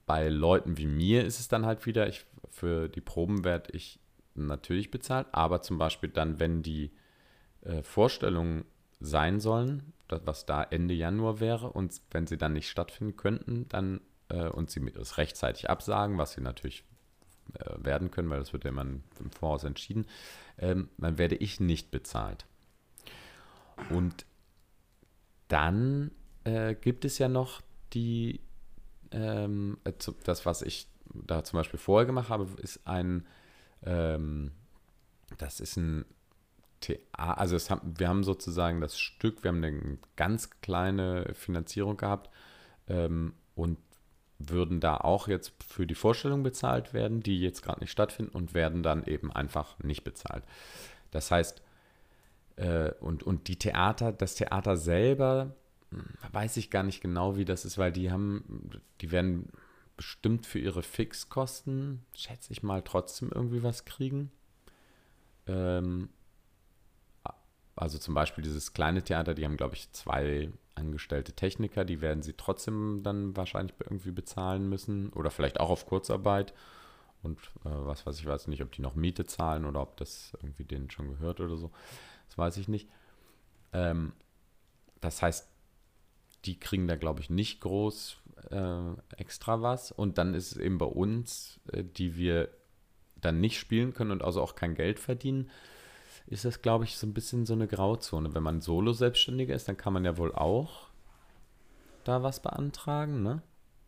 bei Leuten wie mir ist es dann halt wieder, ich, für die Proben werde ich natürlich bezahlt, aber zum Beispiel dann, wenn die äh, Vorstellungen sein sollen, das, was da Ende Januar wäre, und wenn sie dann nicht stattfinden könnten, dann äh, und sie es rechtzeitig absagen, was sie natürlich äh, werden können, weil das wird ja immer im Voraus entschieden, ähm, dann werde ich nicht bezahlt. Und dann äh, gibt es ja noch die, ähm, das, was ich da zum Beispiel vorher gemacht habe, ist ein, ähm, das ist ein Theater, also es haben, wir haben sozusagen das Stück, wir haben eine ganz kleine Finanzierung gehabt ähm, und würden da auch jetzt für die Vorstellung bezahlt werden, die jetzt gerade nicht stattfinden und werden dann eben einfach nicht bezahlt. Das heißt, äh, und, und die Theater, das Theater selber, weiß ich gar nicht genau, wie das ist, weil die haben, die werden bestimmt für ihre Fixkosten, schätze ich mal, trotzdem irgendwie was kriegen. Ähm, also zum Beispiel dieses kleine Theater, die haben, glaube ich, zwei angestellte Techniker, die werden sie trotzdem dann wahrscheinlich irgendwie bezahlen müssen oder vielleicht auch auf Kurzarbeit. Und äh, was weiß ich, weiß nicht, ob die noch Miete zahlen oder ob das irgendwie denen schon gehört oder so. Das weiß ich nicht. Ähm, das heißt, die kriegen da, glaube ich, nicht groß äh, extra was. Und dann ist es eben bei uns, äh, die wir dann nicht spielen können und also auch kein Geld verdienen, ist das, glaube ich, so ein bisschen so eine Grauzone. Wenn man Solo-Selbstständiger ist, dann kann man ja wohl auch da was beantragen, ne?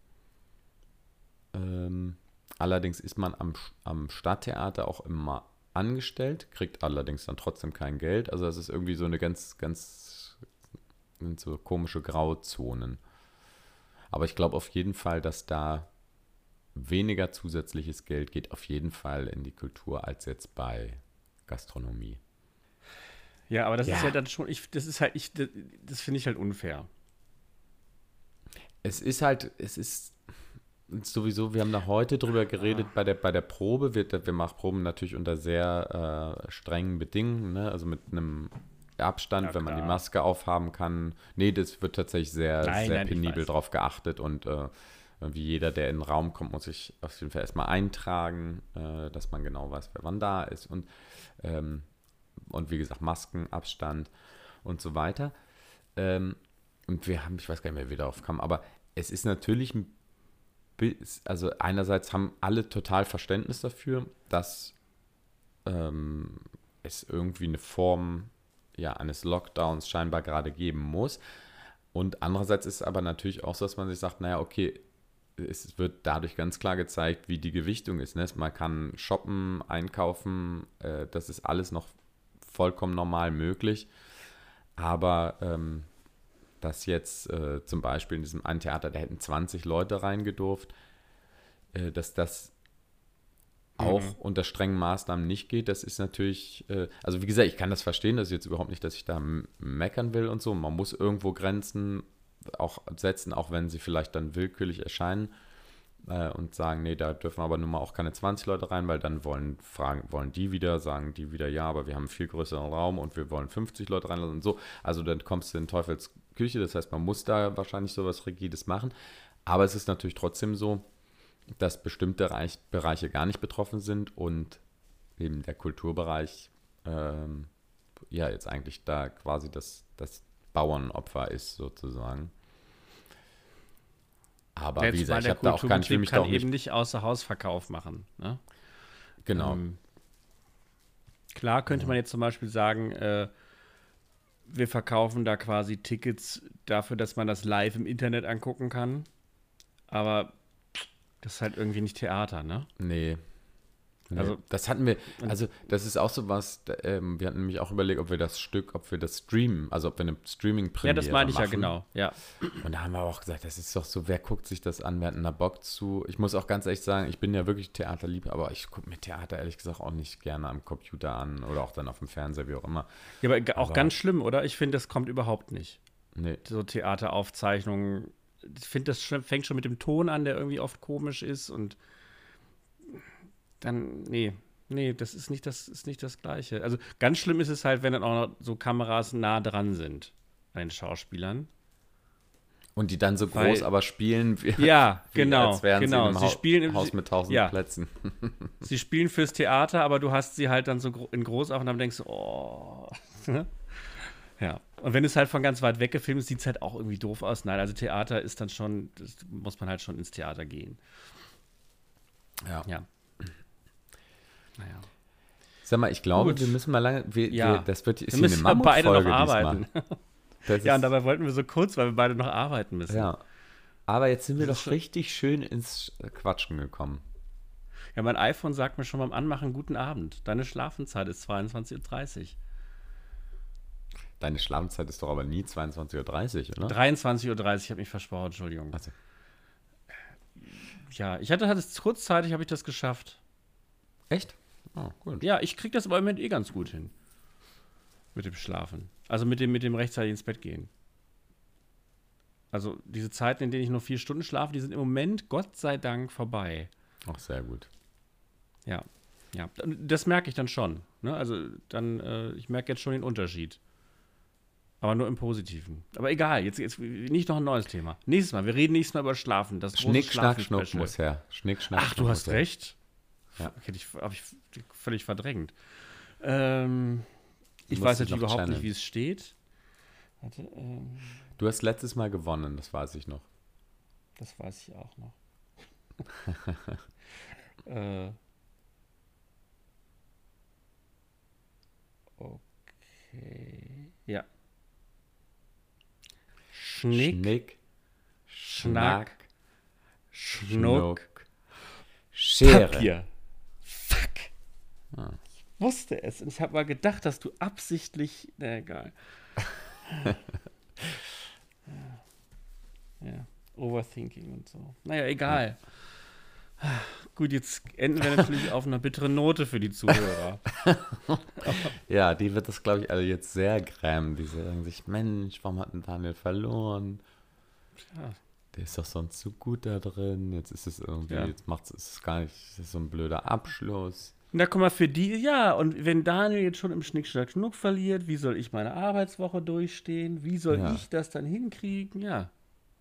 Ähm, allerdings ist man am, am Stadttheater auch immer angestellt, kriegt allerdings dann trotzdem kein Geld. Also das ist irgendwie so eine ganz, ganz sind so komische Grauzonen. Aber ich glaube auf jeden Fall, dass da weniger zusätzliches Geld geht auf jeden Fall in die Kultur als jetzt bei Gastronomie. Ja, aber das Ja. ist ja dann schon, ich, das ist halt, ich, das, das finde ich halt unfair. Es ist halt, es ist sowieso, wir haben da heute drüber geredet bei der, bei der Probe. Wir, wir machen Proben natürlich unter sehr äh, strengen Bedingungen, ne? Also mit einem Abstand, Ja, wenn man die klar. Maske aufhaben kann. Nee, das wird tatsächlich sehr, Nein, sehr nein, ich penibel weiß. drauf geachtet und äh, wie jeder, der in den Raum kommt, muss sich auf jeden Fall erstmal eintragen, äh, dass man genau weiß, wer wann da ist und ähm, und wie gesagt, Masken, Abstand und so weiter. Ähm, und wir haben, ich weiß gar nicht mehr, wie wir darauf kamen, aber es ist natürlich, ein bi- also einerseits haben alle total Verständnis dafür, dass ähm, es irgendwie eine Form ja, eines Lockdowns scheinbar gerade geben muss. Und andererseits ist es aber natürlich auch so, dass man sich sagt, naja, okay, es wird dadurch ganz klar gezeigt, wie die Gewichtung ist. Ne? Man kann shoppen, einkaufen, äh, das ist alles noch vollkommen normal möglich. Aber ähm, dass jetzt äh, zum Beispiel in diesem einen Theater, da hätten zwanzig Leute reingedurft, äh, dass das auch Mhm. unter strengen Maßnahmen nicht geht, das ist natürlich, äh, also wie gesagt, ich kann das verstehen, das ist jetzt überhaupt nicht, dass ich da m- meckern will und so. Man muss irgendwo Grenzen auch setzen, auch wenn sie vielleicht dann willkürlich erscheinen äh, und sagen, nee, da dürfen aber nun mal auch keine zwanzig Leute rein, weil dann wollen, fragen, wollen die wieder, sagen die wieder, ja, aber wir haben einen viel größeren Raum und wir wollen fünfzig Leute reinlassen und so. Also dann kommst du in Teufels Küche, das heißt, man muss da wahrscheinlich sowas Rigides machen. Aber es ist natürlich trotzdem so, dass bestimmte Reich, Bereiche gar nicht betroffen sind und eben der Kulturbereich ähm, ja jetzt eigentlich da quasi das, das Bauernopfer ist sozusagen. Aber Ja, wie zumal gesagt, ich der habe da auch gar nicht, will Kulturbetrieb mich da kann auch nicht, eben nicht außer Hausverkauf machen. Ne? genau, Ähm, klar könnte man jetzt zum Beispiel sagen, äh, wir verkaufen da quasi Tickets dafür, dass man das live im Internet angucken kann. Aber das ist halt irgendwie nicht Theater, ne? nee. Nee, Also- das hatten wir, also das ist auch so was, da, ähm, wir hatten nämlich auch überlegt, ob wir das Stück, ob wir das streamen, also ob wir eine Streaming-Premiere Ja, das meine ich ja machen. genau. Ja. Und da haben wir auch gesagt, das ist doch so, wer guckt sich das an, wer hat denn da Bock zu? Ich muss auch ganz ehrlich sagen, ich bin ja wirklich Theaterliebhaber, aber ich gucke mir Theater ehrlich gesagt auch nicht gerne am Computer an oder auch dann auf dem Fernseher, wie auch immer. Ja, aber g- auch Aber- ganz schlimm, oder? Ich finde, das kommt überhaupt nicht. Nee, So Theateraufzeichnungen. Ich finde, das schon, fängt schon mit dem Ton an, der irgendwie oft komisch ist und dann, nee, nee, das ist nicht das, ist nicht das Gleiche. Also ganz schlimm ist es halt, wenn dann auch noch so Kameras nah dran sind an den Schauspielern. Und die dann so Weil- groß aber spielen, wie, Ja, wie genau, als wären genau. sie in einem Sie Hau- spielen im- Haus mit tausend ja. Plätzen. Sie spielen fürs Theater, aber du hast sie halt dann so gro- in groß auch und dann denkst du, oh. Ja. Und wenn es halt von ganz weit weg gefilmt ist, sieht es halt auch irgendwie doof aus. Nein, also Theater ist dann schon, das muss man halt schon ins Theater gehen. Ja. Ja. Naja. Sag mal, ich glaube, Gut. wir müssen mal lange, wir, Ja. wir, das wird, ist Wir hier müssen eine ja beide noch Mammutfolge diesmal. arbeiten. Das Ja, und ist- dabei wollten wir so kurz, weil wir beide noch arbeiten müssen. ja. Aber jetzt sind wir Das doch ist schon- richtig schön ins Quatschen gekommen. Ja, mein iPhone sagt mir schon beim Anmachen guten Abend. Deine Schlafenszeit ist zweiundzwanzig Uhr dreißig. Deine Schlafenszeit ist doch aber nie zweiundzwanzig Uhr dreißig, oder? dreiundzwanzig Uhr dreißig, ich habe mich versprochen, Entschuldigung. Also, Ja, ich hatte, hatte es kurzzeitig, habe ich das geschafft. echt? Oh, gut. Ja, ich kriege das aber im Moment eh ganz gut hin. Mit dem Schlafen. Also mit dem, mit dem rechtzeitig ins Bett gehen. Also diese Zeiten, in denen ich nur vier Stunden schlafe, die sind im Moment, Gott sei Dank, vorbei. Auch sehr gut. Ja, ja. Das merke ich dann schon. Ne? Also dann, äh, ich merke jetzt schon den Unterschied. Aber nur im Positiven. Aber egal, jetzt, jetzt nicht noch ein neues Thema. Nächstes Mal, wir reden nächstes Mal über Schlafen. Das große Schnick, Schnack, Schlafen-Special. Schnuck muss her. Schnick, Schnack, Ach, du Schnuck hast muss her. recht. Ja. Hätte ich, habe ich völlig verdrängt. Ähm, ich musst weiß es natürlich noch überhaupt channeln. nicht, wie es steht. Warte, ähm, Du hast letztes Mal gewonnen, das weiß ich noch. das weiß ich auch noch. äh, okay. Ja. Schnick, Schnick, Schnack, Schnuck, Schnuck, Schere. Papier. Fuck. Ah. Ich wusste es. Und ich habe mal gedacht, dass du absichtlich. Na, egal. ja. ja. Overthinking und so. Naja, egal. Gut, jetzt enden wir natürlich auf einer bitteren Note für die Zuhörer. Ja, die wird das, glaube ich, alle jetzt sehr grämen. Die sagen sich, Mensch, warum hat denn Daniel verloren? Ja. Der ist doch sonst so gut da drin. Jetzt ist es irgendwie, Ja. jetzt macht es ist gar nicht, das ist so ein blöder Abschluss. Na, guck mal, für die, ja, und wenn Daniel jetzt schon im Schnick, Schnack, Schnuck verliert, wie soll ich meine Arbeitswoche durchstehen? Wie soll Ja. ich das dann hinkriegen? Ja.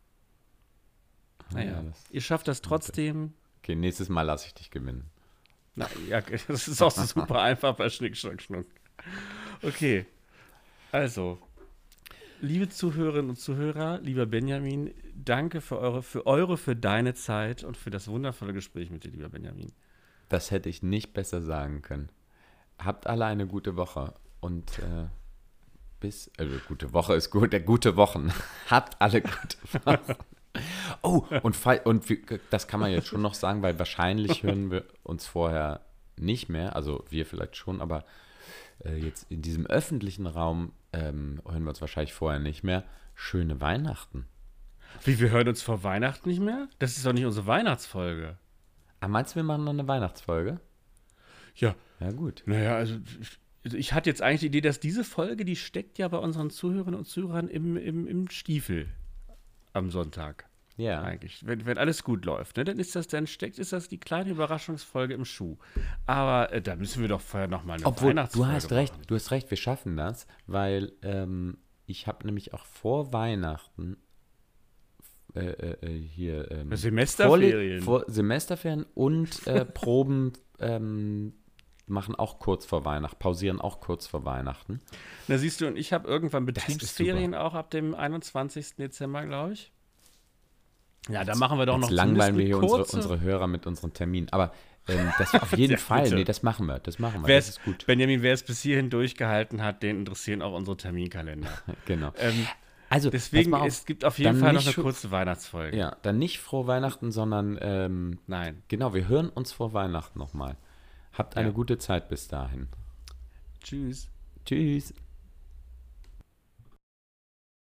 Naja, Ja, das- ihr schafft das trotzdem. Okay, nächstes Mal lasse ich dich gewinnen. Na, ja, das ist auch so super einfach bei Schnick, Schnack, Schnuck. Okay, also, liebe Zuhörerinnen und Zuhörer, lieber Benjamin, danke für eure, für eure, für deine Zeit und für das wundervolle Gespräch mit dir, lieber Benjamin. Das hätte ich nicht besser sagen können. Habt alle eine gute Woche und äh, bis, also gute Woche ist gut, äh, gute Wochen. Habt alle gute Wochen. Oh, und, fall- und wir, das kann man jetzt schon noch sagen, weil wahrscheinlich hören wir uns vorher nicht mehr, also wir vielleicht schon, aber äh, jetzt in diesem öffentlichen Raum ähm, hören wir uns wahrscheinlich vorher nicht mehr. Schöne Weihnachten. Wie, wir hören uns vor Weihnachten nicht mehr? Das ist doch nicht unsere Weihnachtsfolge. Ah, meinst du, wir machen noch eine Weihnachtsfolge? Ja, Ja, gut. naja, also ich, ich hatte jetzt eigentlich die Idee, dass diese Folge, die steckt ja bei unseren Zuhörerinnen und Zuhörern im, im, im Stiefel am Sonntag. Ja. Eigentlich, wenn, wenn alles gut läuft, ne, dann ist das, dann steckt, ist das die kleine Überraschungsfolge im Schuh. Aber äh, da müssen wir doch vorher nochmal eine Obwohl, Weihnachtsfolge du hast recht, machen. du hast recht, wir schaffen das, weil ähm, ich habe nämlich auch vor Weihnachten äh, äh, hier ähm, Semesterferien. Vorle- vor Semesterferien und äh, Proben ähm, machen auch kurz vor Weihnachten, pausieren auch kurz vor Weihnachten. Na siehst du, und ich habe irgendwann ist Betriebsferien auch ab dem einundzwanzigsten Dezember, glaube ich. Ja, da machen wir doch Jetzt noch langweilen wir zumindest hier eine unsere, kurze- unsere Hörer mit unseren Terminen. Aber ähm, das auf jeden Ja, Fall, bitte. nee, das machen wir, das machen wir, Wer das es, ist gut. Benjamin, wer es bis hierhin durchgehalten hat, den interessieren auch unsere Terminkalender. Genau. ähm, Also, deswegen, pass mal auf, es gibt auf jeden dann Fall noch nicht eine schon- kurze Weihnachtsfolge. ja, dann nicht frohe Weihnachten, sondern ähm, Nein. genau, wir hören uns vor Weihnachten nochmal. Habt eine Ja. gute Zeit bis dahin. Tschüss. Tschüss.